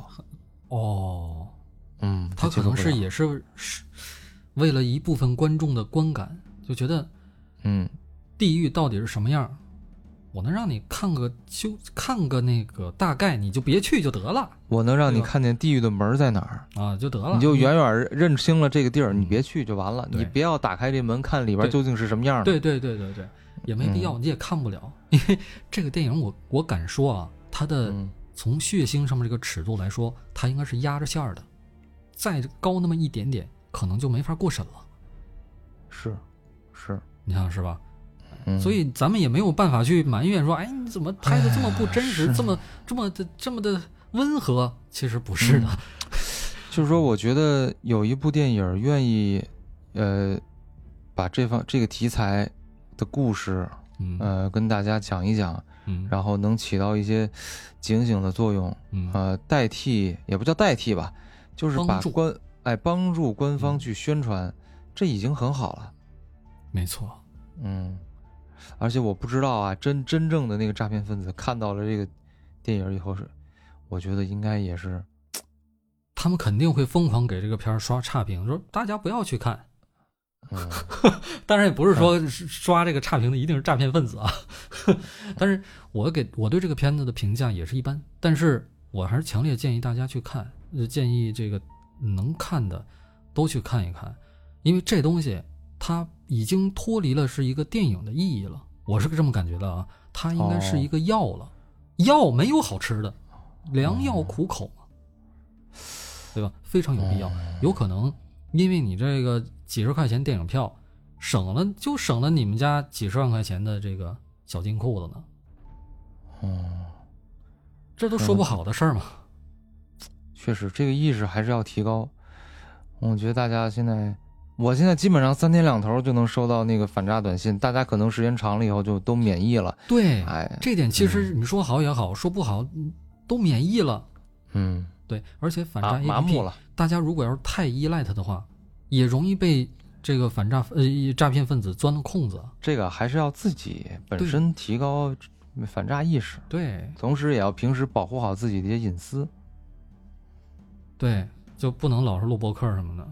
他可能是也是为了一部分观众的观感，就觉得地狱到底是什么样，我能让你看个那个大概，你就别去就得了。 我能让你看见地狱的门在哪儿啊，就得了。 你就远远认清了这个地儿，你别去就完了。你不要打开这门看里边究竟是什么样的。 对，也没必要，你也看不了。因为这个电影我敢说啊，它的从血腥上面这个尺度来说，它应该是压着线的，再高那么一点点，可能就没法过审了。 是， 你看是吧？所以咱们也没有办法去埋怨说，哎，你怎么拍的这么不真实，这么的温和？其实不是的， 就是说，我觉得有一部电影愿意，把这个题材的故事，跟大家讲一讲，然后能起到一些警醒的作用，代替也不叫代替吧，就是把帮助官方去宣传，这已经很好了。 没错， 而且我不知道啊，真正的那个诈骗分子看到了这个电影以后我觉得应该也是， 他们肯定会疯狂给这个片刷差评，说大家不要去看。当然也不是说刷这个差评的一定是诈骗分子啊，但是我对这个片子的评价也是一般，但是我还是强烈建议大家去看，建议这个能看的都去看一看，因为这东西它已经脱离了是一个电影的意义了，我是这么感觉的啊，它应该是一个药了，药没有好吃的，良药苦口嘛。 对吧？非常有必要。有可能因为你这个几十块钱电影票，省了你们家几十万块钱的这个小金库了呢。这都说不好的事儿嘛。 确实，这个意识还是要提高。我觉得大家我现在基本上3天2头就能收到那个反诈短信，大家可能时间长了以后就都免疫了。 对，这点其实你说好也好，说不好都免疫了。对，而且反诈 APP 麻木了， 大家如果要是太依赖它的话，也容易被这个诈骗分子钻了空子。 这个还是要自己本身提高反诈意识， 对， 同时也要平时保护好自己的一些隐私。 对，就不能老是录播客什么的。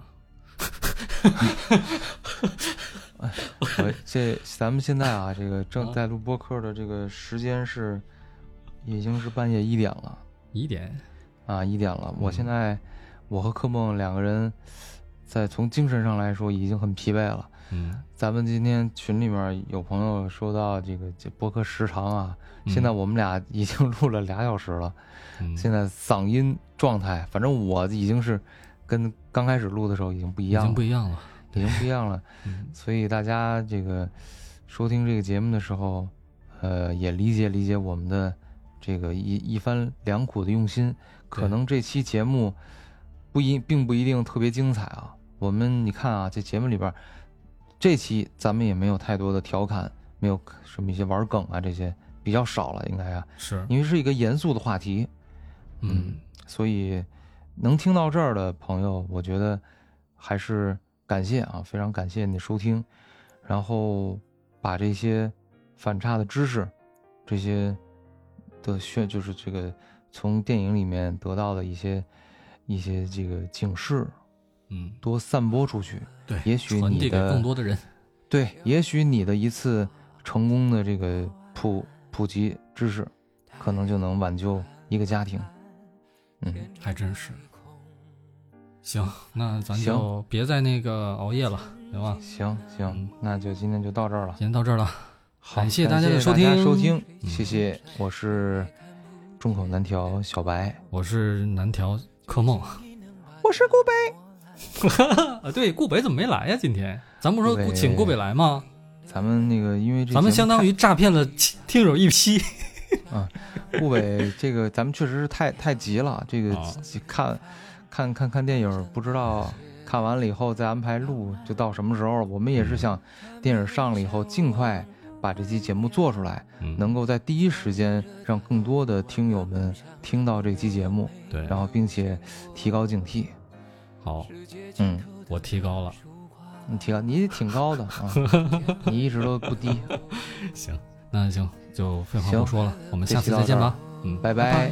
咱们现在啊，这个正在录播客的这个时间已经是半夜1点了。 1点了。我和柯梦2个人从精神上来说已经很疲惫了。咱们今天群里面有朋友说到这播客时长啊，现在我们俩已经录了2小时了。现在嗓音状态，反正我已经是跟刚开始录的时候已经不一样了。所以大家这个收听这个节目的时候，也理解我们的这个一番良苦的用心。可能这期节目并不一定特别精彩啊。你看啊，这节目里边这期咱们也没有太多的调侃，没有什么一些玩梗啊，这些比较少了，应该啊， 是因为是一个严肃的话题。所以能听到这儿的朋友，我觉得还是感谢啊，非常感谢你的收听。然后把这些反诈的知识，这些的就是这个从电影里面得到的一些这个警示，多散播出去。 对， 也许传递给更多的人。 对，也许你的一次成功的这个普及知识，可能就能挽救一个家庭。 还真是。行，那咱就别再那个熬夜了，行吧？ 行，那就今天就到这儿了。 先到这儿了，感谢大家的收听， 谢谢。我是众口难调小白， 我是难调柯梦， 我是顾北。 对，顾北怎么没来呀？今天咱不是说请顾北来吗？ 咱们那个因为咱们相当于诈骗了听友一批。 顾北这个咱们确实是太急了，这个看电影，不知道看完了以后再安排录就到什么时候了。我们也是想电影上了以后尽快把这期节目做出来，能够在第一时间让更多的听友们听到这期节目， 对， 然后并且提高警惕。 好，我提高了， 你挺高的啊，你一直都不低。 行，那行，就废话不说了，我们下次再见吧。 拜拜。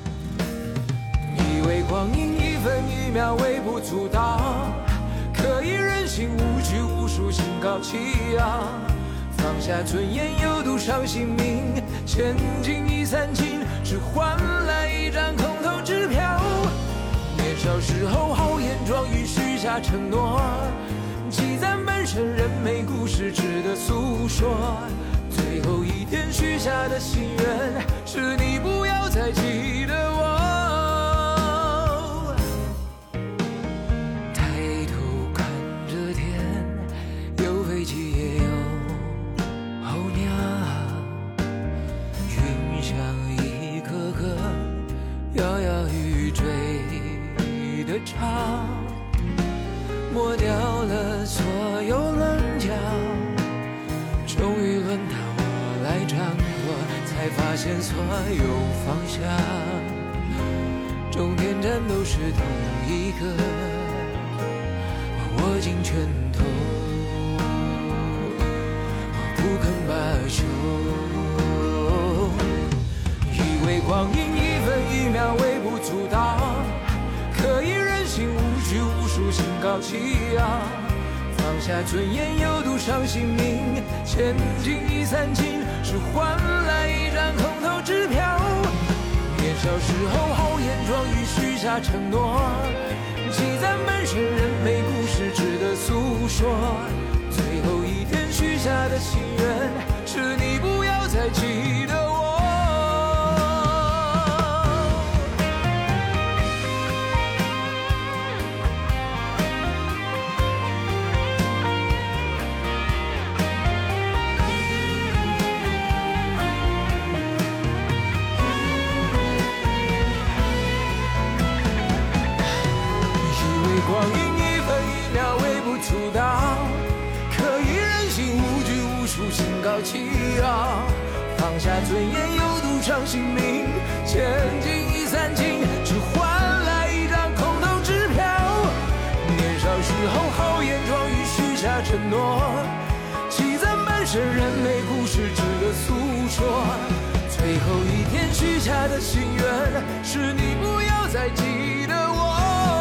以为光阴1分1秒微不足道，可以任性无拘无束心高气傲，放下尊严有赌上性命，前进2、3斤，只换来一张空头支票。年少时候豪言壮语，许下承诺，积攒半生人美故事值得诉说。最后一天许下的心愿是你不要再记得我。抬头看着天，有飞机也有候鸟，云像一颗颗摇摇欲坠的潮，抹掉了所有棱角，终于轮到我来掌舵，才发现所有方向终点站都是同一个，我握紧拳头，我不肯罢休。以为光阴1分1秒微不足道，可以任性无拘无束心高气傲，放下尊严有赌上性命，前进2、3斤，只换来一张空头支票。年少时候豪言壮语，许下承诺，积攒半生人美故事值得诉说。最后一天许下的心愿是你不要再记得我。 千金已散尽，只换来一张空头支票。年少时候豪言壮语，许下承诺，积攒半生人类故事值得诉说。最后一天许下的心愿，是你不要再记得我。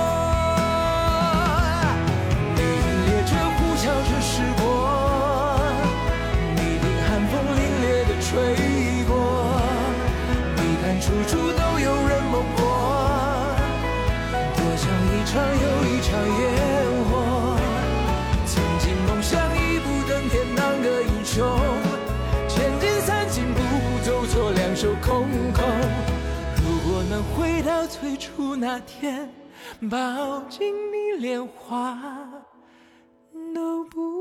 你听列车呼啸着驶过，你听寒风凛冽的吹过，你看处处都有人梦过，多像一场又一场烟火。曾经梦想一步登天当个英雄，千金散尽步步走错两手空空。如果能回到最初那天，抱紧你连话都不